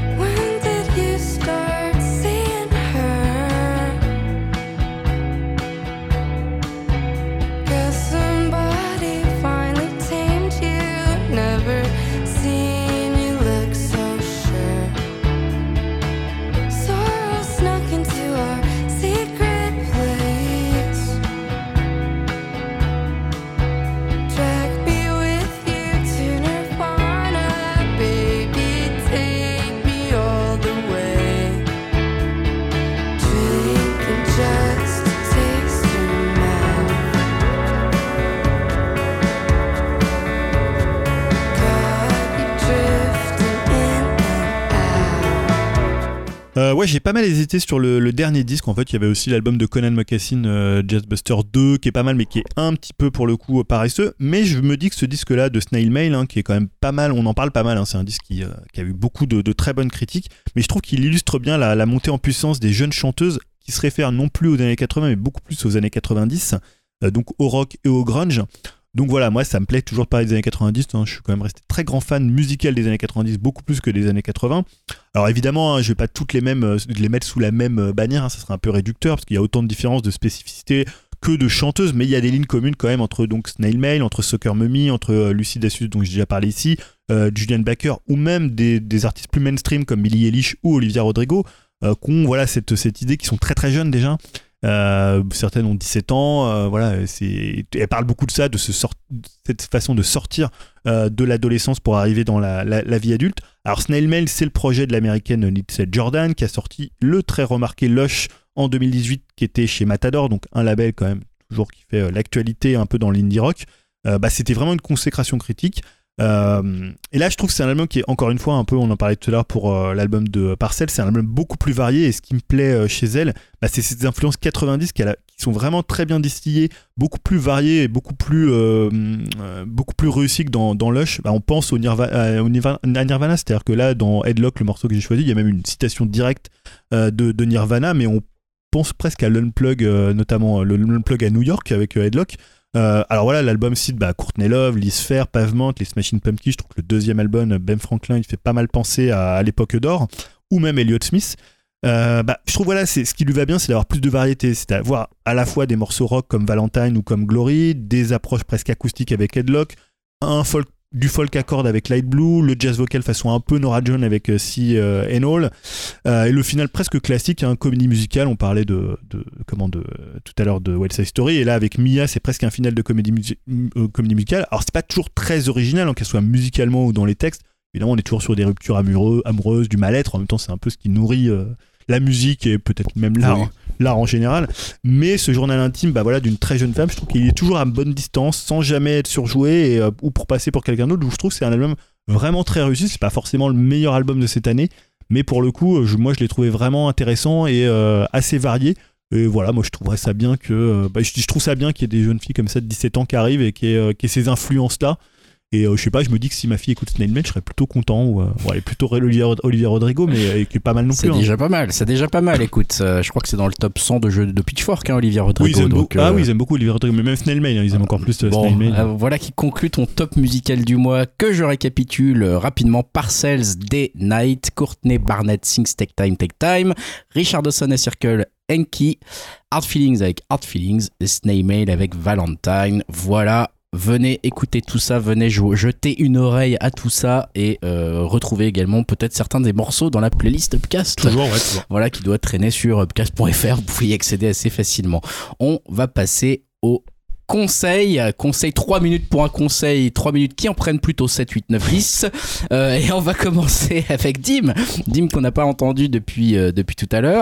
Euh, ouais, j'ai pas mal hésité sur le, le dernier disque. En fait, il y avait aussi l'album de Conan Mocassin, euh, Jazzbuster deux, qui est pas mal, mais qui est un petit peu pour le coup paresseux. Mais je me dis que ce disque-là de Snail Mail, hein, qui est quand même pas mal, on en parle pas mal. Hein, c'est un disque qui, euh, qui a eu beaucoup de, de très bonnes critiques, mais je trouve qu'il illustre bien la, la montée en puissance des jeunes chanteuses qui se réfèrent non plus aux années quatre-vingts, mais beaucoup plus aux années quatre-vingt-dix, euh, donc au rock et au grunge. Donc voilà, moi ça me plaît toujours de parler des années quatre-vingt-dix, hein. Je suis quand même resté très grand fan musical des années quatre-vingt-dix, beaucoup plus que des années quatre-vingts. Alors évidemment, hein, je vais pas toutes les mêmes euh, les mettre sous la même bannière, hein, ça serait un peu réducteur parce qu'il y a autant de différences de spécificité que de chanteuses, mais il y a des lignes communes quand même entre donc Snail Mail, entre Soccer Mummy, entre euh, Lucy Dacus dont j'ai déjà parlé ici, euh, Julian Baker, ou même des, des artistes plus mainstream comme Billie Eilish ou Olivia Rodrigo, euh, qui ont voilà cette cette idée, qui sont très très jeunes déjà. Euh, certaines ont dix-sept ans, euh, voilà, c'est, elle parle beaucoup de ça, de ce sort, cette façon de sortir euh, de l'adolescence pour arriver dans la, la, la vie adulte. Alors Snail Mail, c'est le projet de l'américaine Lindsey Jordan qui a sorti le très remarqué Lush en deux mille dix-huit, qui était chez Matador, donc un label quand même toujours qui fait euh, l'actualité un peu dans l'indie rock. Euh, bah, c'était vraiment une consécration critique. Euh, et là je trouve que c'est un album qui est encore une fois un peu, on en parlait tout à l'heure pour euh, l'album de Parcelle, c'est un album beaucoup plus varié, et ce qui me plaît euh, chez elle, bah, c'est ces influences quatre-vingt-dix qu'elle a, qui sont vraiment très bien distillées, beaucoup plus variées et beaucoup plus euh, euh, beaucoup plus réussies que dans, dans Lush. Bah, on pense au Nirvana, au Nirvana, à Nirvana, c'est-à-dire que là dans Headlock, le morceau que j'ai choisi, il y a même une citation directe euh, de, de Nirvana, mais on pense presque à l'Unplug, euh, notamment le l'Unplug à New York avec euh, Headlock. Euh, alors voilà, l'album cite bah, Courtney Love, Liz Phair, Pavement, les Smashing Pumpkins. Je trouve que le deuxième album, Ben Franklin, il fait pas mal penser à, à l'époque d'or, ou même Elliott Smith. Euh, bah, je trouve voilà, c'est, ce qui lui va bien, c'est d'avoir plus de variété, c'est d'avoir à la fois des morceaux rock comme Valentine ou comme Glory, des approches presque acoustiques avec Headlock, un folk, du folk à cordes avec Light Blue, le jazz vocal façon un peu Nora Jones avec euh, See euh, and All, euh, et le final presque classique, un hein, comédie musicale. On parlait de, de comment de tout à l'heure de West Side Story, et là avec Mia, c'est presque un final de comédie, musi- euh, comédie musicale. Alors c'est pas toujours très original, hein, qu'elle soit musicalement ou dans les textes. Évidemment, on est toujours sur des ruptures amoureux, amoureuses, du mal-être. En même temps, c'est un peu ce qui nourrit euh, la musique et peut-être même l'art, oui. l'art en général. Mais ce journal intime, bah voilà, d'une très jeune femme, je trouve qu'il est toujours à bonne distance, sans jamais être surjoué, et, euh, ou pour passer pour quelqu'un d'autre. Donc je trouve que c'est un album vraiment très réussi. C'est pas forcément le meilleur album de cette année, mais pour le coup, je, moi, je l'ai trouvé vraiment intéressant et euh, assez varié. Et voilà, moi, je trouverais ça bien que, euh, bah, je, je trouve ça bien qu'il y ait des jeunes filles comme ça de dix-sept ans qui arrivent et qui aient, euh, qui aient ces influences-là. Et euh, je sais pas, je me dis que si ma fille écoute Snail Mail, je serais plutôt content. Ou euh, bon, elle est plutôt Olivia, Olivia Rodrigo, mais euh, qui est pas mal non c'est plus. C'est déjà hein. pas mal, c'est déjà pas mal. Écoute, euh, je crois que c'est dans le top cent de jeux de Pitchfork, hein, Olivia Rodrigo. Oui, ils aiment donc, beaucoup, euh... Ah oui, ils aiment beaucoup Olivia Rodrigo, mais même Snail Mail, hein, ils aiment encore plus euh, bon, Snail Mail. Euh, voilà qui conclut ton top musical du mois, que je récapitule euh, rapidement. Parcells, Day Night, Courtney Barnett, Things Take Time, Take Time, Richard Dawson et Circle, Enki, Hard Feelings avec Hard Feelings, et Snail Mail avec Valentine. Voilà. Venez écouter tout ça, venez jouer, jeter une oreille à tout ça, et euh, retrouver également peut-être certains des morceaux dans la playlist Upcast. Toujours, ouais, toujours. Voilà, qui doit traîner sur upcast point f r, vous pouvez y accéder assez facilement. On va passer au conseil, conseil trois minutes pour un conseil, trois minutes qui en prennent plutôt sept, huit, neuf, dix. Euh, et on va commencer avec Dim, Dim qu'on n'a pas entendu depuis, euh, depuis tout à l'heure.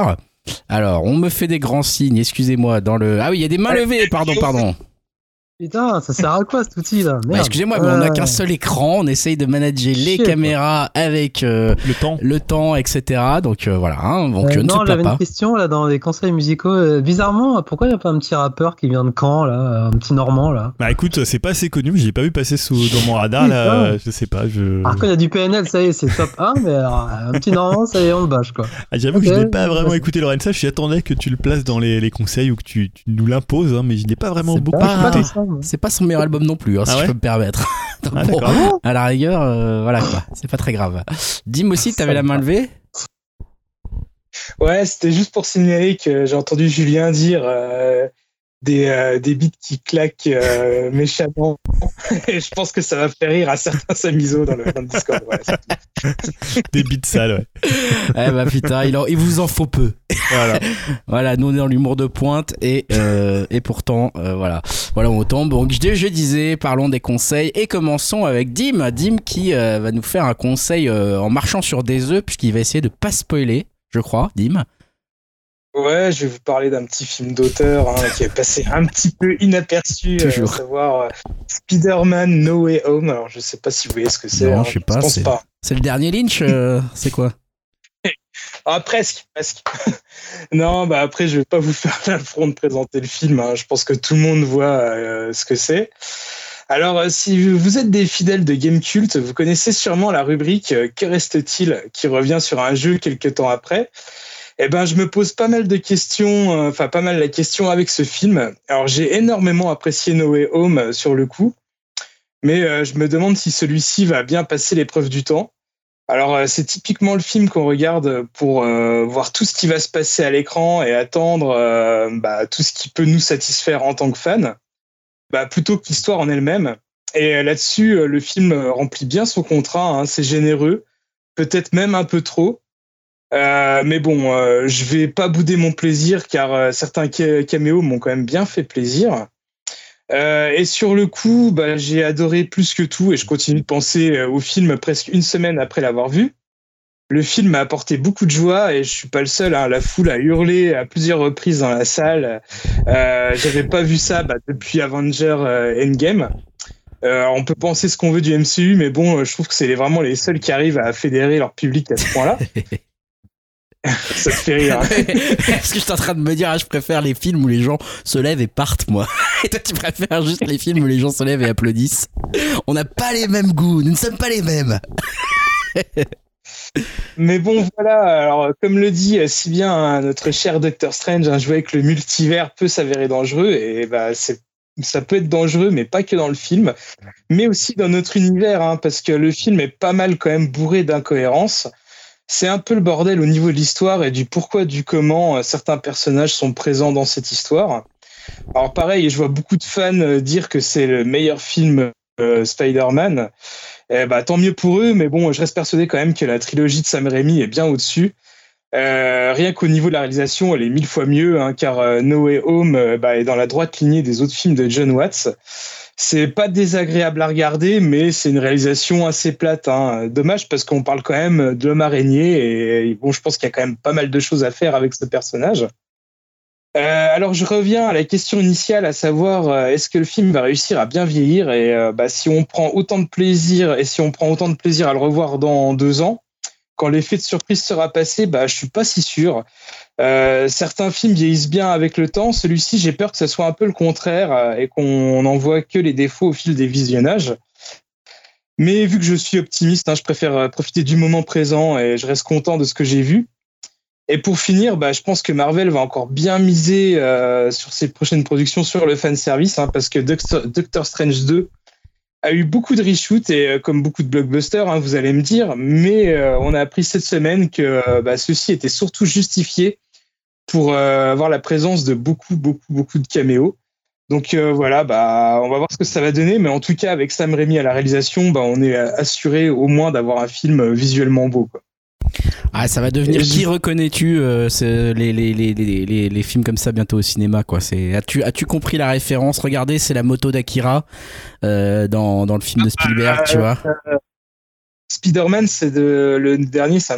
Alors, on me fait des grands signes, excusez-moi, dans le... Ah oui, il y a des mains levées, pardon, pardon. Putain, ça sert à quoi cet outil là? Bah, excusez-moi, mais on n'a qu'un seul écran, on essaye de manager les Chier, caméras avec euh, Le temps. le temps, et cetera. Donc euh, voilà, hein, donc Euh, euh, ne non, se plains j'avais pas. une question là dans les conseils musicaux. Euh, bizarrement, pourquoi il n'y a pas un petit rappeur qui vient de Caen là, un petit Normand là? Bah écoute, c'est pas assez connu, je l'ai pas vu passer sous, dans mon radar là, je sais pas. Je... Alors quand il y a du P N L, ça y est, c'est top un, mais alors, un petit Normand, ça y est, on le bâche quoi. Ah, j'avoue Ok. que je n'ai pas vraiment écouté Lorenza, je attendais que tu le places dans les, les conseils ou que tu, tu nous l'imposes, hein, mais je n'ai pas vraiment C'est beaucoup pas- Pas écouté. comme ça, moi. C'est pas son meilleur album non plus, hein, Ah si ouais je peux me permettre. Donc Ah bon, d'accord. à la rigueur, euh, voilà quoi, c'est pas très grave. Dim aussi, t'avais la main levée? Ouais, c'était juste pour signaler que j'ai entendu Julien dire euh, des, euh, des beats qui claquent euh, méchamment. Et je pense que ça va faire rire à certains Samizo dans le, dans le Discord. Voilà, c'est tout. Des beats sales, ouais. Eh bah putain, il, en- il vous en faut peu. Voilà. Voilà, nous on est dans l'humour de pointe et, euh, et pourtant, euh, voilà. Voilà, on tombe. Donc je, je disais, parlons des conseils et commençons avec Dim. Dim qui euh, va nous faire un conseil euh, en marchant sur des œufs puisqu'il va essayer de pas spoiler, je crois, Dim. Ouais, je vais vous parler d'un petit film d'auteur hein, qui est passé un petit peu inaperçu, euh, à Toujours. savoir euh, Spider-Man No Way Home. Alors, je sais pas si vous voyez ce que c'est. Non, hein, je sais pas, pense c'est- pas. C'est le dernier Lynch, euh, c'est quoi? Ah, presque, presque. Non, bah après, je vais pas vous faire l'affront de présenter le film. Hein. Je pense que tout le monde voit euh, ce que c'est. Alors, euh, si vous êtes des fidèles de Gamecult, vous connaissez sûrement la rubrique euh, Que reste-t-il qui revient sur un jeu quelques temps après. Eh ben, je me pose pas mal de questions, euh, enfin pas mal la question avec ce film. Alors, j'ai énormément apprécié No Way Home euh, sur le coup, mais euh, je me demande si celui-ci va bien passer l'épreuve du temps. Alors, euh, c'est typiquement le film qu'on regarde pour euh, voir tout ce qui va se passer à l'écran et attendre euh, bah, tout ce qui peut nous satisfaire en tant que fan, bah, plutôt que l'histoire en elle-même. Et euh, là-dessus, euh, le film euh, remplit bien son contrat, hein, c'est généreux, peut-être même un peu trop. Euh, mais bon, euh, je vais pas bouder mon plaisir car euh, certains ca- caméos m'ont quand même bien fait plaisir. Euh, et sur le coup, bah, j'ai adoré plus que tout et je continue de penser euh, au film presque une semaine après l'avoir vu. Le film m'a apporté beaucoup de joie et je suis pas le seul. Hein, la foule a hurlé à plusieurs reprises dans la salle. Euh, j'avais pas vu ça bah, depuis Avengers euh, Endgame. Euh, on peut penser ce qu'on veut du M C U, mais bon, euh, je trouve que c'est les- vraiment les seuls qui arrivent à fédérer leur public à ce point-là. Ça te fait rire. Hein. Parce que je suis en train de me dire, ah, je préfère les films où les gens se lèvent et partent, moi. Et toi, tu préfères juste les films où les gens se lèvent et applaudissent. On n'a pas les mêmes goûts, nous ne sommes pas les mêmes. Mais bon, voilà. Alors, comme le dit si bien hein, notre cher Doctor Strange, hein, jouer avec le multivers peut s'avérer dangereux. Et bah, c'est, ça peut être dangereux, mais pas que dans le film, mais aussi dans notre univers, hein, parce que le film est pas mal quand même bourré d'incohérences. C'est un peu le bordel au niveau de l'histoire et du pourquoi, du comment euh, certains personnages sont présents dans cette histoire. Alors pareil, je vois beaucoup de fans euh, dire que c'est le meilleur film euh, Spider-Man. Eh bah, tant mieux pour eux, mais bon, je reste persuadé quand même que la trilogie de Sam Raimi est bien au-dessus. Euh, rien qu'au niveau de la réalisation, elle est mille fois mieux, hein, car euh, No Way Home euh, bah, est dans la droite lignée des autres films de John Watts. C'est pas désagréable à regarder, mais c'est une réalisation assez plate. Hein. Dommage parce qu'on parle quand même de l'homme araignée et bon, je pense qu'il y a quand même pas mal de choses à faire avec ce personnage. Euh, alors je reviens à la question initiale, à savoir euh, est-ce que le film va réussir à bien vieillir et euh, bah, si on prend autant de plaisir et si on prend autant de plaisir à le revoir dans deux ans, quand l'effet de surprise sera passé, bah je suis pas si sûr. Euh, certains films vieillissent bien avec le temps. Celui-ci, j'ai peur que ce soit un peu le contraire euh, et qu'on n'en voit que les défauts au fil des visionnages. Mais vu que je suis optimiste, hein, je préfère euh, profiter du moment présent et je reste content de ce que j'ai vu. Et pour finir, bah, je pense que Marvel va encore bien miser euh, sur ses prochaines productions sur le fanservice, hein, parce que Doctor, Doctor Strange deux a eu beaucoup de reshoots et euh, comme beaucoup de blockbusters, hein, vous allez me dire, mais euh, on a appris cette semaine que euh, bah, ceci était surtout justifié pour euh, avoir la présence de beaucoup, beaucoup, beaucoup de caméos. Donc euh, voilà, bah, on va voir ce que ça va donner, mais en tout cas, avec Sam Raimi à la réalisation, bah, on est assuré au moins d'avoir un film visuellement beau, quoi. Ah, ça va devenir Et qui je- reconnais-tu euh, c'est les, les, les, les, les, les films comme ça bientôt au cinéma quoi. C'est, as-tu, as-tu compris la référence? Regardez, c'est la moto d'Akira euh, dans, dans le film de Spielberg, tu vois. Spider-Man, c'est de, le dernier, c'est un petit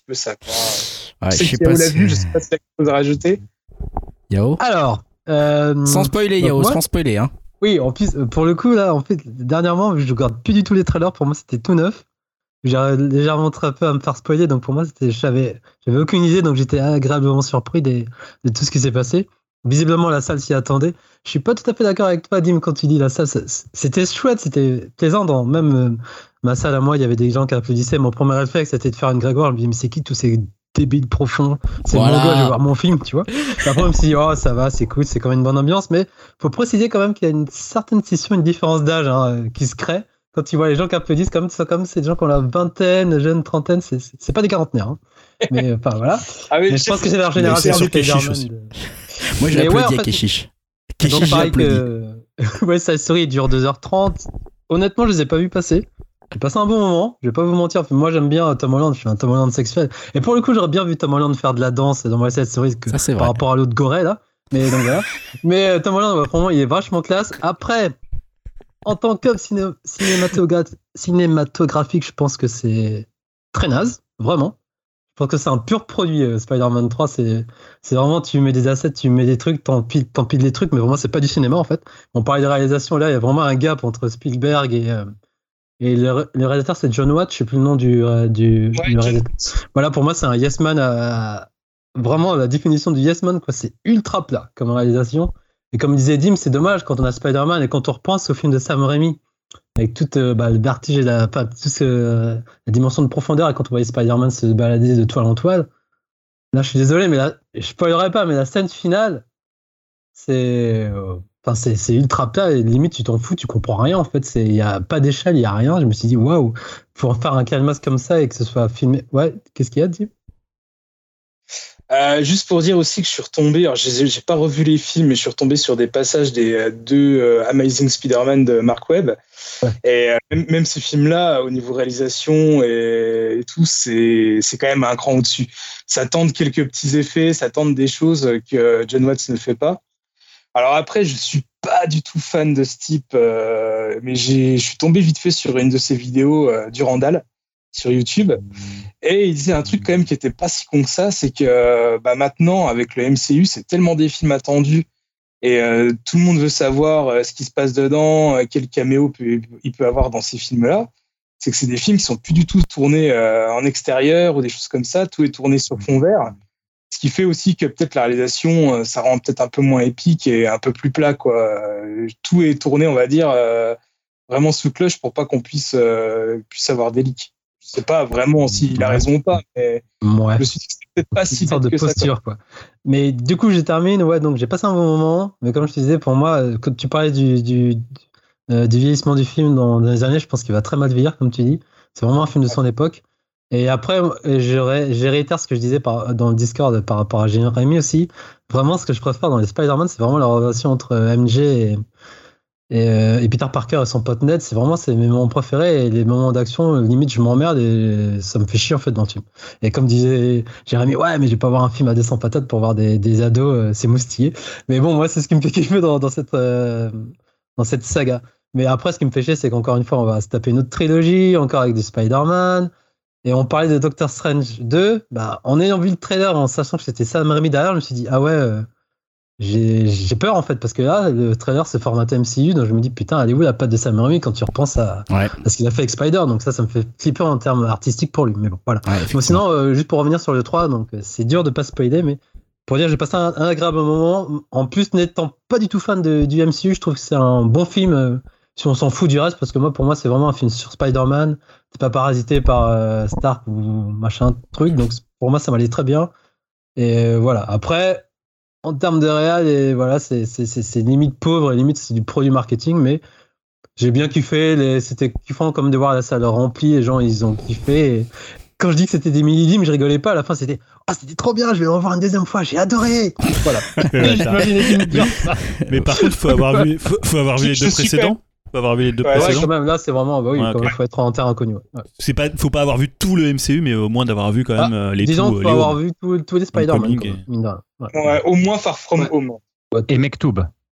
peu ça. Quoi. Ouais, je sais je sais que Yao pas l'a si- vu, je sais pas si t'as quelque chose à rajouter. Yao Alors, euh, Sans spoiler, donc Yao, moi- sans spoiler. Hein. oui, en plus, euh, pour le coup, là, en fait, dernièrement, je regarde plus du tout les trailers. Pour moi, c'était tout neuf. J'ai légèrement très peu à me faire spoiler, donc pour moi, c'était, j'avais, j'avais aucune idée, donc j'étais agréablement surpris des, de tout ce qui s'est passé. Visiblement, la salle s'y attendait. Je suis pas tout à fait d'accord avec toi, Dim, quand tu dis la salle. c'est- C'était chouette, c'était plaisant. Dans même euh, ma salle à moi, il y avait des gens qui applaudissaient. Mon premier réflexe, c'était de faire une Grégoire. Je me dis, mais c'est qui tous ces débiles profonds? C'est Voilà. mon gars, je vais voir mon film, tu vois. Et après, je me suis dit, oh, ça va, c'est cool, c'est quand même une bonne ambiance. Mais faut préciser quand même qu'il y a une certaine scission, une différence d'âge hein, qui se crée. Quand tu vois les gens qui applaudissent, comme, comme c'est des gens qui ont la vingtaine, jeune, trentaine, c'est, c'est, c'est pas des quarantenaires. Hein. Mais enfin voilà. Ah oui, Mais je pense que c'est leur c'est génération sur de Keshish Spider-Man. aussi. de- Moi, j'ai Mais applaudi ouais, en à fait, Keshish. Donc Keshish, j'ai pareil applaudi. que West Side Story dure deux heures trente. Honnêtement, je les ai pas vus passer. J'ai passé un bon moment, je vais pas vous mentir. Moi, j'aime bien Tom Holland, je suis un Tom Holland sexuel. Et pour le coup, j'aurais bien vu Tom Holland faire de la danse dans West Side Story que Ça, c'est par vrai. rapport à l'autre Gorée là. Mais donc voilà. Mais euh, Tom Holland, ouais, vraiment, il est vachement classe. Après, en tant qu'œuvre ciné- cinématogra- cinématographique, je pense que c'est très naze, vraiment. Je pense que c'est un pur produit, euh, Spider-Man trois. C'est, c'est vraiment, tu mets des assets, tu mets des trucs, t'empiles, t'empiles des trucs, mais vraiment, c'est pas du cinéma, en fait. On parlait de réalisation, là, il y a vraiment un gap entre Spielberg et, euh, et le, ré- le réalisateur, c'est John Watt, je sais plus le nom du, euh, du, Ouais, du John- réalisateur. Voilà, pour moi, c'est un yes man à, vraiment, la définition du yes man, quoi. C'est ultra plat comme réalisation. Et comme disait Dim, c'est dommage quand on a Spider-Man et quand on repense au film de Sam Raimi, avec tout euh, bah, le vertige et la, pas, tout ce, euh, la dimension de profondeur, et quand on voyait Spider-Man se balader de toile en toile, là je suis désolé, mais là, je spoilerai pas, mais la scène finale, c'est euh, enfin, c'est, c'est ultra plat, et limite tu t'en fous, tu comprends rien en fait, il n'y a pas d'échelle, il n'y a rien. Je me suis dit, waouh, pour faire un canvas comme ça et que ce soit filmé. Ouais, qu'est-ce qu'il y a, Dim? Euh, juste pour dire aussi que je suis retombé, alors j'ai, j'ai pas revu les films, mais je suis retombé sur des passages des euh, deux euh, Amazing Spider-Man de Mark Webb. Ouais. Et euh, même, même ces films-là, au niveau réalisation et, et tout, c'est, c'est quand même un cran au-dessus. Ça tente quelques petits effets, ça tente des choses que John Watts ne fait pas. Alors après, je suis pas du tout fan de ce type, euh, mais j'ai, je suis tombé vite fait sur une de ses vidéos euh, du Randall sur YouTube. Et il disait un truc quand même qui était pas si con que ça, c'est que bah, maintenant, avec le M C U, c'est tellement des films attendus et euh, tout le monde veut savoir euh, ce qui se passe dedans, euh, quel caméo peut, il peut avoir dans ces films-là. C'est que c'est des films qui sont plus du tout tournés euh, en extérieur ou des choses comme ça, tout est tourné sur fond vert. Ce qui fait aussi que peut-être la réalisation, euh, ça rend peut-être un peu moins épique et un peu plus plat, quoi. Euh, tout est tourné, on va dire, euh, vraiment sous cloche pour pas qu'on puisse, euh, puisse avoir des leaks. Je sais pas vraiment s'il a raison ou pas, mais Ouais. je me suis dit que c'était peut-être pas C'est si une sorte bête de que ça. posture, quoi. Mais du coup, je termine. Ouais, donc j'ai passé un bon moment. Mais comme je te disais, pour moi, euh, quand tu parlais du, du, euh, du vieillissement du film dans, dans les années, je pense qu'il va très mal vieillir, comme tu dis. C'est vraiment un film de son époque. Et après, euh, je, ré, je réitère ce que je disais par, dans le Discord par rapport à Jérémy aussi. Vraiment, ce que je préfère dans les Spider-Man, c'est vraiment la relation entre euh, M J et, et, euh, et Peter Parker et son pote Ned. C'est vraiment c'est mes moments préférés. Et les moments d'action, limite, je m'emmerde et ça me fait chier en fait dans le film. Et comme disait Jérémy, ouais, mais je vais pas voir un film à deux cents patates pour voir des, des ados euh, s'émoustiller. Mais bon, moi, c'est ce qui me fait kiffer dans, dans, cette, euh, dans cette saga. Mais après, ce qui me fait chier, c'est qu'encore une fois, on va se taper une autre trilogie, encore avec du Spider-Man. Et on parlait de Doctor Strange deux. Bah, en ayant vu le trailer, en sachant que c'était Sam Raimi derrière, je me suis dit, ah ouais, euh, j'ai, j'ai peur en fait, parce que là, le trailer, c'est formaté M C U, donc je me dis, putain, elle est où la patte de Sam Raimi quand tu repenses à, Ouais. à ce qu'il a fait avec Spider. Donc ça, ça me fait flipper en termes artistiques pour lui. Mais bon, voilà. Ouais, Bon, effectivement. sinon, euh, juste pour revenir sur le trois, donc euh, c'est dur de pas spoiler, mais pour dire, j'ai passé un, un agréable moment. En plus, n'étant pas du tout fan de, du M C U, je trouve que c'est un bon film. Euh, si on s'en fout du reste, parce que moi, pour moi, c'est vraiment un film sur Spider-Man. C'est pas parasité par euh, Stark ou machin truc. Donc pour moi, ça m'allait très bien. Et euh, voilà. Après, en termes de réal, et voilà, c'est, c'est, c'est, c'est limite pauvre et limite c'est du produit marketing, mais j'ai bien kiffé. Les, c'était kiffant comme de voir la salle remplie. Les gens, ils ont kiffé. Et quand je dis que c'était des mini-dimes, je rigolais pas. À la fin, c'était ah, oh, c'était trop bien. Je vais le revoir une deuxième fois. J'ai adoré. Voilà. Ouais, J'imaginais qu'ils me dire ça. Mais par contre, faut avoir vu, faut, faut avoir vu Je- les je deux suis précédents. Faut avoir vu les deux Ouais, Ouais, précédents. quand même. Là, c'est vraiment. Bah oui, Ouais, quand ok. même, faut être en terre inconnu. Ouais. Ouais. C'est pas, faut pas avoir vu tout le M C U, mais au moins d'avoir vu quand même euh, les Disons tout. qu'il euh, faut les avoir home. vu tous tous les Spider-Man. Homecoming quoi, et- mine de rien. Ouais. Ouais, au moins Far From Ouais. Home. Et Mektoub.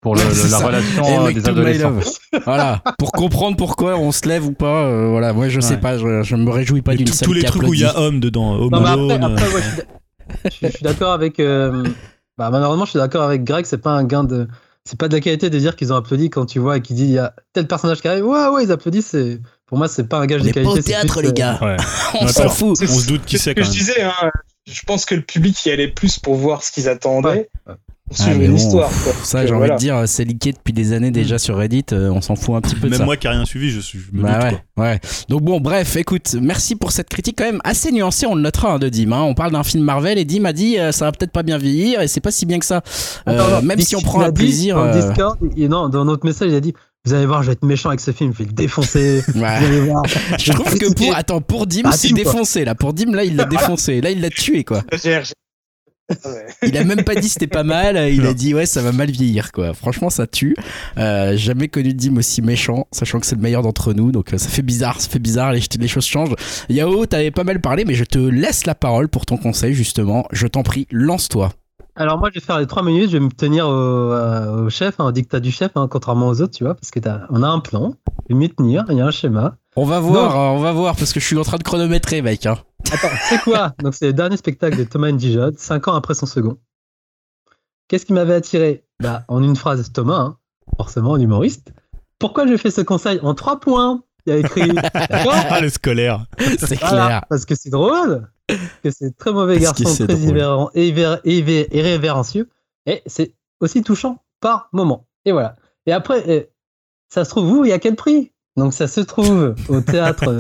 pour le, C'est le- la ça. relation Et euh, make des to my adolescents. love. Voilà, pour comprendre pourquoi on se lève ou pas. euh, voilà, moi je sais Ouais. pas, je, je me réjouis pas Mais d'une tous- scène tous les qui trucs où il y a applaudit. homme dedans, Home Non, mais après, Alone, après euh, ouais, je suis d'a- je suis, je suis d'accord avec. euh, bah, malheureusement, je suis d'accord avec Greg. C'est pas un gain de. C'est pas de la qualité de dire qu'ils ont applaudi quand tu vois et qu'il dit il y a tel personnage qui arrive. Ouais, ouais, ils applaudissent. C'est pour moi, c'est pas un gage On de est pas qualité. au c'est théâtre, plus, les euh, gars. ouais. On Ouais, s'en alors, fout. C'est on se doute qui c'est c'est ce quand que je même. disais. Hein. Je pense que le public y allait plus pour voir ce qu'ils attendaient, Ouais. pour Ah, suivre mais une bon, histoire. quoi. Ça, Donc, j'ai euh, envie voilà. de dire, c'est leaké depuis des années déjà sur Reddit. euh, on s'en fout un petit peu de Même ça. moi qui n'ai rien suivi, je, suis, je me Bah doute. ouais, quoi. ouais. Donc bon, bref, écoute, merci pour cette critique quand même assez nuancée, on le notera hein, de Dim. Hein. On parle d'un film Marvel et Dim a dit euh, ça va peut-être pas bien vieillir et c'est pas si bien que ça. Euh, Attends, non, même il- si on il prend a un dit plaisir. Dans le euh, Discord, et non, dans notre message, il a dit vous allez voir, je vais être méchant avec ce film, je vais le défoncer. Vous Ouais. allez voir. Je trouve que pour attends pour Dim Ah, c'est Dim, quoi. défoncé là. Pour Dim là il l'a défoncé. Là il l'a tué quoi. J'ai- j'ai- Ouais. Il a même pas dit c'était pas mal. Il a Non. dit ouais ça va mal vieillir quoi. Franchement ça tue. Euh, jamais connu Dim aussi méchant, sachant que c'est le meilleur d'entre nous. Donc euh, ça fait bizarre, ça fait bizarre. Les, les choses changent. Yao t'avais pas mal parlé mais je te laisse la parole pour ton conseil justement. Je t'en prie lance-toi. Alors moi, je vais faire les trois minutes, je vais me tenir au, euh, au chef, hein, au dictat du chef, hein, contrairement aux autres, tu vois, parce que t'as- on a un plan, je vais m'y tenir, il y a un schéma. On va voir, hein, on va voir parce que je suis en train de chronométrer mec. Hein. Attends, c'est quoi? Donc c'est le dernier spectacle de Thomas Njijod, cinq ans après son second. Qu'est-ce qui m'avait attiré? Bah, en une phrase, Thomas, hein, forcément l'humoriste. Pourquoi je fais ce conseil? En trois points. Il y a écrit, d'accord? Ah, le scolaire. C'est Voilà, clair. parce que c'est drôle, que c'est très mauvais Parce que garçon, c'est très drôle. irrévérent- irré- irré- irrévérencieux, et c'est aussi touchant par moment. Et voilà. Et après, eh, ça se trouve où et à quel prix? Donc ça se trouve au théâtre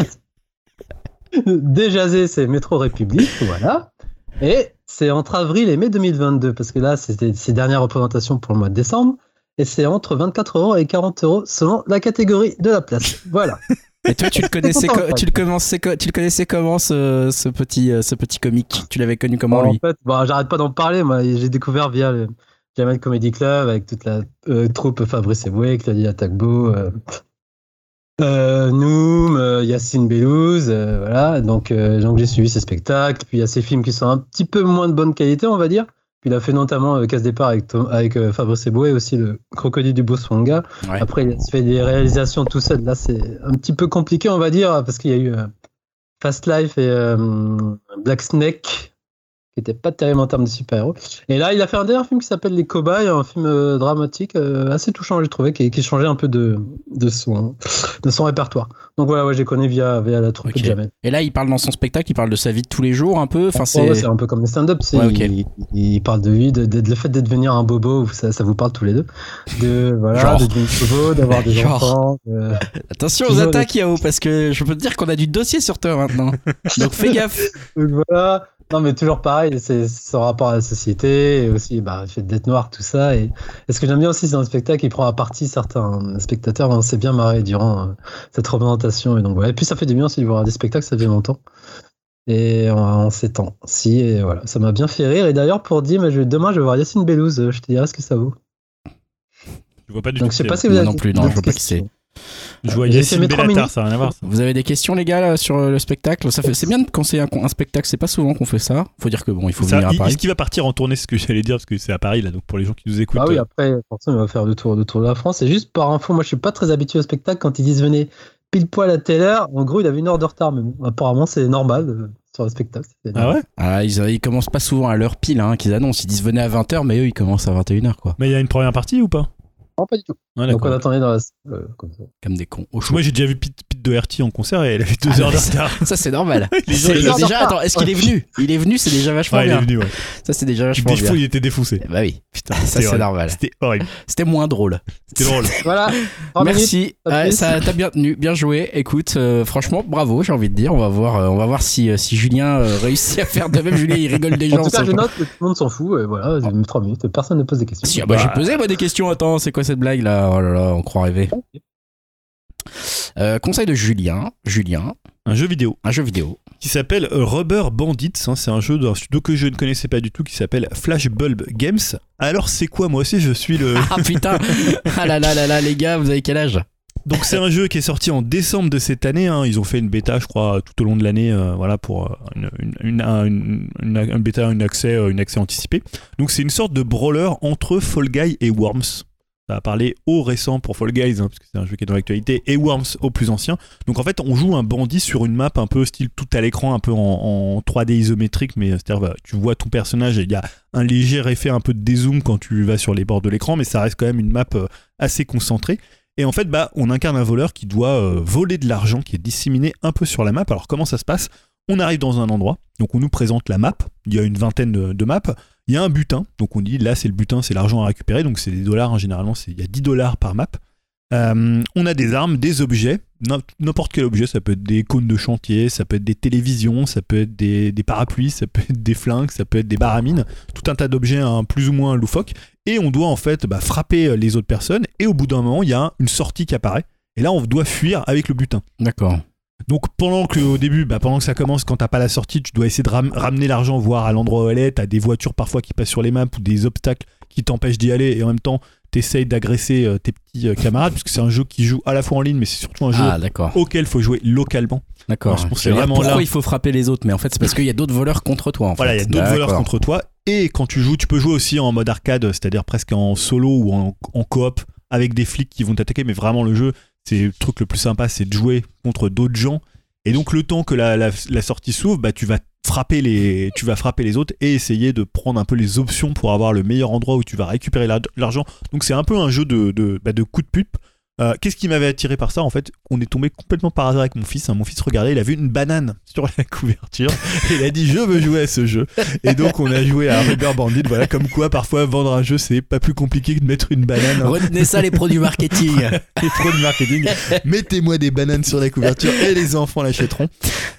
Déjazé, c'est Métro République, voilà. Et c'est entre avril et mai deux mille vingt-deux, parce que là, c'était ses dernières représentations pour le mois de décembre. Et c'est entre vingt-quatre euros et quarante euros selon la catégorie de la place. Voilà. Et toi, tu le connaissais, content, co- ouais. tu le commençais, co- tu le connaissais comment ce, ce petit, euh, ce petit comique? Tu l'avais connu comment Bon, lui? en fait, bon, j'arrête pas d'en parler. Moi, j'ai découvert via le Jamel Comedy Club avec toute la euh, troupe Fabrice Eboué, Claudia Tagbo, euh, euh, Noom, euh, Yacine Bellouz, euh, voilà. Donc, euh, donc j'ai suivi ces spectacles. Puis il y a ces films qui sont un petit peu moins de bonne qualité, on va dire. Puis il a fait notamment euh, Casse Départ avec, Tom- avec euh, Fabrice Eboué, aussi le Crocodile du Botswana. Ouais. Après, il a fait des réalisations tout seul. Là, c'est un petit peu compliqué, on va dire, parce qu'il y a eu euh, Fast Life et euh, Black Snake, qui n'était pas terrible en termes de super-héros. Et là, il a fait un dernier film qui s'appelle Les Cobayes, un film euh, dramatique euh, assez touchant, j'ai trouvé, qui, qui changeait un peu de, de, son, de son répertoire. Donc voilà, ouais, j'ai connu via, via la troupe Ok. de Jamel. Et là, il parle dans son spectacle, il parle de sa vie de tous les jours un peu. Enfin, Ouais, ouais, c'est. c'est un peu comme les stand-up. c'est- Ouais, ok. il, il parle de lui, de, de, de le fait de devenir un bobo, ça, ça vous parle tous les deux. De, voilà, Genre. de devenir bobo, d'avoir des Genre. enfants. de- Attention aux Toujours attaques, Yao, parce que je peux te dire qu'on a du dossier sur toi maintenant. Donc fais gaffe. Donc voilà. Non, mais toujours pareil, c'est c'est son rapport à la société, et aussi bah, le fait d'être noir, tout ça. Et, et ce que j'aime bien aussi, c'est un spectacle qui prend à partie certains spectateurs. On s'est bien marré durant euh, cette représentation. Et, donc, voilà. Et puis ça fait du bien aussi de voir des spectacles, ça fait longtemps. Et en, en ces temps. Si, et voilà, ça m'a bien fait rire. Et d'ailleurs, pour dire, mais je, demain, je vais voir Yacine Bellouz, euh, je te dirai ce que ça vaut. Je vois pas du Donc tout. je sais qui pas c'est. si vous Moi avez non plus, non, je vois pas qui c'est. Je vois J'ai fait Yacine mes trois Bellatar, minutes. ça n'a rien à voir. ça. Vous avez des questions, les gars, là, sur euh, le spectacle? Ça fait, c'est bien de conseiller un, un spectacle, c'est pas souvent qu'on fait ça. Faut dire que bon, il faut Ça, venir à il- Paris. Est-ce qu'il va partir en tournée? C'est ce que j'allais dire, parce que c'est à Paris, là, donc pour les gens qui nous écoutent. Ah oui, euh, après, forcément, il va faire le tour, le tour de la France. Et juste par info, moi, je suis pas très habitué au spectacle. Quand ils disent venez pile poil à telle heure, en gros, il avait une heure de retard. Mais bon, apparemment, c'est normal euh, sur le spectacle. C'est- Ah ouais? Ah, ils, ils commencent pas souvent à l'heure pile hein, qu'ils annoncent. Ils disent venez à vingt heures, mais eux, ils commencent à vingt et une heures, quoi. Mais il y a une première partie ou pas? Non, pas du tout. Ah, Donc on d'accord. attendait dans la euh, comme ça. Comme des cons. Au Parce que chaud. moi j'ai déjà vu Pete, Pete Doherty en concert et elle avait deux Ah, heures de mais c'est- retard. Ça, c'est normal. Les gens, C'est- ils- heures de déjà, retard. attends, est-ce qu'il est venu? Il est venu, c'est déjà vachement Ouais, il est bien. venu, ouais. Ça, c'est déjà vachement Des bien. fois il était défoussé. Bah oui, Putain, ça, c'était c'est horrible. normal. C'était horrible. C'était moins drôle. C'était drôle. Voilà. trois minutes. Merci, pas Ouais, plus. ça t'a bien tenu, bien joué. Écoute, euh, franchement, bravo, j'ai envie de dire. On va voir, euh, on va voir si, euh, si Julien euh, réussit à faire de même. Julien, il rigole déjà. En tout cas, on je s'en- note que tout le monde s'en fout. Et voilà, j'ai mis trois minutes. Personne ne pose des questions. Si, ah bah, Bah, j'ai posé moi des questions. Attends, c'est quoi cette blague là? Oh là là, on croit rêver. Euh, conseil de Julien, Julien, Un jeu vidéo un jeu vidéo. qui s'appelle Rubber Bandits. hein, C'est un jeu d'un studio que je ne connaissais pas du tout qui s'appelle Flash Bulb Games. Alors c'est quoi? Moi aussi je suis le. Ah putain, ah là là là là, les gars, vous avez quel âge? Donc c'est un jeu qui est sorti en décembre de cette année. hein. Ils ont fait une bêta, je crois, tout au long de l'année, euh, voilà, pour euh, une, une, une, un, une, une- un bêta, un accès, euh, une accès anticipé. Donc c'est une sorte de brawler entre Fall Guy et Worms. Ça va parler aux récents pour Fall Guys, hein, parce que c'est un jeu qui est dans l'actualité, et Worms aux plus anciens. Donc en fait, on joue un bandit sur une map un peu style tout à l'écran, un peu en, en trois D isométrique, mais c'est-à-dire bah, tu vois ton personnage et il y a un léger effet un peu de dézoom quand tu vas sur les bords de l'écran, mais ça reste quand même une map euh, assez concentrée. Et en fait, bah, on incarne un voleur qui doit euh, voler de l'argent qui est disséminé un peu sur la map. Alors comment ça se passe ? On arrive dans un endroit, donc on nous présente la map, il y a une vingtaine de, de maps, il y a un butin, donc on dit là c'est le butin, c'est l'argent à récupérer, donc c'est des dollars, hein, généralement c'est, il y a dix dollars par map. Euh, on a des armes, des objets, n'importe quel objet, ça peut être des cônes de chantier, ça peut être des télévisions, ça peut être des, des parapluies, ça peut être des flingues, ça peut être des baramines, tout un tas d'objets hein, plus ou moins loufoques, et on doit en fait bah, frapper les autres personnes, et au bout d'un moment il y a une sortie qui apparaît, et là on doit fuir avec le butin. D'accord. Donc pendant que au début, bah, pendant que ça commence, quand t'as pas la sortie, tu dois essayer de ram- ramener l'argent, voir à l'endroit où elle est. T'as des voitures parfois qui passent sur les maps ou des obstacles qui t'empêchent d'y aller, et en même temps t'essayes d'agresser euh, tes petits euh, camarades, parce que c'est un jeu qui joue à la fois en ligne, mais c'est surtout un jeu Ah, d'accord. auquel il faut jouer localement. D'accord. Alors, je pense que C'est c'est vraiment pourquoi là. il faut frapper les autres, mais en fait c'est parce qu'il y a d'autres voleurs contre toi. En Voilà, il fait. y a d'autres D'accord. voleurs contre toi, et quand tu joues, tu peux jouer aussi en mode arcade, c'est-à-dire presque en solo ou en, en coop avec des flics qui vont t'attaquer, mais vraiment le jeu, c'est le truc le plus sympa, c'est de jouer contre d'autres gens. Et donc le temps que la, la, la sortie s'ouvre, bah, tu, vas frapper les, tu vas frapper les autres et essayer de prendre un peu les options pour avoir le meilleur endroit où tu vas récupérer la, l'argent. Donc c'est un peu un jeu de, de, bah, de coup de pute. Euh, qu'est-ce qui m'avait attiré par ça ? En fait, on est tombé complètement par hasard avec mon fils. Hein. Mon fils regardait, il a vu une banane sur la couverture et il a dit je veux jouer à ce jeu. Et donc on a joué à Rubber Bandit. Voilà, comme quoi parfois vendre un jeu c'est pas plus compliqué que de mettre une banane. Hein. Retenez ça les produits marketing. Les pros de marketing. Mettez-moi des bananes sur la couverture et les enfants l'achèteront.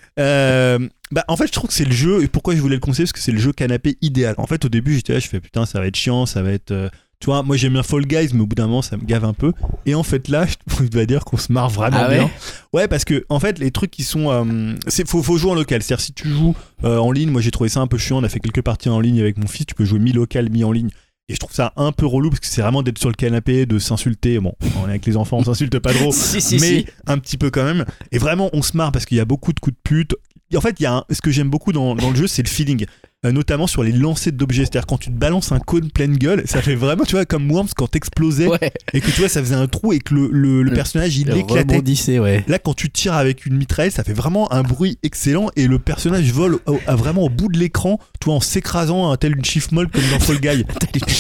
Euh, bah en fait je trouve que c'est le jeu, et pourquoi je voulais le conseiller, parce que c'est le jeu canapé idéal. En fait au début j'étais là, je fais putain ça va être chiant, ça va être euh, tu vois, moi j'aime bien Fall Guys, mais au bout d'un moment ça me gave un peu. Et en fait là, je dois dire qu'on se marre vraiment Ah ouais bien. Ouais, parce que en fait les trucs qui sont, euh, c'est faut faut jouer en local. C'est-à-dire si tu joues euh, en ligne, moi j'ai trouvé ça un peu chiant. On a fait quelques parties en ligne avec mon fils. Tu peux jouer mi-local, mi en ligne. Et je trouve ça un peu relou parce que c'est vraiment d'être sur le canapé, de s'insulter. Bon, on est avec les enfants, on s'insulte pas trop, si, si, mais si. un petit peu quand même. Et vraiment, on se marre parce qu'il y a beaucoup de coups de pute. Et en fait, il y a un, ce que j'aime beaucoup dans, dans le jeu, c'est le feeling. Euh, notamment sur les lancers d'objets. C'est-à-dire quand tu te balances un cône pleine gueule, ça fait vraiment, tu vois, comme Worms quand t'explosais Ouais. et que tu vois, ça faisait un trou et que le, le, le personnage il éclatait. Rebondissait, ouais. Là, quand tu tires avec une mitraille, ça fait vraiment un bruit excellent et le personnage vole au, à vraiment au bout de l'écran, tu vois, en s'écrasant, hein, tel une chiffre molle comme dans Fall Guy.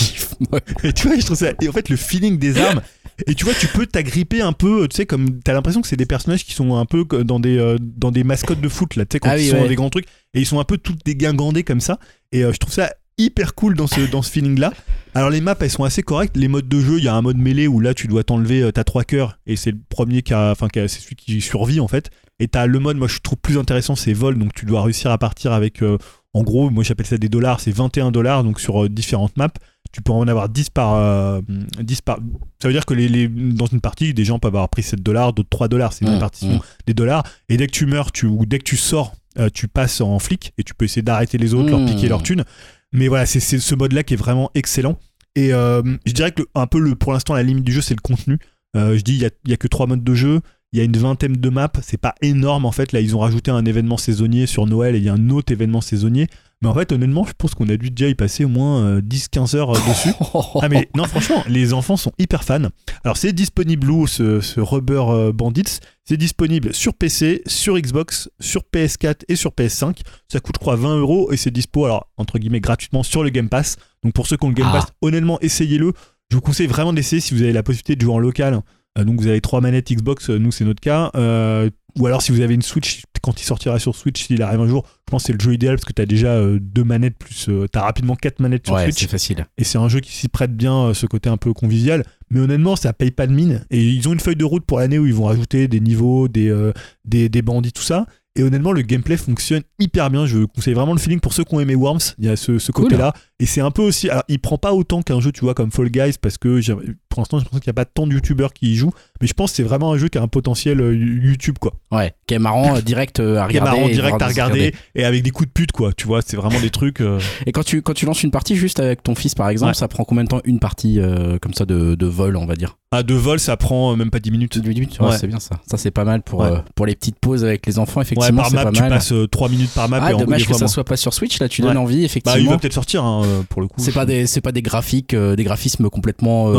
Et tu vois, je trouve ça. Et en fait, le feeling des armes. Et tu vois, tu peux t'agripper un peu, tu sais, comme t'as l'impression que c'est des personnages qui sont un peu dans des, euh, dans des mascottes de foot, là, tu sais, quand Ah ils oui, sont ouais. dans des grands trucs, et ils sont un peu tous dégingandés comme ça. Et euh, je trouve ça hyper cool dans ce, dans ce feeling-là. Alors, les maps, elles sont assez correctes. Les modes de jeu, il y a un mode mêlée où là, tu dois t'enlever, euh, t'as trois cœurs, et c'est le premier qui a, enfin, qui a- c'est celui qui survit, en fait. Et t'as le mode, moi, je trouve plus intéressant, c'est vol, donc tu dois réussir à partir avec, euh, en gros, moi, j'appelle ça des dollars, c'est vingt et un dollars, donc sur euh, différentes maps. Tu peux en avoir dix par, euh, dix par... Ça veut dire que les, les, dans une partie, des gens peuvent avoir pris sept dollars, d'autres trois dollars. C'est une Mmh, répartition mmh. des dollars. Et dès que tu meurs, tu, ou dès que tu sors, euh, tu passes en flic et tu peux essayer d'arrêter les autres, Mmh. leur piquer leur thune. Mais voilà, c'est, c'est ce mode-là qui est vraiment excellent. Et euh, je dirais que le- un peu le, pour l'instant, la limite du jeu, c'est le contenu. Euh, je dis, il y a, il y a que trois modes de jeu. Il y a une vingtaine de maps. C'est pas énorme en fait. Là, ils ont rajouté un événement saisonnier sur Noël et il y a un autre événement saisonnier. Mais en fait, honnêtement, je pense qu'on a dû déjà y passer au moins euh, dix quinze heures euh, dessus. Ah mais non, franchement, les enfants sont hyper fans. Alors c'est disponible où ce, ce Rubber euh, Bandits ? C'est disponible sur P C, sur Xbox, sur P S quatre et sur P S cinq. Ça coûte je crois vingt euros et c'est dispo alors entre guillemets gratuitement sur le Game Pass. Donc pour ceux qui ont le Game Ah. Pass, honnêtement, essayez-le. Je vous conseille vraiment d'essayer si vous avez la possibilité de jouer en local. Euh, donc vous avez trois manettes Xbox, euh, nous c'est notre cas. Euh, ou alors si vous avez une Switch, quand il sortira sur Switch, s'il arrive un jour, je pense que c'est le jeu idéal parce que t'as déjà euh, deux manettes plus euh, t'as rapidement quatre manettes sur Ouais, Switch. c'est facile. Et c'est un jeu qui s'y prête bien, euh, ce côté un peu convivial. Mais honnêtement, ça paye pas de mine. Et ils ont une feuille de route pour l'année où ils vont rajouter des niveaux, des, euh, des, des bandits, tout ça. Et honnêtement, le gameplay fonctionne hyper bien. Je conseille vraiment le feeling pour ceux qui ont aimé Worms. Il y a ce, ce Cool. côté-là. Et c'est un peu aussi. Alors, il prend pas autant qu'un jeu, tu vois, comme Fall Guys, parce que j'ai- pour l'instant, j'ai l'impression qu'il n'y a pas tant de youtubeurs qui y jouent. Mais je pense que c'est vraiment un jeu qui a un potentiel euh, YouTube, quoi. Ouais, qui est marrant, euh, direct euh, à Qui est regarder. marrant, et direct voir à de se regarder. Et avec des coups de pute, quoi. Tu vois, c'est vraiment des trucs. euh, Et quand tu, quand tu lances une partie juste avec ton fils, par exemple, Ouais. ça prend combien de temps une partie euh, comme ça de, de vol, on va dire À deux vols, ça prend euh, même pas dix minutes. dix minutes, ouais, Ouais. c'est bien ça. Ça, c'est pas mal pour, Ouais. euh, pour les petites pauses avec les enfants, Ouais, effectivement, par c'est map, pas tu mal. passes euh, trois minutes par map. Ah, et en dommage des que fois ça moins. soit pas sur Switch, là, tu Ouais. donnes envie, Bah, il effectivement. va peut-être sortir, hein, euh, pour le coup. c'est pas des c'est pas des graphiques euh, des graphismes complètement euh, Non, non, non, non, hallucinants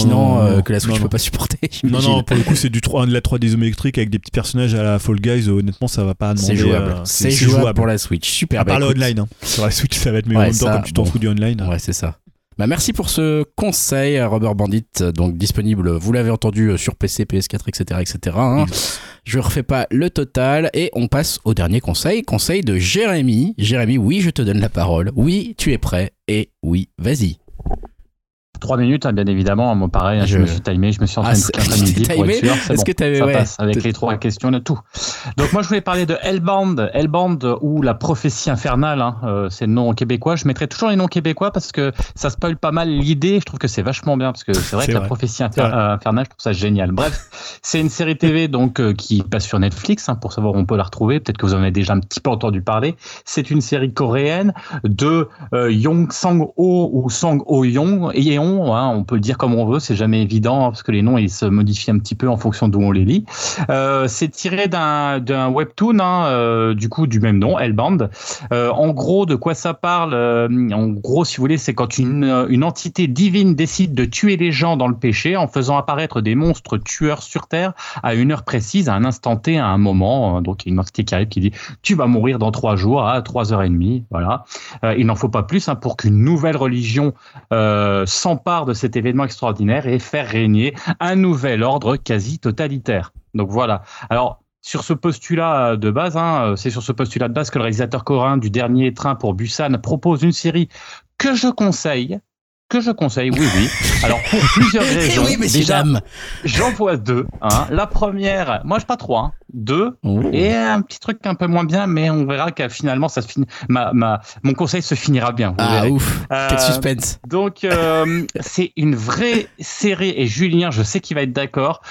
hallucinant non, euh, non, que la Switch non, peut non. pas supporter. Non, j'imagine. non, pour le coup, c'est du trois, de la trois D isométrique avec des petits personnages à la Fall Guys. Honnêtement, ça va pas demander. C'est jouable. euh, c'est, jouable pour la Switch. Super. À bah, part le écoute. online. Hein. Sur la Switch, ça va être mieux. Ouais, en même temps, ça, comme tu t'en bon. fous du online. Ouais, c'est ça. Bah, merci pour ce conseil, Rubber Bandit, donc disponible, vous l'avez entendu, sur P C, P S quatre, et cetera, et cetera. Hein. Je refais pas le total et on passe au dernier conseil, conseil de Jérémy. Jérémy, oui, je te donne la parole. Oui, tu es prêt et oui, vas-y. Trois minutes, hein, bien évidemment. Moi, pareil, hein, je... je me suis timé, je me suis entraîné ah, cet après-midi pour être sûr. C'est Est-ce bon, que t'avais, ça ouais, passe avec t'es... les trois questions de tout. Donc moi, je voulais parler de Hellbound, Hellbound ou la prophétie infernale. Hein, euh, c'est le nom québécois. Je mettrai toujours les noms québécois parce que ça spoil pas mal l'idée. Je trouve que c'est vachement bien parce que c'est vrai c'est que vrai. la prophétie infer... euh, infernale, je trouve ça génial. Bref, c'est une série T V donc euh, qui passe sur Netflix. Hein, pour savoir où on peut la retrouver. Peut-être que vous en avez déjà un petit peu entendu parler. C'est une série coréenne de euh, Yong Sang-ho ou Sang-ho Yong. Yeon, hein, on peut le dire comme on veut, c'est jamais évident hein, parce que les noms ils se modifient un petit peu en fonction d'où on les lit. Euh, c'est tiré d'un, d'un webtoon, hein, euh, du coup du même nom, Hellbound. Euh, en gros, de quoi ça parle euh, En gros, si vous voulez, c'est quand une, une entité divine décide de tuer les gens dans le péché en faisant apparaître des monstres tueurs sur Terre à une heure précise, à un instant T, à un moment. Donc il y a une entité qui arrive qui dit tu vas mourir dans trois jours à trois heures trente. Voilà. Euh, il n'en faut pas plus hein, pour qu'une nouvelle religion euh, s'empare de cet événement extraordinaire et faire régner un nouvel ordre quasi totalitaire. Donc voilà. Alors, sur ce postulat de base, hein, c'est sur ce postulat de base que le réalisateur coréen du dernier Train pour Busan propose une série que je conseille. Que je conseille, oui, oui. Alors, pour plusieurs raisons. oui, messieurs, déjà, dames. j'en vois deux. Hein. La première, moi, je pas trois. Hein. Deux. Oh. Et un petit truc un peu moins bien, mais on verra qu'à finalement, ça se finit. Ma, ma, mon conseil se finira bien. Vous ah, verrez. ouf. Euh, Quel suspense. Donc, euh, c'est une vraie série. Et Julien, je sais qu'il va être d'accord.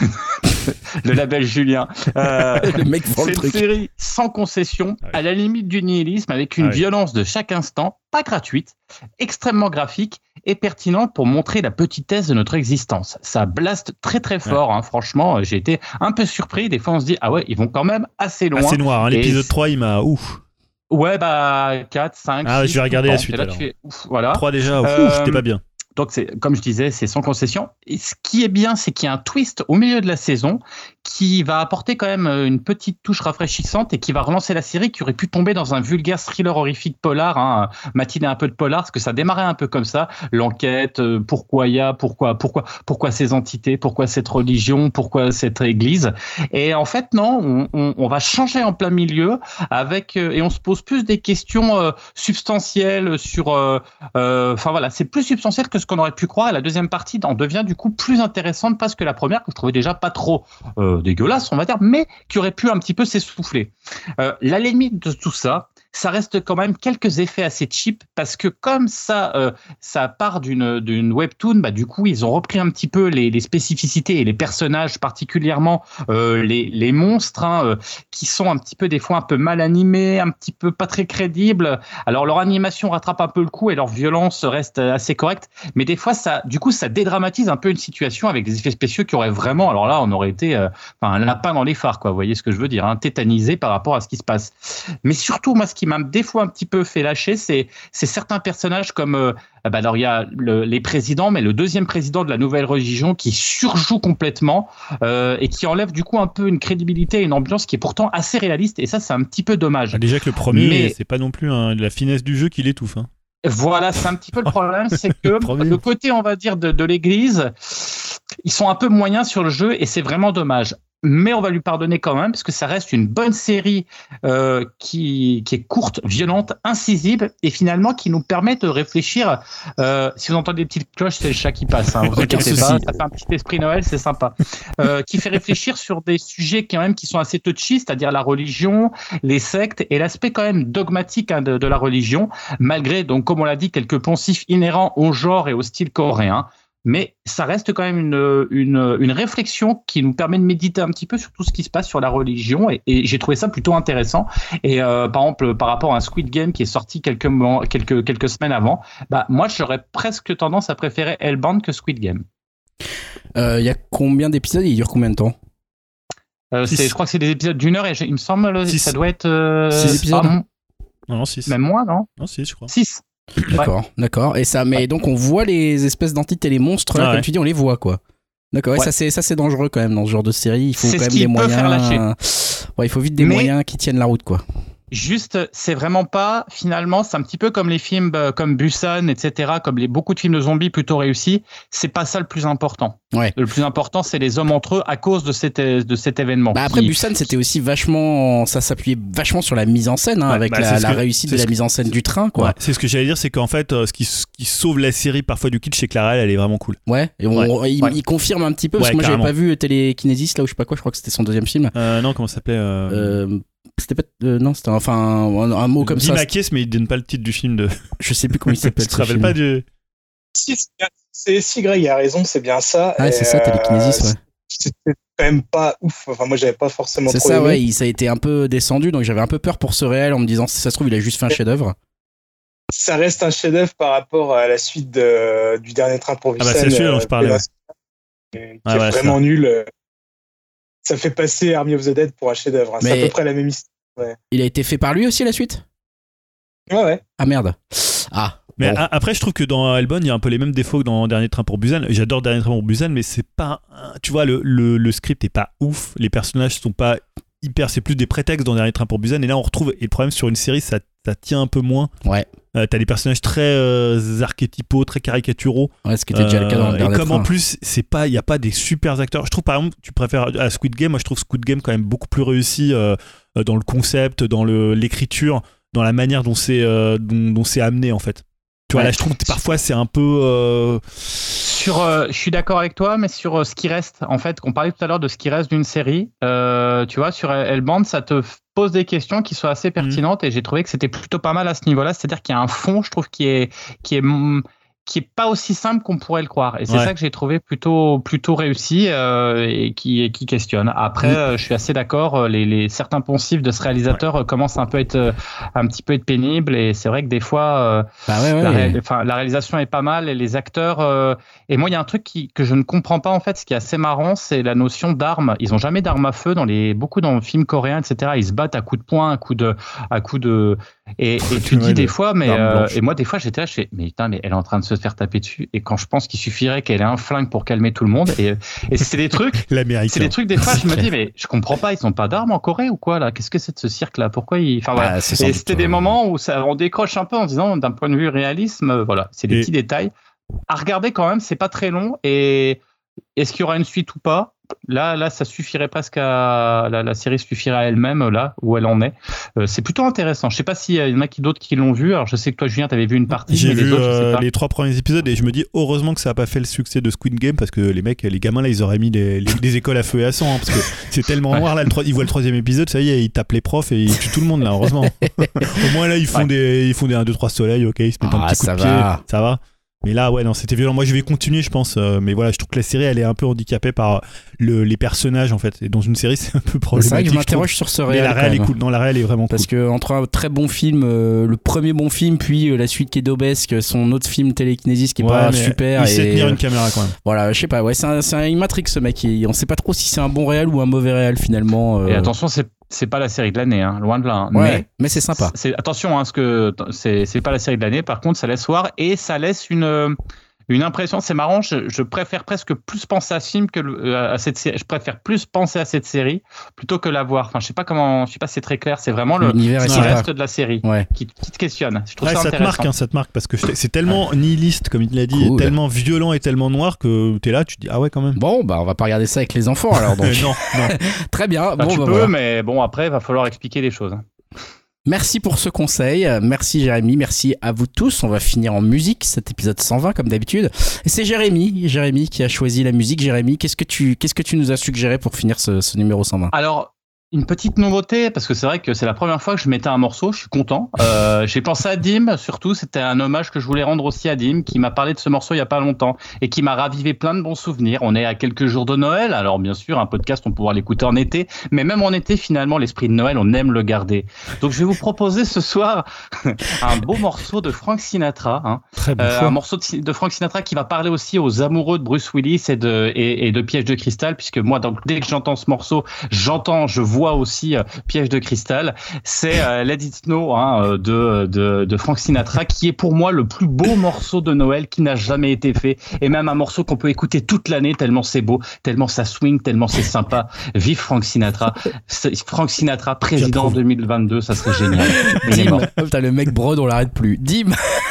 Le label Julien. Euh, le mec vend c'est le une truc. série sans concession, Ah oui. à la limite du nihilisme, avec une Ah oui. violence de chaque instant, pas gratuite, extrêmement graphique et pertinente pour montrer la petitesse de notre existence. Ça blaste très très fort, hein, franchement. J'ai été un peu surpris. Des fois, on se dit, ah ouais, ils vont quand même assez loin. Assez noir. Hein. L'épisode Et- trois, il m'a. Ouf. Ouais, bah, quatre, cinq, Ah, six, je vais regarder tout la le temps. suite, Et là, alors. tu fais, ouf, voilà. trois déjà. Ouf, Euh, c'était pas bien. Donc, c'est, comme je disais, c'est sans concession. Et ce qui est bien, c'est qu'il y a un twist au milieu de la saison qui va apporter quand même une petite touche rafraîchissante et qui va relancer la série qui aurait pu tomber dans un vulgaire thriller horrifique polar, hein, matinée un peu de polar, parce que ça démarrait un peu comme ça. L'enquête, euh, pourquoi il y a, pourquoi, pourquoi, pourquoi ces entités, pourquoi cette religion, pourquoi cette église. Et en fait, non, on, on, on va changer en plein milieu avec, euh, et on se pose plus des questions euh, substantielles sur, euh, euh, enfin voilà, c'est plus substantiel que ce qu'on aurait pu croire. Et la deuxième partie en devient du coup plus intéressante parce que la première, que je trouvais déjà pas trop euh, dégueulasse, on va dire, mais qui aurait pu un petit peu s'essouffler. Euh, la limite de tout ça, ça reste quand même quelques effets assez cheap parce que comme ça, euh, ça part d'une d'une webtoon, bah du coup ils ont repris un petit peu les, les spécificités et les personnages, particulièrement euh, les les monstres, hein, euh, qui sont un petit peu des fois un peu mal animés, un petit peu pas très crédibles. Alors leur animation rattrape un peu le coup et leur violence reste assez correcte, mais des fois ça, du coup ça dédramatise un peu une situation avec des effets spéciaux qui auraient vraiment, alors là on aurait été euh, enfin, un lapin dans les phares, quoi. Vous voyez ce que je veux dire, hein, tétanisé par rapport à ce qui se passe. Mais surtout moi ce qui m'a des fois un petit peu fait lâcher, c'est, c'est certains personnages comme, euh, bah alors il y a le, les présidents, mais le deuxième président de la nouvelle religion qui surjoue complètement euh, et qui enlève du coup un peu une crédibilité et une ambiance qui est pourtant assez réaliste, et ça c'est un petit peu dommage. Ah, déjà que le premier, Mais- c'est pas non plus hein, la finesse du jeu qui l'étouffe. Hein. Voilà, c'est un petit peu le problème, c'est que Premier. le côté, on va dire, de, de l'église, ils sont un peu moyens sur le jeu et c'est vraiment dommage. Mais on va lui pardonner quand même, parce que ça reste une bonne série euh, qui, qui est courte, violente, incisive, et finalement qui nous permet de réfléchir. Euh, si vous entendez des petites cloches, c'est le chat qui passe. Hein, vous Aucun inquiétez souci. pas, ça fait un petit esprit Noël, c'est sympa. Euh, qui fait réfléchir sur des sujets quand même qui sont assez touchy, c'est-à-dire la religion, les sectes et l'aspect quand même dogmatique hein, de, de la religion, malgré, donc comme on l'a dit, quelques poncifs inhérents au genre et au style coréen. Mais ça reste quand même une, une, une réflexion qui nous permet de méditer un petit peu sur tout ce qui se passe sur la religion. Et, et j'ai trouvé ça plutôt intéressant. Et euh, par exemple, par rapport à un Squid Game qui est sorti quelques, mois, quelques, quelques semaines avant, bah, moi, j'aurais presque tendance à préférer Hellbound que Squid Game. Il euh, y a combien d'épisodes et il dure combien de temps? Euh, Six. c'est, je crois que c'est des épisodes d'une heure et j'ai- il me semble que Six. ça doit être... Euh, Six épisodes ah, Non, non, six. même moins, non Non, six, je crois. six. D'accord, ouais. d'accord. Et ça, mais ouais. donc on voit les espèces d'entités, les monstres, là, ah, comme ouais. tu dis, on les voit, quoi. D'accord, ouais. et ça c'est ça c'est dangereux quand même dans ce genre de série. Il faut c'est quand même des des moyens. Faire lâcher. Ouais, il faut vite des mais... moyens qui tiennent la route, quoi. Juste, c'est vraiment pas, finalement, c'est un petit peu comme les films euh, comme Busan, et cetera, comme les, beaucoup de films de zombies plutôt réussis, c'est pas ça le plus important. Ouais. Le plus important, c'est les hommes entre eux à cause de cet, de cet événement. Bah après, qui... Busan, c'était aussi vachement, ça s'appuyait vachement sur la mise en scène, hein, ouais, avec bah, la, la que, réussite de la que... mise en scène du train, quoi. Ouais, c'est ce que j'allais dire, c'est qu'en fait, euh, ce, qui, ce qui sauve la série parfois du kitsch, c'est que la réelle, elle est vraiment cool. Ouais, et on, ouais. Il, ouais. il confirme un petit peu, parce ouais, que moi, carrément. J'avais pas vu Télékinésis, là où je sais pas quoi, je crois que c'était son deuxième film. Euh, non, comment ça s'appelait euh... Euh... C'était pas euh, non c'était enfin un, un mot comme Guy ça. Maquies, mais il donne pas le titre du film de. Je sais plus comment il s'appelle. Tu te rappelles pas du. Si c'est si Greg il a raison, c'est bien ça. Ah c'est ça, Télékinésis, ouais. C'était quand même pas ouf. Enfin moi j'avais pas forcément. C'est trop ça, aimé. ouais. Il, ça a été un peu descendu, donc j'avais un peu peur pour ce réel en me disant si ça se trouve il a juste fait un chef-d'œuvre. Ça reste un chef-d'œuvre par rapport à la suite de, du dernier train pour Busan. Ah bah c'est celui dont je parlais. Ouais. Qui est ah ouais, vraiment ça. nul. Ça fait passer Army of the Dead pour un chef-d'œuvre. Hein. Mais... C'est à peu près la même histoire. Ouais. Il a été fait par lui aussi la suite ? Ouais, ouais. Ah merde. Ah. Mais bon. a- après, je trouve que dans Hellbound, il y a un peu les mêmes défauts que dans Dernier Train pour Busan. J'adore Dernier Train pour Busan, mais c'est pas. Tu vois, le, le, le script est pas ouf. Les personnages sont pas hyper. C'est plus des prétextes dans Dernier Train pour Busan. Et là, on retrouve. Et le problème sur une série, ça, ça tient un peu moins. Ouais. Euh, t'as des personnages très euh, archétypaux, très caricaturaux. Ouais, ce qui était déjà le cas dans le dernier Et comme train. En plus, c'est pas, il y a pas des super acteurs. Je trouve par exemple, tu préfères à Squid Game. Moi, je trouve Squid Game quand même beaucoup plus réussi euh, dans le concept, dans le, l'écriture, dans la manière dont c'est, euh, dont, dont c'est amené en fait. Tu vois, ouais. Là, je trouve que parfois c'est un peu. Euh... Sur, euh, je suis d'accord avec toi, mais sur euh, ce qui reste, en fait, qu'on parlait tout à l'heure de ce qui reste d'une série, euh, tu vois, sur Hellbound, ça te pose des questions qui sont assez pertinentes mmh. et j'ai trouvé que c'était plutôt pas mal à ce niveau-là. C'est-à-dire qu'il y a un fond, je trouve, qui est, qui est, qui est pas aussi simple qu'on pourrait le croire. Et c'est ouais. ça que j'ai trouvé plutôt, plutôt réussi euh, et qui, qui questionne. Après, mmh. euh, je suis assez d'accord. Les, les certains poncifs de ce réalisateur ouais. commencent un peu à être, un petit peu être pénibles. Et c'est vrai que des fois, euh, bah ouais, ouais, la, ré... ré... enfin, la réalisation est pas mal et les acteurs. Euh... Et moi, il y a un truc qui, que je ne comprends pas en fait. Ce qui est assez marrant, c'est la notion d'armes. Ils ont jamais d'armes à feu dans les beaucoup dans les films coréens, et cetera. Ils se battent à coups de poing, à coups de, à coups de. Et, et tu te dis des fois, mais euh, et moi des fois j'étais là, je fais, mais putain, mais elle est en train de se faire taper dessus. Et quand je pense qu'il suffirait qu'elle ait un flingue pour calmer tout le monde, et, et c'est des trucs, c'est des trucs des fois, je me dis, mais je comprends pas, ils ont pas d'armes en Corée ou quoi là ? Qu'est-ce que c'est de ce cirque là ? Pourquoi ils, enfin voilà. Ah, et c'était des moments où ça, on décroche un peu en disant, d'un point de vue réalisme, voilà, c'est des et... petits détails. À regarder quand même, c'est pas très long. Et est-ce qu'il y aura une suite ou pas ? Là, là, ça suffirait presque à la, la série suffirait à elle-même là où elle en est. Euh, c'est plutôt intéressant. Je sais pas s'il y en a qui d'autres qui l'ont vu. Alors je sais que toi, Julien, t'avais vu une partie. J'ai mais vu les, autres, euh, je sais pas. les trois premiers épisodes et je me dis heureusement que ça a pas fait le succès de Squid Game parce que les mecs, les gamins là, ils auraient mis les, les, les écoles à feu et à sang hein, parce que c'est tellement ouais. noir là. Le tro- ils voient le troisième épisode, ça y est, ils tapent les profs et ils tuent tout le monde là. Heureusement. Au moins là, ils font ouais. des, ils font des un, deux, trois soleils. Ok, ils se mettent ah, un petit coup de pied. Va. Ça va. Mais là, ouais, non, c'était violent. Moi, je vais continuer, je pense. Euh, mais voilà, je trouve que la série, elle est un peu handicapée par le, les personnages, en fait. Et dans une série, c'est un peu problématique. C'est vrai que je m'interroge sur ce réel. Mais la réelle est cool. Non, la réelle est vraiment Parce cool. que entre un très bon film, euh, le premier bon film, puis euh, la suite qui est d'Obesque, son autre film Télékinésis qui est ouais, pas super. Il sait et... tenir une caméra quand même. Voilà, je sais pas. Ouais, c'est un, c'est un Matrix, ce mec. Et on sait pas trop si c'est un bon réel ou un mauvais réel finalement. Euh... Et attention, c'est c'est pas la série de l'année, hein, loin de là. Hein. Ouais, mais, mais c'est sympa. C'est, attention, hein, ce que c'est c'est pas la série de l'année. Par contre, ça laisse voir et ça laisse une Une impression, c'est marrant, je, je préfère presque plus penser à ce film que le, à cette série. Je préfère plus penser à cette série plutôt que la voir. Enfin, je sais pas comment, je sais pas si c'est très clair. C'est vraiment le, L'univers ce qui reste de la série ouais. qui, qui te questionne. Je trouve ouais, ça, ça intéressant. te marque, hein, ça te marque parce que c'est tellement ouais. nihiliste, comme il l'a dit, cool. tellement violent et tellement noir que t'es là, tu te dis ah ouais quand même. Bon, bah on va pas regarder ça avec les enfants alors donc. non, non. Très bien. Bah, bon, tu bah, peux, voilà. mais bon après, il va falloir expliquer les choses. Merci pour ce conseil, merci Jérémy, merci à vous tous. On va finir en musique cet épisode cent vingt comme d'habitude. Et c'est Jérémy, Jérémy qui a choisi la musique. Jérémy, qu'est-ce que tu, qu'est-ce que tu nous as suggéré pour finir ce, ce numéro cent vingt ? Alors, une petite nouveauté, parce que c'est vrai que c'est la première fois que je mettais un morceau, je suis content. Euh, j'ai pensé à Dim, surtout, c'était un hommage que je voulais rendre aussi à Dim, qui m'a parlé de ce morceau il y a pas longtemps et qui m'a ravivé plein de bons souvenirs. On est à quelques jours de Noël, alors bien sûr, un podcast, on peut pouvoir l'écouter en été, mais même en été, finalement, l'esprit de Noël, on aime le garder. Donc je vais vous proposer ce soir un beau morceau de Frank Sinatra, hein. Très bon euh, choix. un morceau de, de Frank Sinatra qui va parler aussi aux amoureux de Bruce Willis et de, et, et de Piège de cristal, puisque moi, donc, dès que j'entends ce morceau, j'entends, je vois voix aussi, euh, Piège de cristal, c'est euh, Let It Snow hein, de, de, de Frank Sinatra, qui est pour moi le plus beau morceau de Noël qui n'a jamais été fait, et même un morceau qu'on peut écouter toute l'année tellement c'est beau, tellement ça swing, tellement c'est sympa. Vive Frank Sinatra. C'est Frank Sinatra, président deux mille vingt-deux, ça serait génial. Dim, putain, le mec brode, on l'arrête plus. Dim.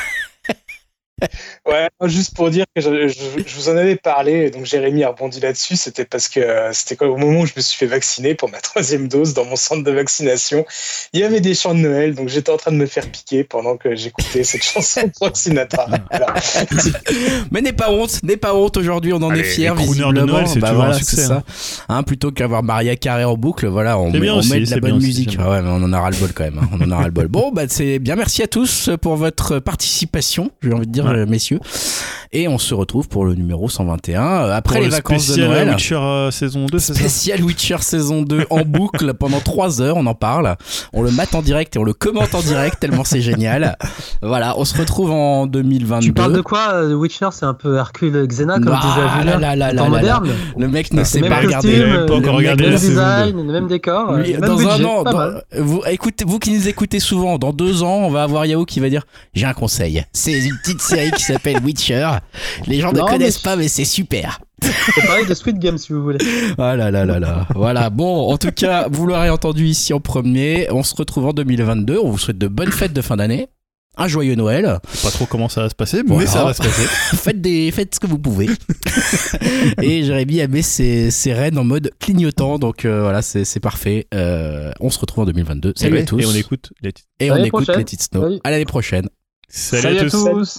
Ouais, juste pour dire que je, je, je vous en avais parlé, donc Jérémy a rebondi là-dessus, c'était parce que euh, c'était quoi, au moment où je me suis fait vacciner pour ma troisième dose dans mon centre de vaccination, il y avait des chants de Noël, donc j'étais en train de me faire piquer pendant que j'écoutais cette chanson de Frank Sinatra. Voilà. Mais n'aie pas honte, n'aie pas honte, aujourd'hui on en Allez, est fiers, les crooners visiblement. de Noël, c'est bah toujours voilà, un succès, c'est ça. Hein, plutôt qu'avoir Maria Carré en boucle, voilà, on, C'est met, bien on aussi, met de c'est la bonne bien aussi, musique. c'est Ah ouais, mais on en a ras le bol quand même. Hein. On en a ras le bol. Bon, bah c'est bien. Merci à tous pour votre participation. J'ai envie de dire, Ouais. messieurs. Et on se retrouve pour le numéro cent vingt et un après Pour les le vacances de spécial Noël. Witcher euh, saison deux, c'est ça? Spécial Witcher saison deux en boucle pendant trois heures, on en parle. On le mate en direct et on le commente en direct tellement c'est génial. Voilà, on se retrouve en deux mille vingt-deux. Tu parles de quoi euh, The Witcher, c'est un peu Hercule Xena, comme Ah, disait Julien. là, là, là, temps là, moderne. Le mec ne Le sait même pas regarder. costume, Il a même pas le encore même regardé la saison design, le même décor, Lui, le même dans budget, un an, pas dans- mal. vous, écoutez, vous qui nous écoutez souvent, dans deux ans, on va avoir Yahoo qui va dire j'ai un conseil. C'est une petite série qui s'appelle Witcher. Les gens Non, ne connaissent mais- pas, mais c'est super. C'est pareil de Squid Game si vous voulez. Ah là là là là. Voilà. Bon, en tout cas, vous l'aurez entendu ici en premier. On se retrouve en deux mille vingt-deux. On vous souhaite de bonnes fêtes de fin d'année. Un joyeux Noël. Je sais pas trop comment ça va se passer, Voilà. mais ça va se passer. Faites des, faites ce que vous pouvez. Et Jérémy a mis ses, ses rênes en mode clignotant. Donc euh, voilà, c'est, c'est parfait. Euh, on se retrouve en deux mille vingt-deux. Salut Et à tous. Et on écoute les titres. Et on L'année écoute prochaine. Let It Snow. Salut. À l'année prochaine. Salut, à tous.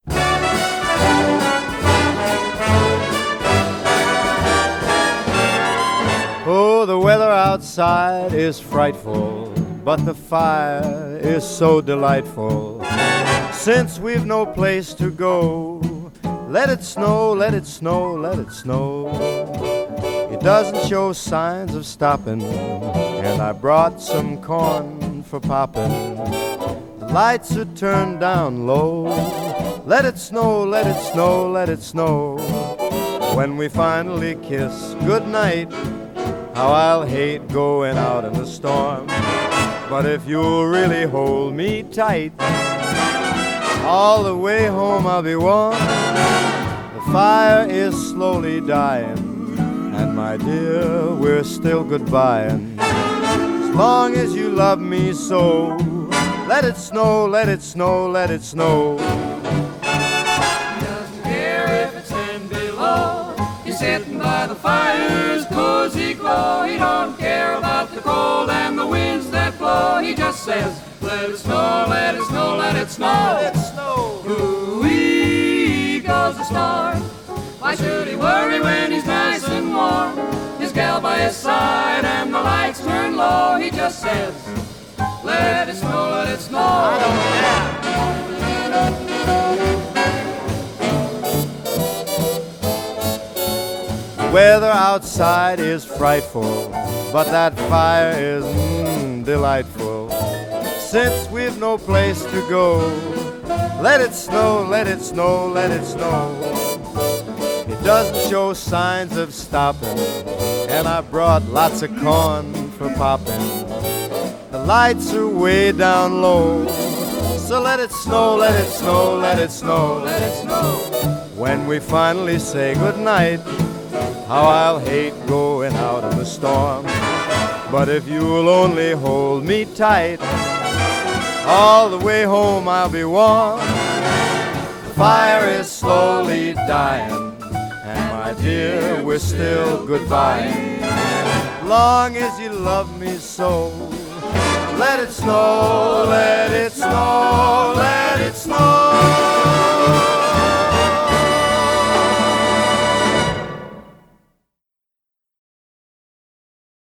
Oh, the weather outside is frightful, but the fire is so delightful. Since we've no place to go, let it snow, let it snow, let it snow. It doesn't show signs of stopping, and I brought some corn for popping. The lights are turned down low. Let it snow, let it snow, let it snow. When we finally kiss goodnight, how I'll hate going out in the storm. But if you'll really hold me tight, all the way home I'll be warm. The fire is slowly dying, and my dear, we're still goodbying. As long as you love me so, let it snow, let it snow, let it snow. He doesn't care if it's ten below. He's sitting by the fire's cozy glow. He don't care about the cold and the winds that blow. He just says, let it snow, let it snow, let it snow. Let it snow. Ooh-wee goes the star. Why should he worry when he's nice and warm? His gal by his side and the lights turn low. He just says, let it snow, let it snow. I don't care. The weather outside is frightful, but that fire is mm, delightful. Since we've no place to go, let it snow, let it snow, let it snow. It doesn't show signs of stopping, and I brought lots of corn for popping. The lights are way down low, so let it snow, let it snow, let it snow, let it snow. When we finally say goodnight, how I'll hate going out in the storm. But if you'll only hold me tight, all the way home I'll be warm. The fire is slowly dying, and my dear, we're still goodbying. Long as you love me so, let it snow, let